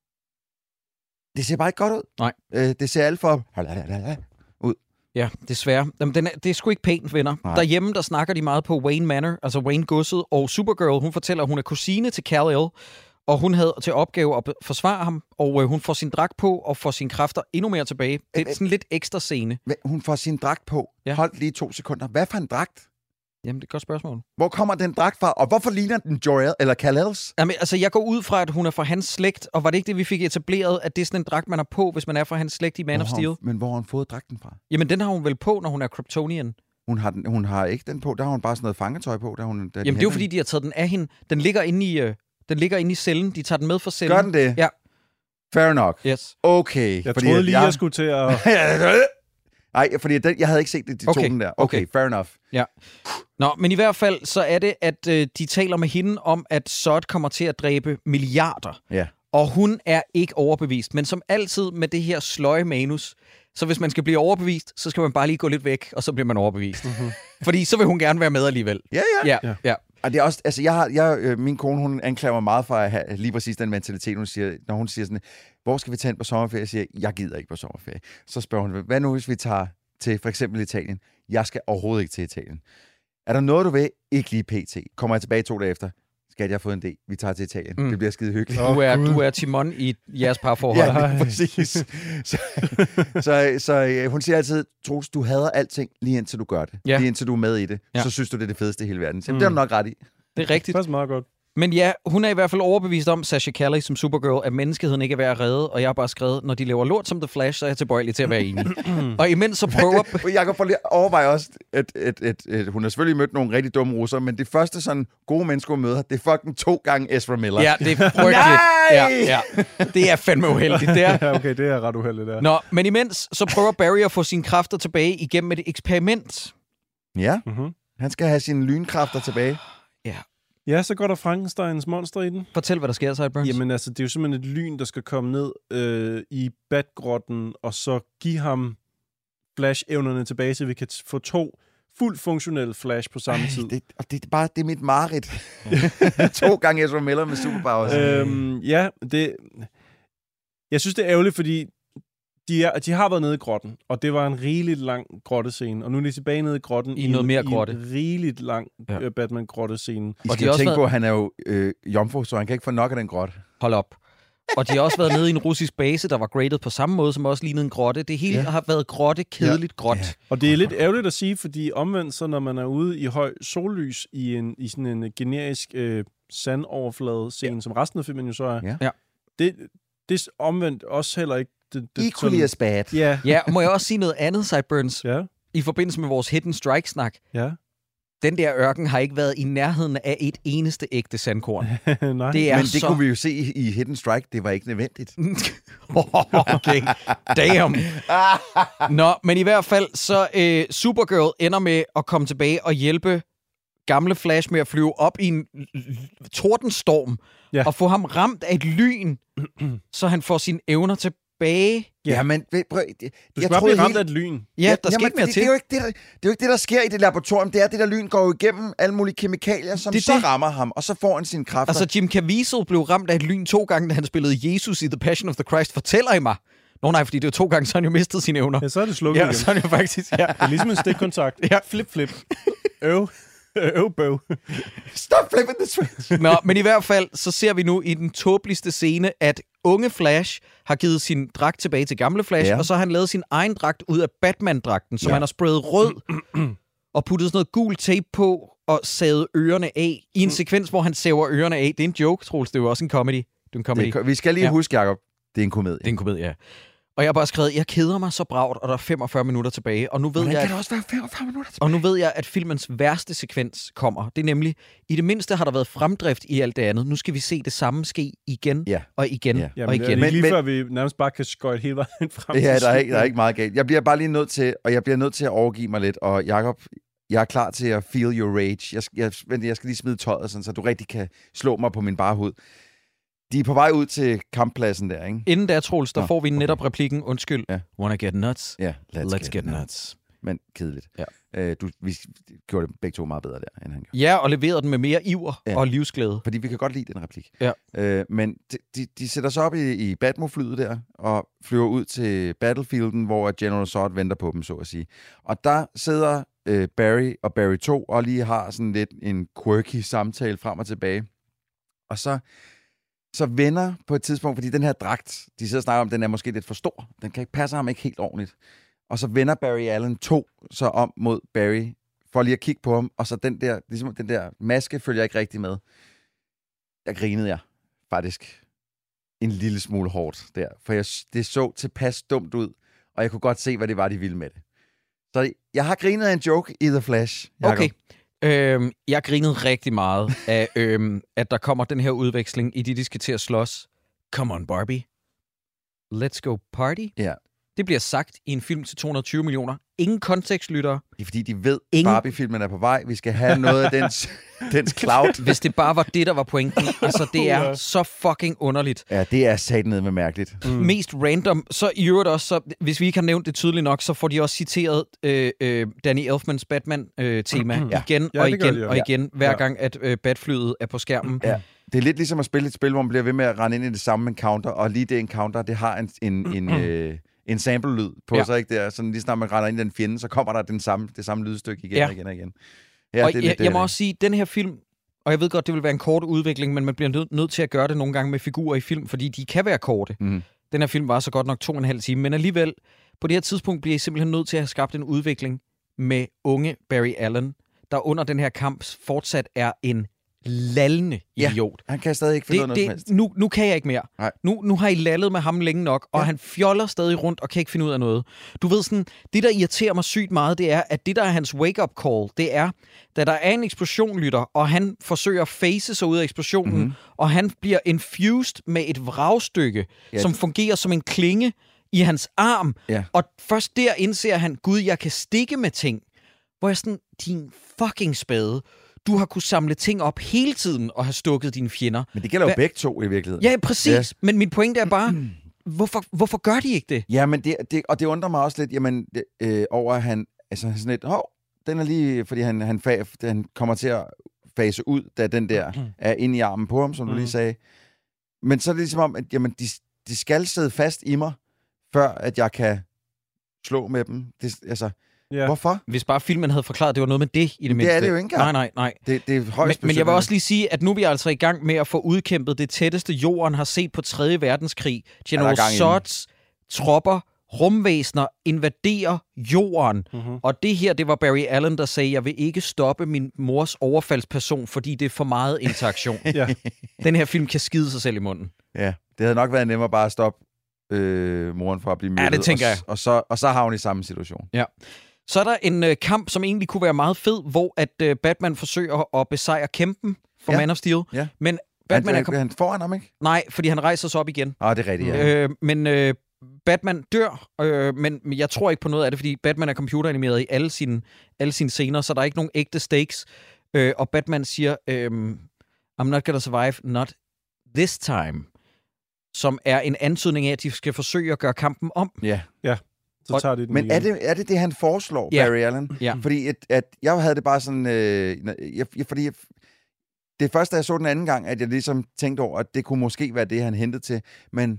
Det ser bare ikke godt ud. Nej. Det ser alt for ud. Ja, desværre. Jamen, det er sgu ikke pænt, venner. Nej. Derhjemme, der snakker de meget på Wayne Manor, altså Wayne Godset, og Supergirl, hun fortæller, at hun er kusine til Kal-El, og hun havde til opgave at forsvare ham, og hun får sin dragt på og får sine kræfter endnu mere tilbage. Det er sådan lidt ekstra scene. Hun får sin dragt på. Ja. Hold lige 2 sekunder. Hvad for en dragt? Jamen, det er et godt spørgsmål. Hvor kommer den dragt fra, og hvorfor ligner den Jor-El eller Kal-El's? Jamen, altså, jeg går ud fra, at hun er fra hans slægt, og var det ikke det, vi fik etableret, at det er sådan en dragt, man har på, hvis man er fra hans slægt i Man of Steel? Men hvor har hun fået dragten fra? Jamen, den har hun vel på, når hun er Kryptonian. Hun har ikke den på, der har hun bare sådan noget fangetøj på. Jamen, det er jo fordi, de har taget den af hende. Den ligger inde i cellen. De tager den med fra cellen. Gør den det? Ja. Fair nok. Yes. Okay. Jeg troede lige, jeg skulle til at... Nej, fordi jeg havde ikke set det, de tog den der. Okay, fair enough. Ja. Nå, men i hvert fald, så er det, at de taler med hende om, at Zod kommer til at dræbe milliarder. Ja. Og hun er ikke overbevist. Men som altid med det her sløje manus, så hvis man skal blive overbevist, så skal man bare lige gå lidt væk, og så bliver man overbevist. Fordi så vil hun gerne være med alligevel. Ja. Og det er også, altså min kone, hun anklager mig meget for at have lige præcis den mentalitet, når hun siger sådan, hvor skal vi tage ind på sommerferie? Jeg siger, jeg gider ikke på sommerferie. Så spørger hun, hvad nu hvis vi tager til for eksempel Italien? Jeg skal overhovedet ikke til Italien. Er der noget, du vil? Ikke lige pt. Kommer jeg tilbage 2 dage efter? Skat, jeg har fået en idé. Vi tager til Italien. Det bliver skide hyggeligt. Du er Timon i jeres parforhold. Ja, præcis. Så hun siger altid, Troels, du hader alting, lige indtil du gør det. Ja. Lige indtil du er med i det. Ja. Så synes du, det er det fedeste i hele verden. Så det er du nok ret i. Det er rigtigt. Det er meget godt. Men ja, hun er i hvert fald overbevist om, Sasha Calle som Supergirl, at menneskeheden ikke er værd at redde, og jeg har bare skrevet, når de laver lort som The Flash, så er jeg tilbøjelig til at være enig. Og imens så prøver... Jakob, får lige overveje også, at hun har selvfølgelig mødt nogle rigtig dumme russer, men det første sådan gode mennesker møder, det er fucking 2 gange Ezra Miller. Ja, det er frygteligt. Ja. Det er fandme uheldigt. Det er. Ja, okay, det er ret uheldigt, der. Nå, men imens så prøver Barry at få sine kræfter tilbage igennem et eksperiment. Ja, han skal have sine lynkræfter tilbage. Ja. Ja, så går der Frankensteins monster i den. Fortæl, hvad der sker, Sideburns. Jamen altså, det er jo simpelthen et lyn, der skal komme ned i Batgrotten, og så give ham Flash-evnerne tilbage, så vi kan få 2 fuldt funktionelle Flash på samme tid. Det er mit mareridt. 2 gange Ezra Miller med superpowers. Ja, jeg synes, det er ærgerligt, fordi de har været nede i grotten, og det var en rigeligt lang grottescene, og nu er de tilbage nede i grotten i noget mere grotte. En rigeligt lang Batman-grottescene. I skal jo tænke på, at han er jo jomfru, så han kan ikke få nok af den grotte. Hold op. Og de har også været nede i en russisk base, der var graded på samme måde, som også lignede en grotte. Det hele har været grotte, kedeligt gråt. Ja. Og det er lidt ærgerligt at sige, fordi omvendt, så når man er ude i høj sollys i sådan en generisk sandoverflade-scene, som resten af filmen jo så er, det er omvendt også heller ikke equally as bad. Yeah. Ja, må jeg også sige noget andet, Sideburns? Ja. I forbindelse med vores Hidden Strike-snak. Ja. Den der ørken har ikke været i nærheden af et eneste ægte sandkorn. Nej. Men det kunne vi jo se i Hidden Strike. Det var ikke nødvendigt. Okay. Damn. Nå, men i hvert fald, så Supergirl ender med at komme tilbage og hjælpe gamle Flash med at flyve op i en tordenstorm og få ham ramt af et lyn, så han får sine evner tilbage. Ja, men du skal bare blive ramt af et lyn. Ja, der skal ikke mere til. Det er jo ikke det, der sker i det laboratorium. Det er, det der lyn går igennem alle mulige kemikalier, som så rammer ham, og så får han sine kræfter. Altså, Jim Caviezel blev ramt af et lyn 2 gange, da han spillede Jesus i The Passion of the Christ. Fortæller I mig? Nej, fordi det var 2 gange, så han jo mistede sine evner. Ja, så er det slukket igen. Så er det jo faktisk, Det er ligesom en stikkontakt. Flip. Bøv. Stop flipping the switch. Nå, men i hvert fald, så ser vi nu i den tåbeligste scene, at unge Flash har givet sin dragt tilbage til gamle Flash, og så har han lavet sin egen dragt ud af Batman-dragten, som han har sprayet rød og puttet sådan noget gul tape på og savet ørerne af i en sekvens, hvor han saver ørerne af. Det er en joke, Troels. Det er jo også en comedy. Det er en comedy. Vi skal lige huske, Jacob, det er en komedie. Det er en komedie, ja. Og jeg har bare skrevet, jeg keder mig så bragt, og der er 45 minutter tilbage. Og nu ved kan der også være 45 minutter tilbage? Og nu ved jeg, at filmens værste sekvens kommer. Det er nemlig, i det mindste har der været fremdrift i alt det andet. Nu skal vi se det samme ske igen og igen og igen. Men lige før vi nærmest bare kan skøjte hele vejen frem. Ja, der er ikke meget galt. Jeg bliver bare lige nødt til, at overgive mig lidt. Og Jacob, jeg er klar til at feel your rage. Jeg skal lige smide tøjet, sådan, så du rigtig kan slå mig på min bare hud. De er på vej ud til kamppladsen der, ikke? Inden der, Troels, der får vi netop replikken, undskyld, wanna get nuts? Ja, let's get nuts. Men kedeligt. Ja. Vi gjorde det begge 2 meget bedre der, end han gjorde. Ja, og leverede den med mere iver og livsglæde. Fordi vi kan godt lide den replik. Ja. Men de sætter sig op i Batmo-flyet der, og flyver ud til Battlefielden, hvor General Zod venter på dem, så at sige. Og der sidder Barry og Barry 2 og lige har sådan lidt en quirky samtale frem og tilbage. Og så vender på et tidspunkt, fordi den her dragt, de sidder og snakker om, den er måske lidt for stor. Den kan ikke passe ham ikke helt ordentligt. Og så vender Barry Allen 2 så om mod Barry, for lige at kigge på ham, og så den der maske følger ikke rigtig med. Der grinede jeg faktisk en lille smule hårdt der, for det så tilpas dumt ud, og jeg kunne godt se, hvad det var, de ville med det. Så jeg har grinet af en joke i The Flash, Jacob. Okay. Jeg grinede rigtig meget af, at der kommer den her udveksling, i de skal til at slås. Come on, Barbie. Let's go party. Ja. Det bliver sagt i en film til 220 millioner. Ingen kontekstlyttere. Det er fordi, de ved, at Barbie-filmen er på vej. Vi skal have noget af dens cloud. Hvis det bare var det, der var pointen. Altså, det er så fucking underligt. Ja, det er satanede med mærkeligt. Mest random. Så i øvrigt også, så, hvis vi ikke har nævnt det tydeligt nok, så får de også citeret Danny Elfmans Batman-tema igen og igen og igen, hver gang, at Batflyet er på skærmen. Ja. Det er lidt ligesom at spille et spil, hvor man bliver ved med at rende ind i det samme encounter, og lige det encounter, det har en sample-lyd på sig, ikke? Det er sådan, lige snart man render ind i den fjende, så kommer der det samme lydstykke igen og igen og igen. Ja, og jeg må også sige, den her film, og jeg ved godt, det vil være en kort udvikling, men man bliver nødt til at gøre det nogle gange med figurer i film, fordi de kan være korte. Den her film var så godt nok 2,5 timer, men alligevel, på det her tidspunkt bliver I simpelthen nødt til at have skabt en udvikling med unge Barry Allen, der under den her kamp fortsat er en lallende idiot. Han kan stadig ikke finde noget som helst. Nu kan jeg ikke mere. Nu har I lallet med ham længe nok, og han fjoller stadig rundt og kan ikke finde ud af noget. Du ved sådan, det der irriterer mig sygt meget, det er, at det der er hans wake-up call, det er, da der er en eksplosion, lytter, og han forsøger at face sig ud af eksplosionen, og han bliver infused med et vragstykke, som fungerer som en klinge i hans arm, og først der indser han, gud, jeg kan stikke med ting. Hvor jeg sådan, din fucking spade, du har kunne samle ting op hele tiden og have stukket dine fjender. Men det gælder jo begge to i virkeligheden. Ja, præcis. Yes. Men min pointe er bare, hvorfor gør de ikke det? Ja, men det undrer mig også lidt, jamen, over at han, altså sådan lidt, den er lige, fordi han kommer til at fase ud, da den der er inde i armen på ham, som du lige sagde. Men så er det ligesom om, at jamen, de skal sidde fast i mig, før at jeg kan slå med dem. Hvorfor? Hvis bare filmen havde forklaret, at det var noget med det i det mindste. Det er det jo ikke engang. Nej. Det er højst men jeg vil også lige sige, at nu er vi altså i gang med at få udkæmpet det tætteste, jorden har set på 3. verdenskrig. General Zod's tropper, rumvæsener, invaderer jorden. Og det her, det var Barry Allen, der sagde, jeg vil ikke stoppe min mors overfaldsperson, fordi det er for meget interaktion. Den her film kan skide sig selv i munden. Ja, det havde nok været nemmere bare at stoppe moren fra at blive myrdet. Ja, det tænker jeg. Og så har hun i samme situation. Ja. Så er der en kamp, som egentlig kunne være meget fed, hvor at Batman forsøger at besejre kæmpen for Man of Steel. Ja. Men Batman er han foran ham, ikke? Nej, fordi han rejser sig op igen. Det er rigtigt, ja. Men Batman dør, men jeg tror ikke på noget af det, fordi Batman er computeranimeret i alle sine scener, så der er ikke nogen ægte stakes. Og Batman siger, I'm not gonna survive, not this time. Som er en antydning af, at de skal forsøge at gøre kampen om. Ja. Så tager de den men igen. er det han foreslår, Barry Allen? Ja. Fordi at jeg havde det bare sådan... fordi det første, jeg så den anden gang, at jeg ligesom tænkte over, at det kunne måske være det, han hentede til. Men...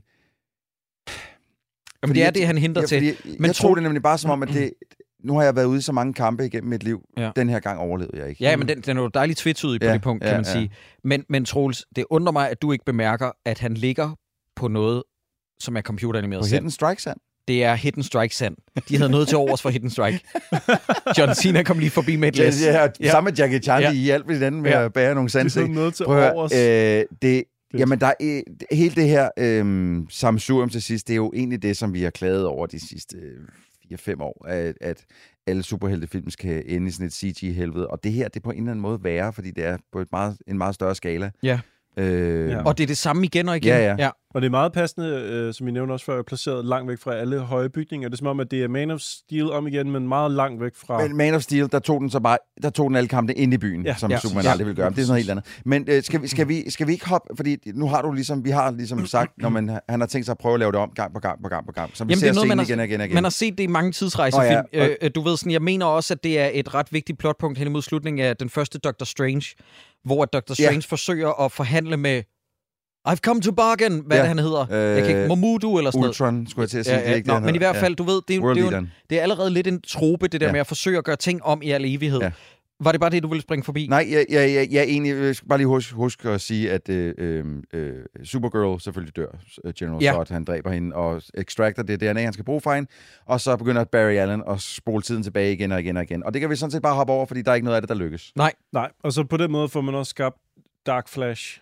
Jamen, det er det, han henter til. Men jeg tror det nemlig bare som om, at nu har jeg været ude i så mange kampe igennem mit liv. Den her gang overlevede jeg ikke. Ja, men den er jo dejligt tvetydig på det punkt, kan man sige. Men Troels, det undrer mig, at du ikke bemærker, at han ligger på noget, som er computeranimeret på sand. Hidden Strike sand? Det er Hidden Strike sand. De havde noget til overs for Hidden Strike. John Cena kom lige forbi med et læs. Sammen med Jackie Chan, i alt ved den med at bære nogle sandsæk. De havde noget til overs. Jamen, der er hele det her samsurium til sidst, det er jo egentlig det, som vi har klaget over de sidste 4-5 år, at alle superheltefilm skal ende i sådan et CG-helvede. Og det her, det er på en eller anden måde værre, fordi det er på en meget større skala. Ja. Og det er det samme igen og igen. Ja. Og det er meget passende, som I nævnte også før, placeret langt væk fra alle høje bygninger. Det er som om, at det er Man of Steel om igen, men meget langt væk fra... Men Man of Steel, der tog den alle kampene ind i byen, som Superman aldrig ville gøre. Det er sådan noget helt andet. Men skal vi ikke hoppe, fordi nu har du ligesom, vi har ligesom sagt, når han har tænkt sig at prøve at lave det om gang på gang. Så vi ser scenen igen og igen. Man har set det i mange tidsrejsefilm. Du ved sådan, jeg mener også, at det er et ret vigtigt plotpunkt hen imod slutningen af den første Doctor Strange, hvor Doctor Strange forsøger at forhandle med I've come to bargain, hvad det han hedder. Jeg kan ikke, Momudu eller sådan noget. Ultron, skulle jeg til at sige. Det er ikke det, men i hvert fald, du ved, det er allerede lidt en trope, det der med at forsøge at gøre ting om i al evighed. Ja. Var det bare det, du ville springe forbi? Nej, jeg egentlig skal bare lige huske at sige, at Supergirl selvfølgelig dør. General Zod, han dræber hende, og extracter det DNA, han skal bruge for hende, og så begynder Barry Allen at spole tiden tilbage igen og igen og igen. Og det kan vi sådan set bare hoppe over, fordi der er ikke noget af det, der lykkes. Nej, og så på den måde får man også skabt Dark Flash.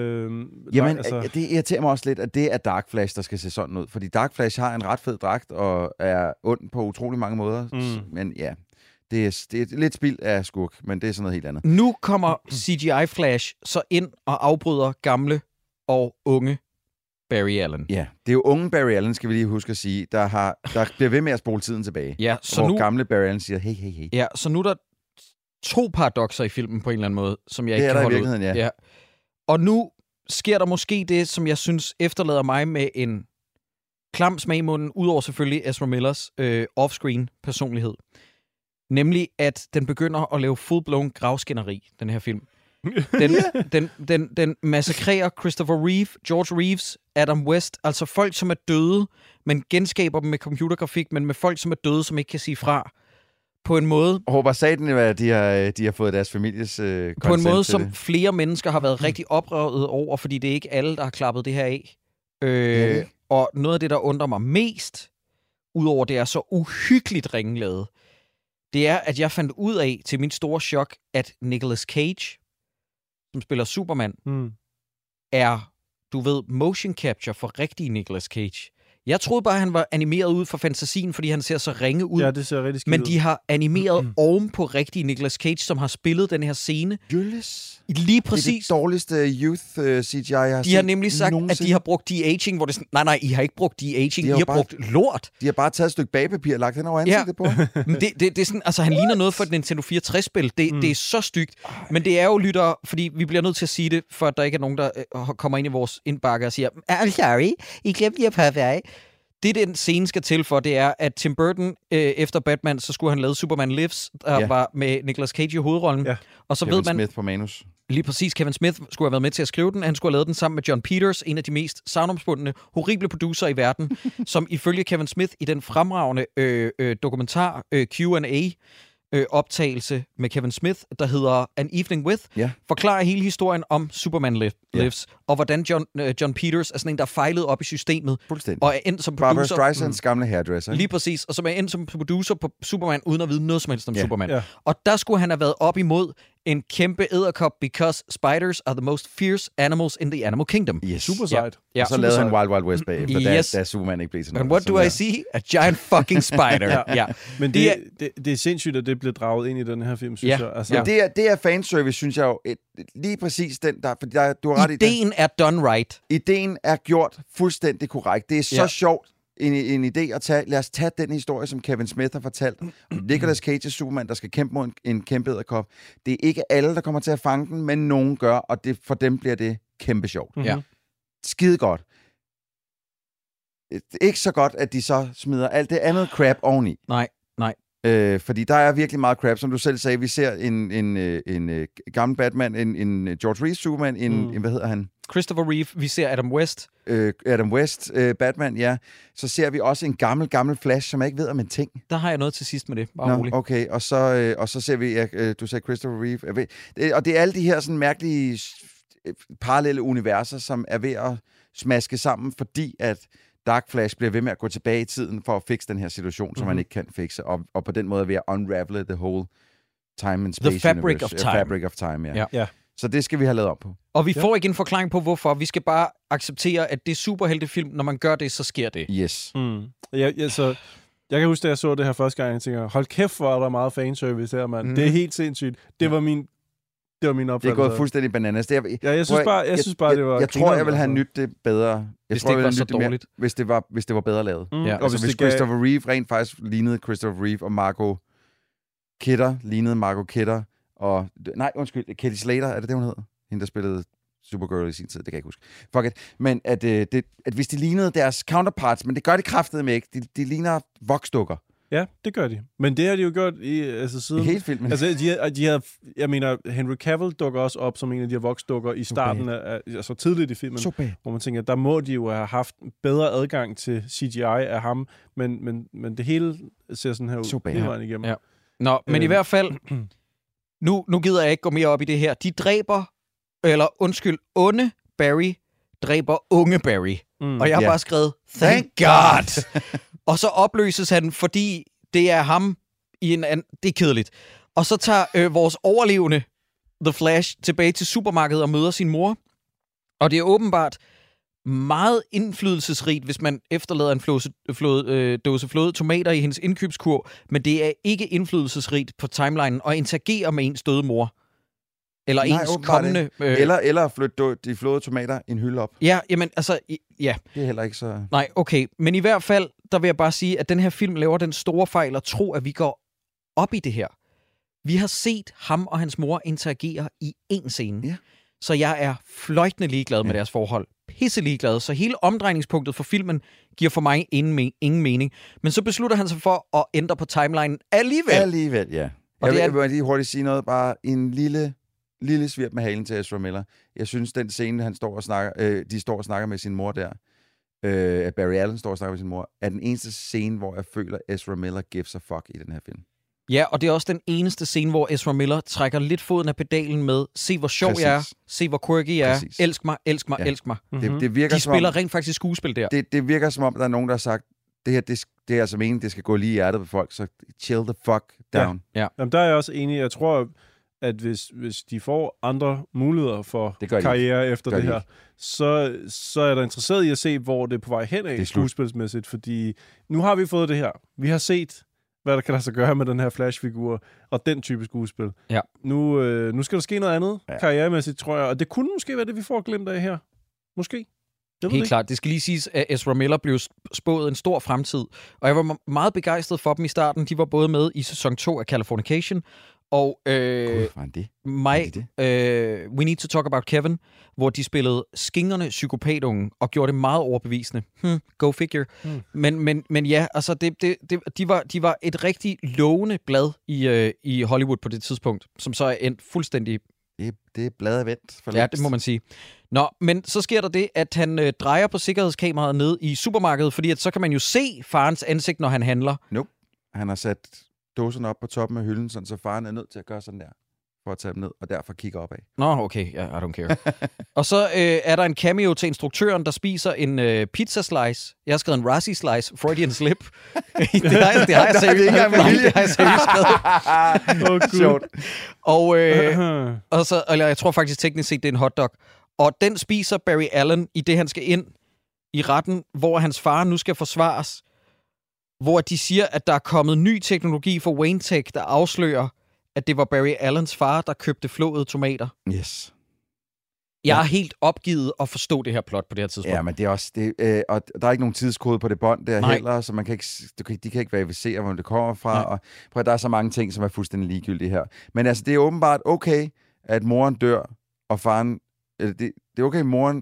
Det irriterer mig også lidt, at det er Dark Flash, der skal se sådan ud. Fordi Dark Flash har en ret fed dragt, og er ond på utrolig mange måder. Men ja, det er lidt spild af skurk, men det er sådan noget helt andet. Nu kommer CGI Flash så ind og afbryder gamle og unge Barry Allen. Ja, det er jo unge Barry Allen, skal vi lige huske at sige, der bliver ved med at spole tiden tilbage. Ja, så hvor gamle Barry Allen siger, hey. Ja, så nu er der 2 paradokser i filmen på en eller anden måde, som jeg det ikke kan holde ud. Det er der i virkeligheden, ja. Og nu sker der måske det, som jeg synes efterlader mig med en klam smag i munden, udover selvfølgelig Ezra Millers off-screen personlighed. Nemlig, at den begynder at lave full-blown gravskænderi, den her film. Den massakrerer Christopher Reeve, George Reeves, Adam West, altså folk, som er døde, men genskaber dem med computergrafik, men med folk, som er døde, som ikke kan sige fra. På en måde... Håber satan, at de har fået deres families på en måde, som det. flere mennesker har været rigtig oprøret over, fordi det er ikke alle, der har klappet det her af. Og noget af det, der undrer mig mest, udover det er så uhyggeligt ringladet, det er, at jeg fandt ud af, til min store chok, at Nicolas Cage, som spiller Superman, er, du ved, motion capture for rigtig Nicolas Cage. Jeg troede bare, han var animeret ud fra fantasien, fordi han ser så ringe ud. Ja, det ser rigtig skidt Men ud. de har animeret oven på rigtig Nicolas Cage, som har spillet den her scene. Jules. Lige præcis. Det er det dårligste youth CGI, jeg har set. De har nemlig sagt, nogensinde. at de har brugt de-aging, hvor det sådan, nej, I har ikke brugt de-aging, I har brugt lort. De har bare taget et stykke bagpapir og lagt hen over ansigtet på. Men det er sådan, altså han ligner noget for et Nintendo 64-spil. Det er så stygt. Men det er jo, lytter, fordi vi bliver nødt til at sige det, for at der ikke er nogen, der kommer ind i vores indbakke og siger, I'm sorry, I glemte lige at påfærge. Det, den scene skal til for, det er, at Tim Burton, efter Batman, så skulle han lave Superman Lives, der var med Nicolas Cage i hovedrollen. Ja. Og så Kevin ved man... Smith på manus. Lige præcis. Kevin Smith skulle have været med til at skrive den. Han skulle have lavet den sammen med John Peters, en af de mest savnomspundne, horrible producer i verden, som ifølge Kevin Smith i den fremragende dokumentar Q&A, optagelse med Kevin Smith, der hedder An Evening With, forklarer hele historien om Superman Lives, og hvordan John Peters er sådan en, der fejlede op i systemet, og er endt som producer... Barbra Streisands gamle hairdresser. Lige præcis, og som er endt som producer på Superman, uden at vide noget som helst om Superman. Ja. Og der skulle han have været op imod en kæmpe edderkop, because spiders are the most fierce animals in the animal kingdom. Yes. Super sejt. Ja. Og så lavede han Wild Wild West bagefter, da Superman ikke blev sådan noget. And what do I see? A giant fucking spider. Ja. Men det er sindssygt, at det blev draget ind i den her film, synes jeg. Altså. Det er fanservice, synes jeg jo. Lige præcis den der, fordi du har ret i det. Ideen er done right. Ideen er gjort fuldstændig korrekt. Det er så sjovt en idé at tage. Lad os tage den historie, som Kevin Smith har fortalt. Nicolas Cage Superman, der skal kæmpe mod en kæmpe edderkop. Det er ikke alle, der kommer til at fange den, men nogen gør, og for dem bliver det kæmpe sjovt. Ja. Skide godt. Ikke så godt, at de så smider alt det andet crap oveni. Nej. Fordi der er virkelig meget crap, som du selv sagde. Vi ser en gammel Batman, en George Reeves Superman, en hvad hedder han? Christopher Reeve. Vi ser Adam West. Adam West, Batman, ja. Så ser vi også en gammel Flash, som jeg ikke ved om en ting. Der har jeg noget til sidst med det. Bare roligt. Okay, og så ser vi, du sagde Christopher Reeve. Og det er alle de her sådan mærkelige parallelle universer, som er ved at smaske sammen, fordi at Dark Flash bliver ved med at gå tilbage i tiden for at fikse den her situation, som man ikke kan fikse, og på den måde ved at unravel the whole time and space the fabric universe. Of time. Fabric of time, ja. Så det skal vi have lavet op på. Og vi får ikke en forklaring på, hvorfor. Vi skal bare acceptere, at det er superheltefilm. Når man gør det, så sker det. Yes. Så jeg kan huske, da jeg så det her første gang, jeg tænker, hold kæft, hvor er der meget fanservice her, mand. Det er helt sindssygt. Det var min opfattelse. Det er gået fuldstændig bananas. Jeg synes bare, det var... Jeg tror, jeg ville have nydt det bedre. Hvis det ikke var så dårligt. Hvis det var bedre lavet. Ja. Altså, hvis Christopher Reeve rent faktisk lignede Christopher Reeve, og Margot Kidder lignede Margot Kidder, og... Nej, undskyld, Kelly Slater, er det hun hedder? Hende, der spillede Supergirl i sin tid, det kan jeg ikke huske. Fuck it. Men at hvis de lignede deres counterparts, men det gør de kraftedeme ikke. De ligner voksdukker. Ja, det gør de. Men det har de jo gjort siden... I hele filmen. Altså, jeg mener, Henry Cavill dukker også op som en af de her voksdukker i starten af altså tidligt i filmen, hvor man tænker, der må de jo have haft bedre adgang til CGI af ham, men det hele ser sådan her ud hele vejen igennem. Ja. Nå, men i hvert fald, nu gider jeg ikke gå mere op i det her. De dræber, onde Barry dræber unge Barry. Og jeg har bare skrevet, thank God! Og så opløses han, fordi det er ham i en anden... Det er kedeligt. Og så tager vores overlevende, The Flash, tilbage til supermarkedet og møder sin mor. Og det er åbenbart meget indflydelsesrigt, hvis man efterlader en dåse flåede tomater i hendes indkøbskurv, men det er ikke indflydelsesrigt på timelinen at interagere med ens døde mor. Eller ens kommende... Eller flytte de flåede tomater i en hylde op. Ja, jamen altså... Ja. Det er heller ikke så... Nej, okay. Men i hvert fald, der vil jeg bare sige, at den her film laver den store fejl at tro, at vi går op i det her. Vi har set ham og hans mor interagere i én scene. Ja. Så jeg er fløjtende ligeglad med deres forhold. Pisse ligeglad. Så hele omdrejningspunktet for filmen giver for mig ingen mening. Men så beslutter han sig for at ændre på timelinen alligevel. Alligevel, ja. Og jeg vil lige hurtigt sige noget. Bare en lille lille svirp med halen til Ezra Miller. Jeg synes, den scene, de står og snakker med sin mor der, Barry Allen står og snakker med sin mor, er den eneste scene, hvor jeg føler, Ezra Miller gives a fuck i den her film. Ja, og det er også den eneste scene, hvor Ezra Miller trækker lidt foden af pedalen med, se hvor sjov jeg er, se hvor quirky jeg er, elsk mig, elsk mig, elsk mig. Mm-hmm. Det virker, de spiller rent faktisk skuespil der. Det virker som om, der er nogen, der har sagt, det her, det er altså meningen, det skal gå lige i hjertet på folk, så chill the fuck down. Ja. Jamen, der er jeg også enig. Jeg tror, at hvis de får andre muligheder for karriere efter det her, så er der interesseret i at se, hvor det er på vej hen af skuespilsmæssigt, fordi nu har vi fået det her. Vi har set, hvad der kan lade sig gøre med den her Flash-figur og den type skuespil. Ja. Nu skal der ske noget andet karrieremæssigt, tror jeg, og det kunne måske være det, vi får glemt af her. Måske. Helt klart. Det skal lige siges, at Ezra Miller blev spået en stor fremtid, og jeg var meget begejstret for dem i starten. De var både med i sæson 2 af Californication, og We Need to Talk About Kevin, hvor de spillede skingerne psykopatunge og gjorde det meget overbevisende. Go figure. Men ja, altså de var et rigtig lovende blad i Hollywood på det tidspunkt, som så er endt fuldstændig... Det er bladet vendt for længst. Ja, det må man sige. Nå, men så sker der det, at han drejer på sikkerhedskameraet ned i supermarkedet, fordi at så kan man jo se farens ansigt, når han handler. Nope. Han har sat dåserne op på toppen af hylden, så faren er nødt til at gøre sådan der, for at tage dem ned, og derfor kigger opad. Nå, okay. Yeah, I don't care. Og så er der en cameo til instruktøren, der spiser en pizza slice. Jeg har skrevet en Razzie slice, Freudian slip. det har jeg seriøst skrevet. Sjovt. Og så, eller jeg tror faktisk teknisk set, det er en hotdog. Og den spiser Barry Allen i det, han skal ind i retten, hvor hans far nu skal forsvares. Hvor de siger, at der er kommet ny teknologi for Wayne Tech, der afslører, at det var Barry Allens far, der købte flåede tomater. Yes. Jeg er helt opgivet at forstå det her plot på det her tidspunkt. Ja, men det er også... og der er ikke nogen tidskode på det bånd der heller, så man kan ikke, de kan ikke verificere, hvor det kommer fra. Og prøv, der er så mange ting, som er fuldstændig ligegyldige her. Men altså, det er åbenbart okay, at moren dør, og faren... Det er okay, at moren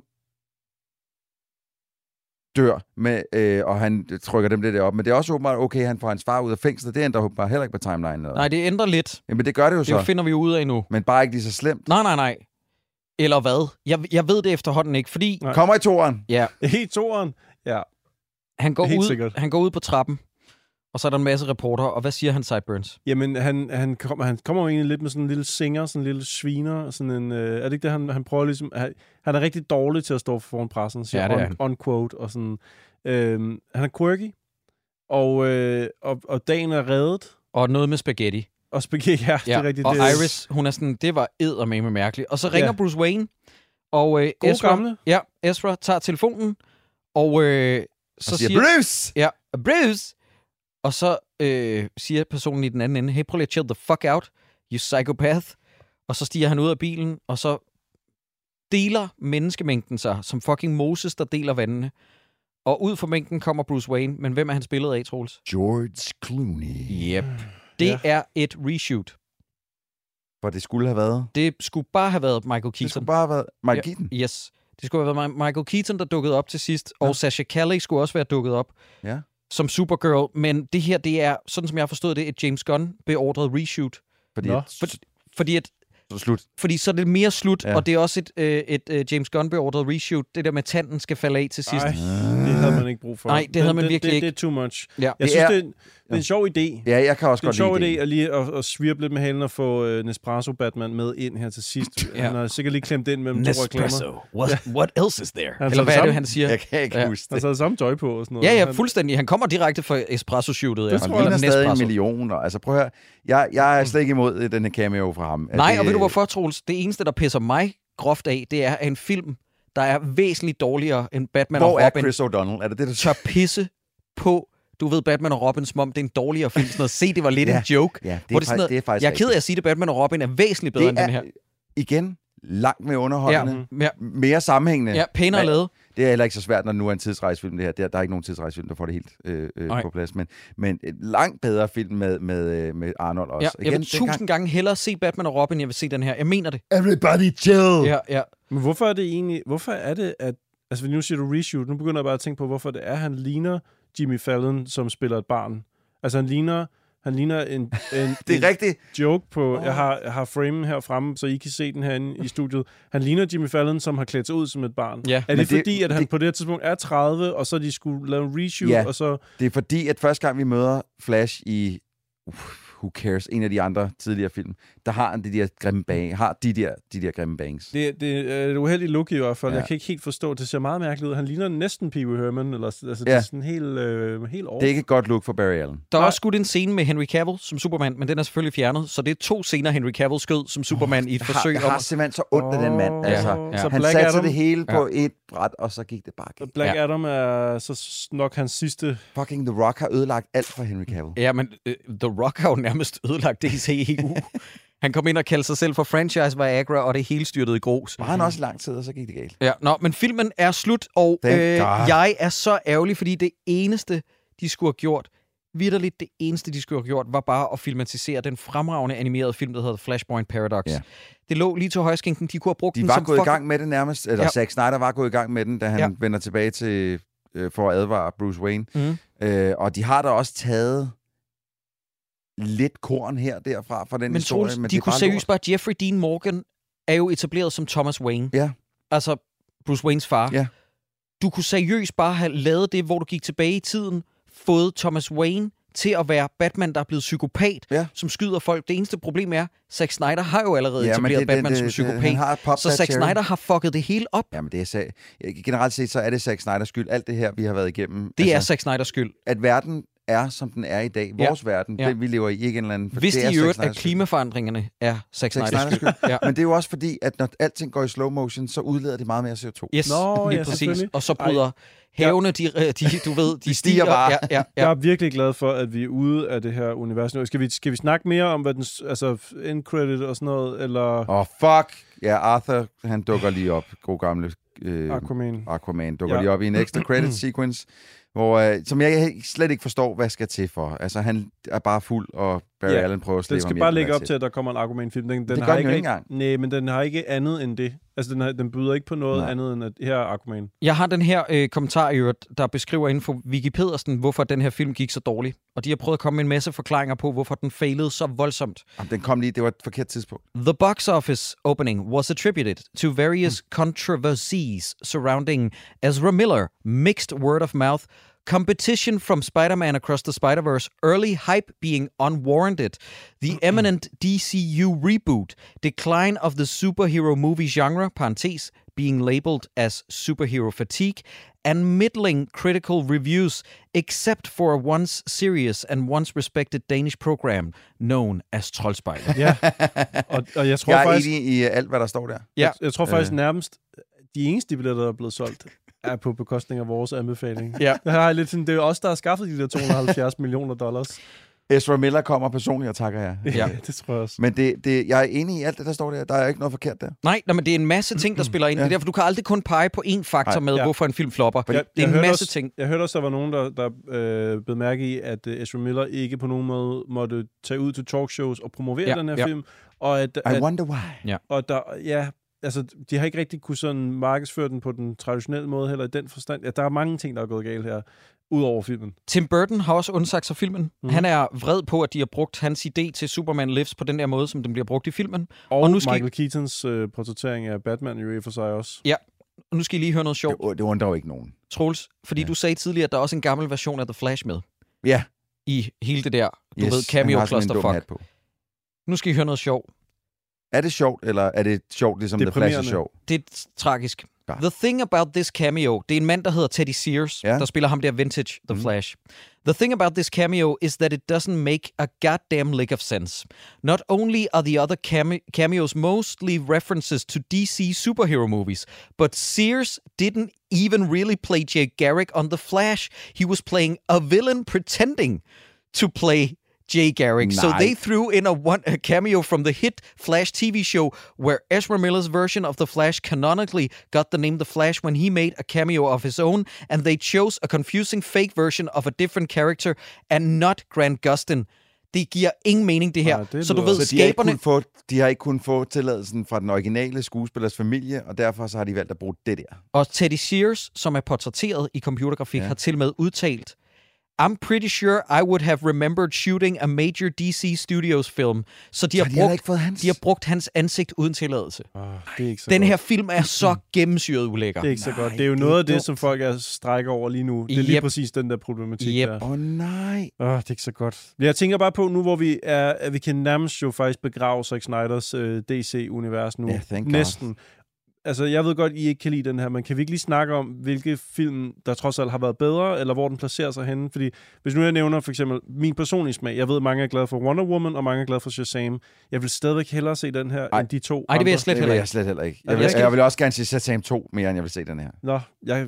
dør, med, og han trykker dem lidt op. Men det er også åbenbart okay, at han får hans far ud af fængslet. Det ændrer åbenbart heller ikke på timeline. Eller? Nej, det ændrer lidt. Jamen, det gør det jo så. Det finder vi ud af nu. Men bare ikke lige så slemt. Nej. Eller hvad? Jeg ved det efterhånden ikke, fordi... Nej. Kommer i toeren. Ja. I toeren? Ja. Han går ud på trappen, og så er der en masse reporter, og hvad siger han, Sideburns? Jamen, han kommer jo egentlig lidt med sådan en lille singer, sådan en lille sviner, sådan en... er det ikke det, han prøver ligesom... Han er rigtig dårlig til at stå foran pressen, siger unquote, og sådan... han er quirky, og dagen er reddet. Og noget med spaghetti. Og spaghetti, ja, det er rigtigt. Og Iris, hun er sådan, det var eddermame mærkeligt. Og så ringer Bruce Wayne, og Ezra tager telefonen, og så siger Bruce! Ja, Bruce! Og så siger personen i den anden ende, hey, prøv lige at chill the fuck out, you psychopath. Og så stiger han ud af bilen, og så deler menneskemængden sig, som fucking Moses, der deler vandene. Og ud fra mængden kommer Bruce Wayne, men hvem er han spillet af, Troels? George Clooney. Yep. Det er et reshoot. For det skulle have været? Det skulle bare have været Michael Keaton. Det skulle bare have været Michael Keaton? Yes. Det skulle have været Michael Keaton, der dukkede op til sidst, og Sasha Calle skulle også være dukket op som Supergirl. Men det her, det er, sådan som jeg har forstået det, et James Gunn beordret reshoot. Fordi at slut. Fordi så er det mere slut, og det er også et James Gunn beordret reshoot. Det der med tanden skal falde af til sidst. Det havde man ikke brug for. Nej, det havde man virkelig ikke. Det er too much. Ja. Jeg synes, det er en sjov idé. Ja, jeg kan også godt lide det. Det er en sjov idé at svirpe lidt med halen og få Nespresso Batman med ind her til sidst. Han har sikkert lige klemt ind mellem to reklamer. What else is there? Eller hvad er det, han siger? Jeg kan ikke huske det. Han havde samme tøj på og sådan noget. Ja, fuldstændig. Han kommer direkte fra espresso-shootet. Det tror jeg stadig en million. Altså prøv at høre. Jeg er slet ikke imod den her cameo fra ham. Nej, og ved du hvorfor, Troels? Det eneste, der pisser mig groft af, det er en film, der er væsentligt dårligere end Batman og Robin. Hvor er Chris O'Donnell? Er det det, der tør pisse på, du ved, Batman og Robin, som om det er en dårligere film. Sådan noget. Se, det var lidt en joke. Ja, det er faktisk jeg er ked af at sige, at Batman og Robin er væsentligt bedre end den her. Igen, langt mere underholdende. Mere sammenhængende. Ja, pænere lavet. Det er heller ikke så svært, når nu er en tidsrejsefilm, det her. Der er ikke nogen tidsrejsefilm, der får det helt på plads. Men en langt bedre film med Arnold også. Ja, jeg vil 1000 gange hellere se Batman og Robin, jeg vil se den her. Jeg mener det. Everybody chill! Ja. Men hvorfor er det, at... Altså, nu siger du reshoot. Nu begynder jeg bare at tænke på, hvorfor det er, han ligner Jimmy Fallon, som spiller et barn. Altså, han Han ligner en det er rigtigt. Joke på... Jeg har framen her fremme, så I kan se den herinde i studiet. Han ligner Jimmy Fallon, som har klædt sig ud som et barn. Ja. Er det fordi, at han på det her tidspunkt er 30, og så de skulle lave en reshoot, og så... det er fordi, at første gang vi møder Flash i... Who Cares? En af de andre tidligere film. Der har han de der grimme bangs. Har de der grimme bangs. Det er et uheldigt look i hvert fald. Ja. Jeg kan ikke helt forstå. Det ser meget mærkeligt ud. Han ligner næsten Pee Wee Herman. Det er sådan helt over. Det er ikke et godt look for Barry Allen. Der er også skudt en scene med Henry Cavill som Superman, men den er selvfølgelig fjernet. Så det er 2 scener, Henry Cavill skød som Superman i et forsøg. Jeg har simpelthen så ondt af den mand. Altså, Så han Black satte Adam, det hele på et bræt, og så gik det bare. Black Adam er så nok hans sidste... Fucking The Rock har ødelagt alt for Henry Cavill. Ja, men The Rock har jo nærmest ødelagt DCEU. Han kom ind og kaldte sig selv for franchise Viagra, og det hele styrtede i grus. Var han også lang tid, og så gik det galt. Ja, men filmen er slut, og jeg er så ærgerlig, fordi det eneste, de skulle have gjort, vitterligt det eneste, de skulle have gjort, var bare at filmatisere den fremragende animerede film, der hedder Flashpoint Paradox. Ja. Det lå lige til højskænken. De kunne have brugt den som... De var gået i gang med det nærmest. Eller Zack Snyder var gået i gang med den, da han vender tilbage til for at advare Bruce Wayne. Og de har da også taget lidt korn her derfra fra den historie. Men de kunne seriøst bare... Jeffrey Dean Morgan er jo etableret som Thomas Wayne. Ja. Altså Bruce Waynes far. Ja. Du kunne seriøst bare have lavet det, hvor du gik tilbage i tiden, fået Thomas Wayne til at være Batman, der er blevet psykopat, som skyder folk. Det eneste problem er, Zack Snyder har jo allerede etableret Batman som psykopat, så Zack Snyder har fucket det hele op. Jamen, det er generelt set, så er det Zack Snyders skyld. Alt det her, vi har været igennem. Det er Zack Snyders skyld. At verden er, som den er i dag. Vores verden, den vi lever i, ikke en eller anden... Hvis det i øvrigt, at klimaforandringerne er Zack Snyders skyld. Men det er jo også fordi, at når alting går i slow motion, så udleder det meget mere CO2. Yes, præcis. Og så bryder havene, de stiger bare. Jeg er virkelig glad for, at vi er ude af det her univers nu. Skal vi snakke mere om, hvad den... Altså, end credit og sådan noget, eller... Fuck! Ja, Arthur, han dukker lige op. God gamle... Aquaman dukker lige op i en extra credit sequence, hvor, som jeg slet ikke forstår, hvad skal til for. Altså, han er bare fuld, og Barry Allen prøver at slippe ham. Den skal bare lægge op til, at der kommer en Aquaman-film. Den det har gør den jo ikke engang. Nej, men den har ikke andet end det. Altså, den byder ikke på noget andet end, at her er Aquaman. Jeg har den her kommentar i øvrigt, der beskriver inden for Vicky Pedersen, hvorfor den her film gik så dårligt. Og de har prøvet at komme med en masse forklaringer på, hvorfor den failede så voldsomt. Jamen, den kom lige, det var et forkert tidspunkt. The box office opening was attributed to various controversies surrounding Ezra Miller, mixed word of mouth, competition from Spider-Man Across the Spider-Verse, early hype being unwarranted, the imminent DCU reboot, decline of the superhero movie genre, parentheses, being labeled as superhero fatigue, and middling critical reviews, except for a once serious and once respected Danish program known as Troldspejlet. Ja, og jeg tror faktisk... Jeg er enig i alt, hvad der står der. Ja. Jeg tror faktisk nærmest, de eneste billetter, der er blevet solgt, er på bekostning af vores anbefaling. Ja. Det har lidt sådan, det er jo os, der har skaffet de der $270 millioner. Ezra Miller kommer personligt og takker jer. Ja, det tror jeg også. Men jeg er enig i alt det, der står der. Der er ikke noget forkert der. Nej, men det er en masse ting, der spiller ind. Det er derfor, du kan aldrig kun pege på én faktor med, hvorfor en film flopper. Det er en masse ting. Jeg hørte også, der var nogen, der blev mærke i, at Ezra Miller ikke på nogen måde måtte tage ud til talkshows og promovere den her film. Og I wonder why. Ja. Og der, altså, de har ikke rigtig kunne sådan markedsføre den på den traditionelle måde, heller i den forstand. Ja, der er mange ting, der er gået galt her, ud over filmen. Tim Burton har også undsagt sig filmen. Han er vred på, at de har brugt hans idé til Superman Lives på den der måde, som den bliver brugt i filmen. Og nu Michael Keatons portrættering af Batman jo i for sig også. Ja, og nu skal I lige høre noget sjovt. Det undrer jo ikke nogen. Troels, fordi du sagde tidligere, at der er også en gammel version af The Flash med. Ja. I hele det der, du ved, cameo clusterfuck. Nu skal I høre noget sjovt. Er det sjovt, eller er det sjovt, ligesom The Flash er sjov? Det er tragisk. Ja. The thing about this cameo, det er en mand, der hedder Teddy Sears, der spiller ham der vintage, The Flash. The thing about this cameo is that it doesn't make a goddamn lick of sense. Not only are the other cameos mostly references to DC superhero movies, but Sears didn't even really play Jay Garrick on The Flash. He was playing a villain pretending to play Jay Garrick. So they threw in a cameo from the hit Flash TV show where Ezra Miller's version of The Flash canonically got the name The Flash when he made a cameo of his own, and they chose a confusing fake version of a different character and not Grant Gustin. Det giver ingen mening, det her. Så du ved, skaberne... De har ikke kunnet få tilladelsen fra den originale skuespillers familie, og derfor så har de valgt at bruge det der. Og Teddy Sears, som er portrætteret i computergrafik, har til med udtalt, I'm pretty sure I would have remembered shooting a major DC Studios film. Så de har brugt hans ansigt uden tilladelse. Det er ikke så Den godt. her film er så gennemsyret ulækker. Det er ikke så godt. Det er jo noget af det, som folk er strækker over lige nu. Det er lige præcis den der problematik der. Nej. Det er ikke så godt. Jeg tænker bare på nu, hvor vi er, at vi kan nærmest jo faktisk begrave Zack Snyders DC-univers nu. Næsten. Altså, jeg ved godt, I ikke kan lide den her, men kan vi ikke lige snakke om, hvilke film, der trods alt har været bedre, eller hvor den placerer sig henne? Fordi hvis nu jeg nævner for eksempel min personlige smag, jeg ved, mange er glade for Wonder Woman, og mange er glade for Shazam. Jeg vil stadigvæk hellere se den her, end de to. Nej, det vil jeg slet heller ikke. Jeg vil også gerne se Shazam 2 mere, end jeg vil se den her. Nå, jeg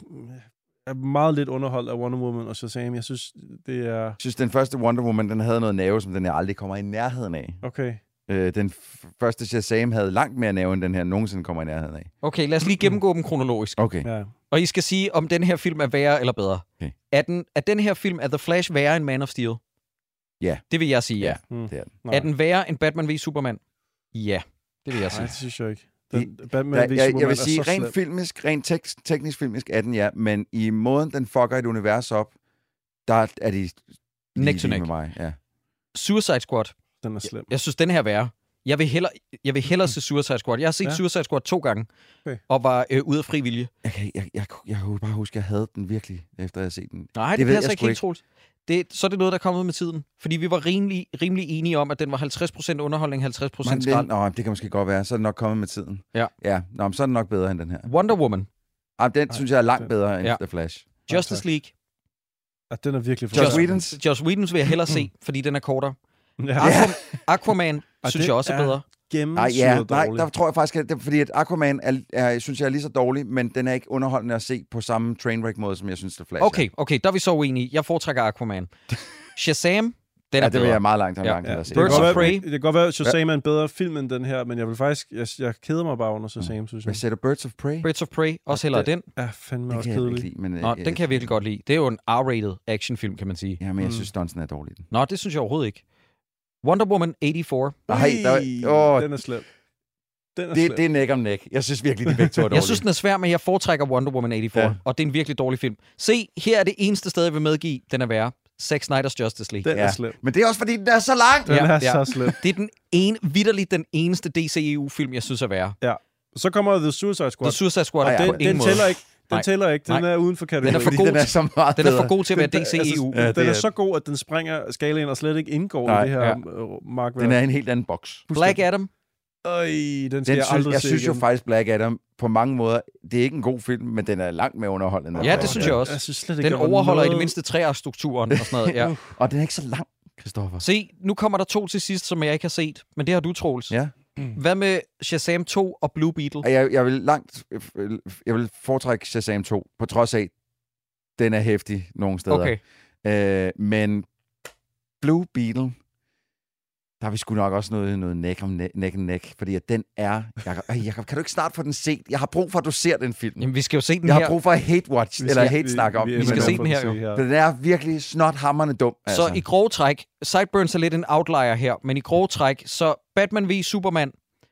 er meget lidt underholdt af Wonder Woman og Shazam. Jeg synes, det er... Jeg synes, den første Wonder Woman, den havde noget nerve, som den her aldrig kommer i nærheden af. Okay. Den første Shazam havde langt mere nerve, end den her nogensinde kommer i nærheden af. Okay, lad os lige gennemgå dem kronologisk. Okay. Ja. Og I skal sige, om den her film er værre eller bedre. Okay. Er den her film, er The Flash værre end Man of Steel? Ja. Det vil jeg sige, ja. Det er den. Er den værre end Batman v Superman? Ja, det vil jeg sige. Nej, det synes jeg ikke. Jeg vil sige, rent filmisk, rent teknisk filmisk er den, ja, men i måden, den fucker et univers op, der er de neck to neck med mig. Ja. Suicide Squad. Den er slem. Jeg synes, den her er værre. Jeg vil hellere se Suicide Squad. Jeg har set Suicide Squad 2 gange, og var ude af fri vilje. Jeg kunne bare huske, at jeg havde den virkelig, efter jeg havde set den. Nej, det passer ikke helt troligt. Så er det noget, der er kommet med tiden. Fordi vi var rimelig enige om, at den var 50% underholdning, 50% skrald. Nå, det kan måske godt være. Så er det nok kommet med tiden. Ja. Nå, så er den nok bedre end den her. Wonder Woman. Den synes jeg er langt bedre end The Flash. Justice League. Den er virkelig Joss Whedons vil jeg hellere se, fordi den er kortere. Aquaman synes jeg også er bedre. Nej, der tror jeg faktisk, at fordi at Aquaman synes jeg er lige så dårlig, men den er ikke underholdende at se på samme trainwreck-måde, som jeg synes, The Flash er. Okay, der er vi så uenige. Jeg foretrækker Aquaman. Shazam, den er bedre. Det vil jeg meget langt at se. Birds of Prey. Det kan godt være, at Shazam er en bedre film end den her, men jeg vil faktisk... Jeg keder mig bare under Shazam, synes jeg. Hvad sagde du? Birds of Prey? Birds of Prey, også hellere den. Ja, fandme også kedelig. Nå, den kan jeg virkelig godt lide. Det er jo en R-rated actionfilm, kan man sige. Ja, men jeg synes, stunsen er dårlig. Nå, det synes jeg overhovedet ikke. Wonder Woman 84. Den er slem. Det er neck om neck. Jeg synes virkelig, de begge to er dårlige. Jeg synes, den er svær, men jeg foretrækker Wonder Woman 84, og det er en virkelig dårlig film. Se, her er det eneste sted, jeg vil medgive, den er værre. Zack Snyder's Justice League. Den er slem. Men det er også, fordi den er så lang. Den er så slem. Det er vitterligt den eneste DC-EU-film, jeg synes er værre. Ja. Så kommer The Suicide Squad. The Suicide Squad er på ingen måde. Tæller ikke. Den tæller ikke. Den er uden for kategorien. Den er for god, den er så meget den er for god til at være DC-EU. Den er så god, at den springer skalaen og slet ikke indgår i det her markværk. Den er en helt anden boks. Black Adam. Den skal jeg aldrig jeg se synes igen. jo faktisk, Black Adam på mange måder, det er ikke en god film, men den er langt mere underholdende. Ja, det synes jeg også. Jeg synes slet ikke, den overholder i det mindste treaktstrukturen og sådan noget. Ja. Og den er ikke så lang, Christoffer. Se, nu kommer der 2 til sidst, som jeg ikke har set, men det har du, Troels. Ja. Hvad med Shazam 2 og Blue Beetle? Jeg vil foretrække Shazam 2, på trods af, den er hæftig nogle steder. Okay. Men Blue Beetle, der har vi sgu nok også noget neck, fordi at den er... Jacob, kan du ikke snart få den set? Jeg har brug for, at du ser den film. Jamen, vi skal jo se den jeg her. har brug for at hate-watch, eller hate-snakke om. Vi skal se den her jo. Den er virkelig snothamrende dum. Altså. Så i grove træk, Sideburns er lidt en outlier her, men i grove træk, så Batman v Superman,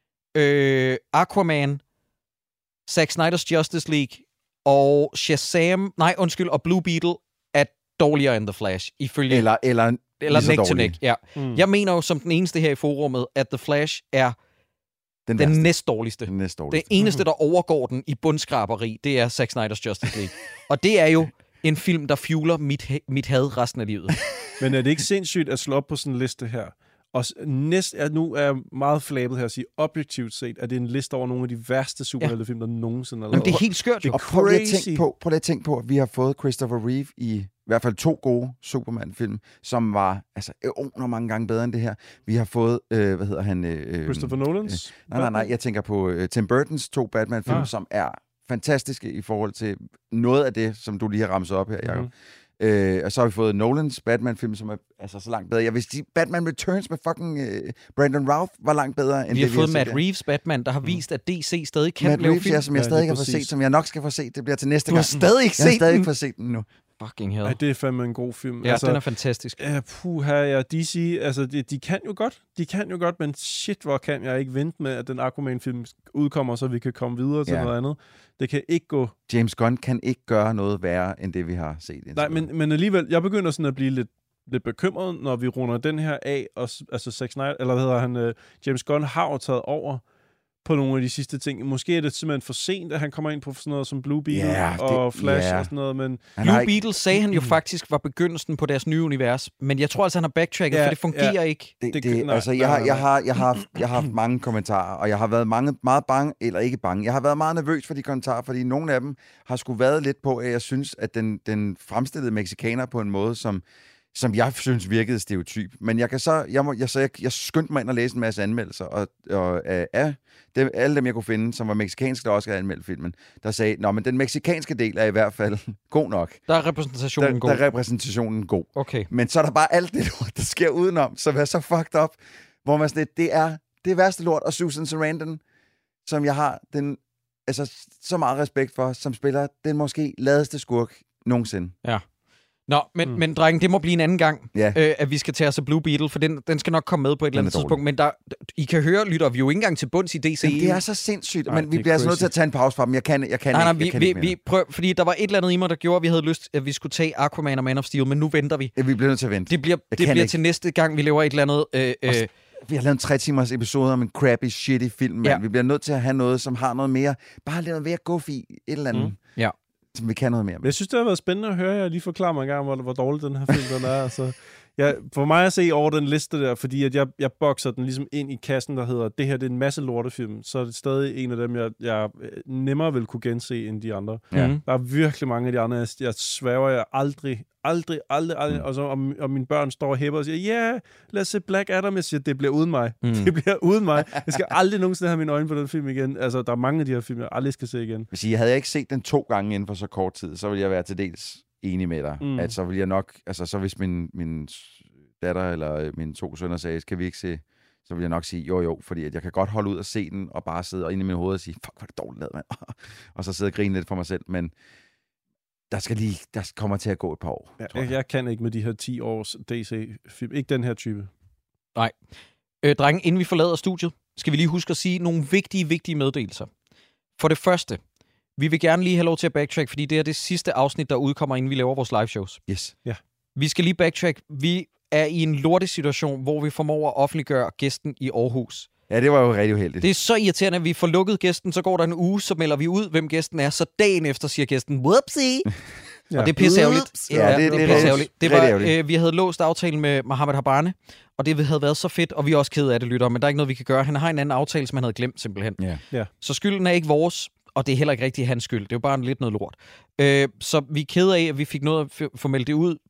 Aquaman, Zack Snyder's Justice League og Shazam, og Blue Beetle er dårligere end The Flash, ifølge... Eller neck to neck, ja. Jeg mener jo som den eneste her i forummet, at The Flash er den næstdårligste. Det eneste, der overgår den i bundskraberi, det er Zack Snyder's Justice League. Og det er jo en film, der fueler mit had resten af livet. Men er det ikke sindssygt at slå op på sådan en liste her? Og nu er jeg meget flabet her at sige, objektivt set, at det er en liste over nogle af de værste superheltefilm, der nogensinde er lavet. Jamen, det er helt skørt. Og prøv lige at tænke på, at vi har fået Christopher Reeve i hvert fald 2 gode Superman-film, som var mange gange bedre end det her. Vi har fået, Christopher Nolans? Nej, jeg tænker på Tim Burtons 2 Batman-film, som er fantastiske i forhold til noget af det, som du lige har ramset op her, Jacob. Og så har vi fået Nolans Batman-film, som er så langt bedre. Jeg vil sige, Batman Returns med fucking Brandon Routh var langt bedre end vi har fået Matt Reeves Batman, der har vist, at DC stadig kan Matt lave Reeves, film. Som jeg stadig ikke har fået set, som jeg nok skal få set. Det bliver til næste gang. Du har stadig ikke set den? Jeg har stadig ikke fået set den nu. fucking hell. Ej, det er fandme en god film. Ja, den er fantastisk. DC, altså de kan jo godt. De kan jo godt, men shit, hvor kan jeg ikke vente med, at den Aquaman-film udkommer, så vi kan komme videre til noget andet. Det kan ikke gå... James Gunn kan ikke gøre noget værre, end det vi har set. Nej, men alligevel, jeg begynder sådan at blive lidt bekymret, når vi runder den her af, og altså Zack Snyder, eller hvad hedder han, James Gunn har jo taget over på nogle af de sidste ting. Måske er det simpelthen for sent, at han kommer ind på sådan noget som Blue Beetle og Flash og sådan noget, men... Blue Beetle sagde han jo faktisk var begyndelsen på deres nye univers, men jeg tror altså, han har backtracket, for det fungerer ikke. Jeg har haft mange kommentarer, og jeg har været meget bange, eller ikke bange. Jeg har været meget nervøs for de kommentarer, fordi nogle af dem har sgu været lidt på, at jeg synes, at den fremstillede mexikaner på en måde, som jeg synes virkede stereotyp. Men jeg skyndte mig ind og læse en masse anmeldelser, og alle dem, jeg kunne finde, som var mexikanske, der også havde anmeldt filmen, der sagde, men den mexikanske del er i hvert fald god nok. Der er repræsentationen god. Der er repræsentationen god. Okay. Men så er der bare alt det lort, der sker udenom, som er så fucked up, hvor man sådan, det er det værste lort, og Susan Sarandon, som jeg har så meget respekt for, som spiller den måske ladeste skurk nogensinde. Ja. Nå, men drenge, det må blive en anden gang, at vi skal tage os af Blue Beetle, for den skal nok komme med på et eller andet tidspunkt. Men I kan høre, lytter vi jo ikke engang til bunds i DC. Jamen, det er så sindssygt, men vi bliver altså nødt til at tage en pause fra dem. Jeg kan ikke prøv, fordi der var et eller andet i mig, der gjorde, at vi havde lyst, at vi skulle tage Aquaman og Man of Steel, men nu venter vi. Vi bliver nødt til at vente. Det bliver til næste gang, vi laver et eller andet... Vi har lavet en 3 timers episode om en crappy, shitty film, men vi bliver nødt til at have noget, som har noget mere... Bare lidt mere guffy, et eller andet. Ja. Som vi kan noget mere med. Jeg synes, det har været spændende at høre jer lige forklare mig en gang, hvor dårlig den her film den er. Altså, for mig at se over den liste der, fordi at jeg bokser den ligesom ind i kassen, der hedder, det her det er en masse lortefilm, så er det stadig en af dem, jeg nemmere vil kunne gense end de andre. Ja. Der er virkelig mange af de andre, jeg sværger jeg aldrig. Og mine børn står og hæpper og siger, lad os se Black Adam. Jeg siger, det bliver uden mig. Det bliver uden mig. Jeg skal aldrig nogensinde have mine øjne på den film igen. Altså, der er mange af de her film, jeg aldrig skal se igen. Hvis havde jeg ikke set den 2 gange inden for så kort tid, så ville jeg være til dels enig med dig. At så ville jeg nok, altså så hvis min datter eller mine 2 sønner sagde, skal vi ikke se, så vil jeg nok sige jo, fordi at jeg kan godt holde ud og se den, og bare sidde og inde i min hoved og sige, fuck, hvor er det dårligt lavet, mand. Og så sidde og grine lidt for mig selv, men der kommer til at gå et par år. Jeg kan ikke med de her 10 års DC-film. Ikke den her type. Nej. Drenge, inden vi forlader studiet, skal vi lige huske at sige nogle vigtige meddelelser. For det første, vi vil gerne lige have lov til at backtrack, fordi det er det sidste afsnit, der udkommer, inden vi laver vores live shows. Yes. Ja. Vi skal lige backtrack. Vi er i en lortesituation, hvor vi formår at offentliggøre gæsten i Aarhus. Ja, det var jo rigtig uheldigt. Det er så irriterende, at vi får lukket gæsten, så går der en uge, så melder vi ud, hvem gæsten er, så dagen efter siger gæsten, whoopsie! Ja. Og det er pisseærgerligt. Ja, det er pisseærgerligt. Det var, vi havde låst aftalen med Mohammed Habane, og det havde været så fedt, og vi er også kede af det, lytter, men der er ikke noget, vi kan gøre. Han har en anden aftale, som han havde glemt, simpelthen. Ja. Så skylden er ikke vores, og det er heller ikke rigtig hans skyld. Det er jo bare lidt noget lort. Så vi er kede af, at vi fik noget at få meldt det ud,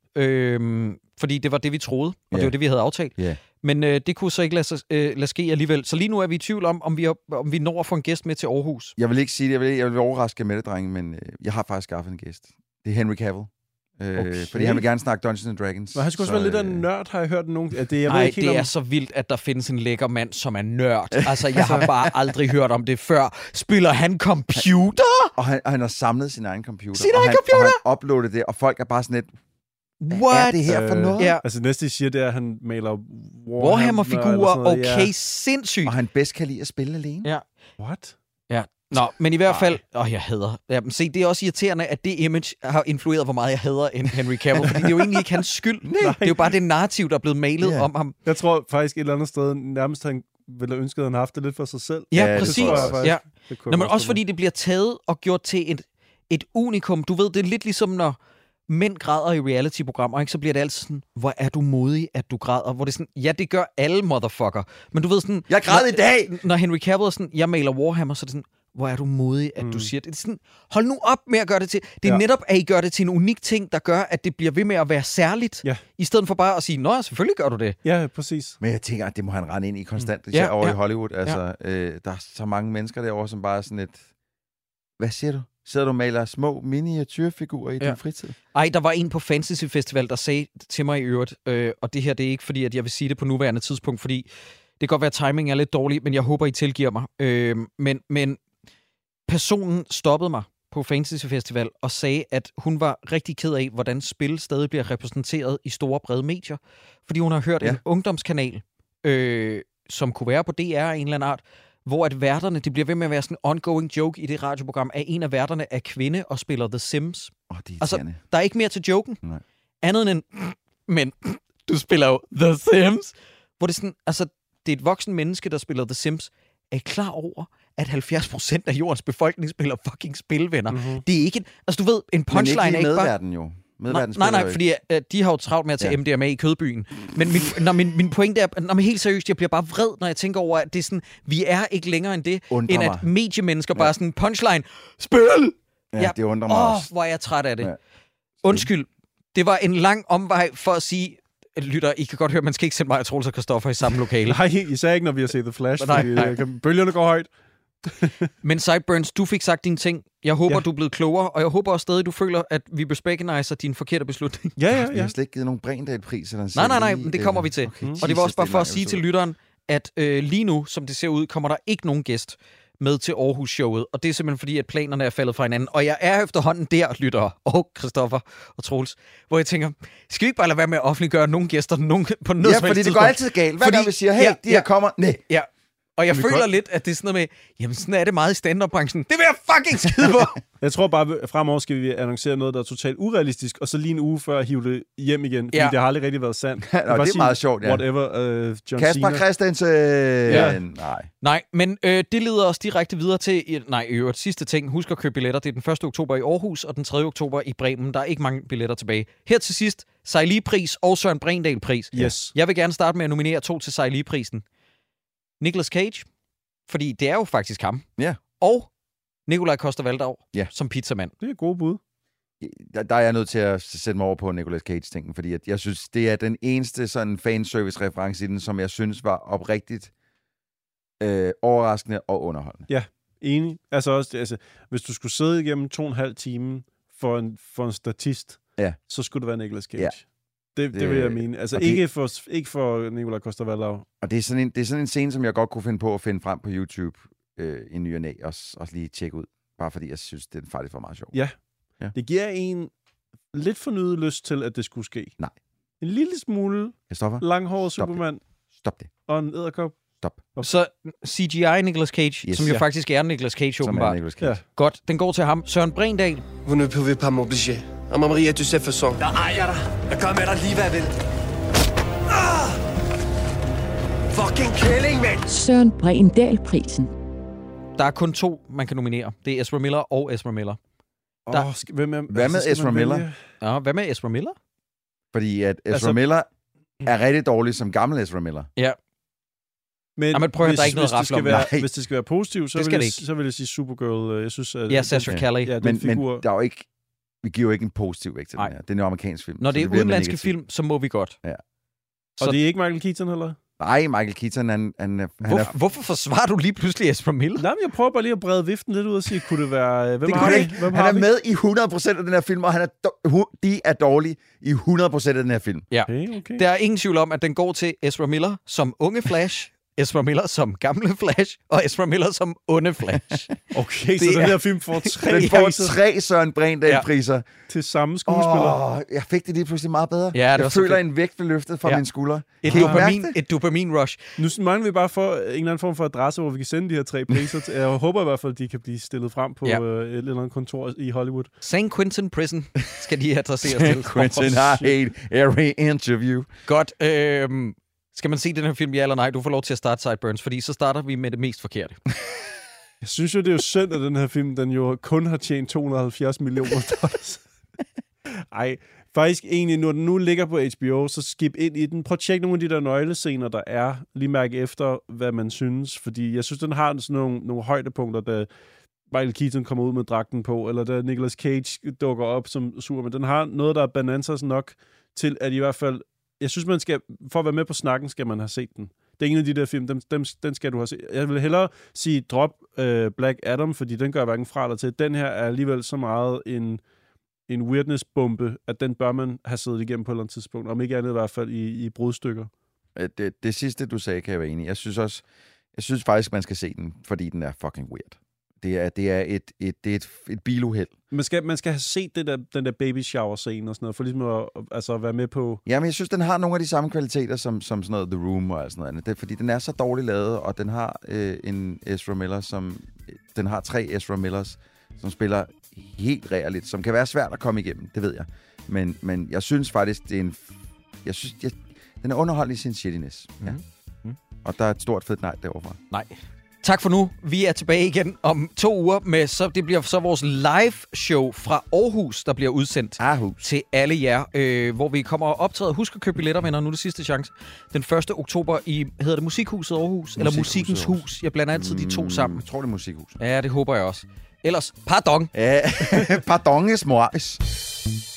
fordi det var det, vi troede, og det var det, vi havde aftalt. Men det kunne så ikke lade ske alligevel. Så lige nu er vi i tvivl om vi når at få en gæst med til Aarhus. Jeg vil ikke sige det. Jeg vil overraske med det, drenge, men jeg har faktisk skaffet en gæst. Det er Henry Cavill. Fordi han vil gerne snakke Dungeons & Dragons. Men han skulle også være lidt af en nørd, har jeg hørt nogen. Det er så vildt, at der findes en lækker mand, som er nørd. Altså, jeg har bare aldrig hørt om det før. Spiller han computer? Og han har samlet sin egen computer. Og han uploadet det, og folk er bare sådan lidt, what er det her for noget? Altså næste, I siger, det er, at han maler Warhammer-figurer. Okay, sindssygt. Og han bedst kan lide at spille alene. Ja. What? Ja. Nå, men i hvert fald... jeg hader... Se, det er også irriterende, at det image har influeret, hvor meget jeg hader Henry Cavill, fordi det er jo egentlig ikke hans skyld. Det er jo bare det narrativ, der er blevet malet om ham. Jeg tror faktisk et eller andet sted, nærmest han ville have ønsket, at han haft det lidt for sig selv. Ja, præcis. Men også fordi det bliver taget og gjort til et unikum. Du ved, det er lidt ligesom, når mænd græder i reality-programmer, ikke? Så bliver det altid sådan, hvor er du modig, at du græder? Hvor det er sådan, ja, det gør alle motherfucker. Men du ved sådan... Jeg græd i dag! Når Henry Cavill er sådan, jeg maler Warhammer, så er det sådan, hvor er du modig, at du siger det. Det er sådan, hold nu op med at gøre det til... Det er netop, at I gør det til en unik ting, der gør, at det bliver ved med at være særligt. Ja. I stedet for bare at sige, nå, selvfølgelig gør du det. Ja, præcis. Men jeg tænker, at det må han rende ind i konstant over i Hollywood. Altså, der er så mange mennesker derovre, som bare er sådan et... Hvad siger du? Sidder du og maler små miniatyrfigurer i din fritid? Ej, der var en på Fantasy Festival, der sagde til mig i øvrigt, og det her, det er ikke fordi, at jeg vil sige det på nuværende tidspunkt, fordi det kan godt være, at timingen er lidt dårlig, men jeg håber, I tilgiver mig. Men personen stoppede mig på Fantasy Festival og sagde, at hun var rigtig ked af, hvordan spil stadig bliver repræsenteret i store, brede medier. Fordi hun har hørt en ungdomskanal, som kunne være på DR af en eller anden art, hvor at værterne, det bliver ved med at være sådan en ongoing joke i det radioprogram, at en af værterne er kvinde og spiller The Sims. Altså, der er ikke mere til joken. Nej. Andet end, men du spiller jo The Sims. Hvor det er sådan, altså, det er et voksen menneske, der spiller The Sims. Er I klar over, at 70% af jordens befolkning spiller fucking spilvenner? Mm-hmm. Det er ikke... Altså, du ved, en punchline er ikke bare... medverden jo. Nej, fordi de har jo travlt med at tage MDMA i kødbyen. Men min pointe er, helt seriøst, jeg bliver bare vred, når jeg tænker over, at det er sådan, vi er ikke længere end det, end at mediemennesker bare sådan, punchline, spil! Ja, det undrer mig også. Hvor er jeg træt af det. Ja. Undskyld, det var en lang omvej for at sige... Lytter, I kan godt høre, man skal ikke sætte mig og Troels og Christoffer i samme lokale. Nej, især ikke, når vi har set The Flash, fordi bølgerne går højt. Men Sideburns, du fik sagt dine ting. Jeg håber, du er blevet klogere, og jeg håber også stadig, du føler, at vi bespekeniser din forkerte beslutning. Ja. Vi har slet ikke givet nogen Brindal-pris. Nej, men det kommer vi til. Okay. Og det var også bare for at sige til lytteren, at lige nu, som det ser ud, kommer der ikke nogen gæst med til Aarhus-showet, og det er simpelthen fordi, at planerne er faldet fra hinanden. Og jeg er efterhånden der, lyttere, og Christoffer og Troels, hvor jeg tænker, skal vi ikke bare lade være med at offentliggøre nogle gæster på noget som helst fordi det går altid galt. Hver gang vi siger, hey, de her kommer, nej. Ja. Og jeg føler lidt, at det er sådan noget med, jamen sådan er det meget i stand-up-branchen. Det vil jeg fucking skide på! Jeg tror bare, fremover skal vi annoncere noget, der er totalt urealistisk, og så lige en uge før hive det hjem igen, fordi det har aldrig rigtig været sandt. Det er meget sjovt, whatever, John Kasper Cena. Christensen! Nej, men det leder os direkte videre til, sidste ting. Husk at købe billetter. Det er den 1. oktober i Aarhus, og den 3. oktober i Bremen. Der er ikke mange billetter tilbage. Her til sidst, Sejli-pris og Søren Brindal-pris. Yes. Jeg vil gerne starte med at nominere 2 til Sejli-prisen. Nicolas Cage, fordi det er jo faktisk ham. Ja. Og Nikolaj Coster-Waldau som pizzamand. Det er gode bud. Der er jeg nødt til at sætte mig over på Nicolas Cage-tingen, fordi jeg synes, det er den eneste sådan fanservice-reference i den, som jeg synes var oprigtigt overraskende og underholdende. Ja, enig. Altså, hvis du skulle sidde igennem 2,5 timer for en statist, så skulle det være Nicolas Cage. Ja. Det vil jeg mene. Altså ikke for Nikolaj Coster-Waldau. Og det er sådan en scene, som jeg godt kunne finde på at finde frem på YouTube i ny og næ, også lige tjekke ud. Bare fordi jeg synes, det er faktisk for meget sjovt. Ja. Det giver en lidt fornyet lyst til, at det skulle ske. Nej. En lille smule langhåret Superman. Stop det. Og en edderkop. Stop. Okay. Så CGI Nicolas Cage, som jo faktisk er Nicolas Cage, åbenbart. Nicolas Cage. Ja. Godt, den går til ham. Søren Brindal. Vous ne pouvez pas m'obliger. À Maria, tu sais façon. Der ejer dig. Jeg gør med dig lige, hvad jeg vil. Fucking killing, man! Søren Brindal-prisen. Der er kun 2, man kan nominere. Det er Ezra Miller og Ezra Miller. Hvad med Ezra Miller? Ja, hvad med Ezra Miller? Fordi at Ezra Miller er rigtig dårlig som gammel Ezra Miller. Ja. Men prøv at der er ikke noget rafle om. Hvis det skal være positivt, så vil jeg sige Supergirl. Jeg synes, at Sasha Calley. Ja, men der er jo ikke... Vi giver jo ikke en positiv vægt til den her. Det er en amerikansk film. Når det er udenlandske film, så må vi godt. Ja. Og det er ikke Michael Keaton heller? Nej, Michael Keaton, Hvorfor forsvarer du lige pludselig Ezra Miller? Nej, men jeg prøver bare lige at brede viften lidt ud og sige, kunne det være... Han er med i 100% af den her film, og de er dårlige i 100% af den her film. Ja. Okay. Der er ingen tvivl om, at den går til Ezra Miller som unge Flash, Ezra Miller som gamle Flash, og Ezra Miller som onde Flash. Okay, så den her film får 3... Den får 3 Søren Brindal-priser. Til samme skuespiller. Jeg fik det lige pludselig meget bedre. Ja, jeg føler en vægt blev løftet fra mine skuldre. Et dopamin-rush. Nu mangler vi bare for en eller anden form for adresse, hvor vi kan sende de her 3 priser. Jeg håber i hvert fald, at de kan blive stillet frem på et eller andet kontor i Hollywood. St. Quentin Prison skal de adresseres til. St. Quentin, I hate every interview. Godt. Skal man se den her film, ja eller nej? Du får lov til at starte Sideburns, fordi så starter vi med det mest forkerte. Jeg synes jo, det er jo synd, at den her film, den jo kun har tjent 270 millioner dollars. Ej, faktisk egentlig, når den nu ligger på HBO, så skip ind i den. Prøv at tjekke nogle af de der nøglescener, der er. Lige mærke efter, hvad man synes. Fordi jeg synes, den har sådan nogle højdepunkter, da Michael Keaton kommer ud med dragten på, eller da Nicolas Cage dukker op som Superman. Den har noget, der er bananas nok til, at i hvert fald... Jeg synes, man skal, for at være med på snakken, skal man have set den. Det er en af de der film, den skal du have set. Jeg vil hellere sige, drop Black Adam, fordi den gør hverken fra eller til. Den her er alligevel så meget en weirdness-bombe, at den bør man have siddet igennem på et eller andet tidspunkt. Om ikke andet i hvert fald i brudstykker. Det sidste, du sagde, kan jeg være enig i. Jeg synes faktisk, man skal se den, fordi den er fucking weird. Det er et biluheld. Man skal have set den der baby shower scene og sådan noget, for ligesom at være med på... Jamen, jeg synes, den har nogle af de samme kvaliteter som sådan noget The Room og sådan noget andet. Det, fordi den er så dårligt lavet, og den har en Ezra Miller, den har 3 Ezra Millers, som spiller helt reelt, som kan være svært at komme igennem, det ved jeg. Men jeg synes faktisk, det er den er underholdende i sin shittiness. Ja. Og der er et stort fedt nej deroverfra. Nej. Tak for nu. Vi er tilbage igen om 2 uger med det bliver så vores live show fra Aarhus, der bliver udsendt til alle jer, hvor vi kommer og optræder. Husk at købe billetter, venner. Nu er det sidste chance. Den 1. oktober i, hedder det Musikhuset Aarhus? Eller Musikkens Hus? Jeg blander altid de to sammen. Jeg tror, det er Musikhuset. Ja, det håber jeg også. Ellers, pardon. Pardon is mois.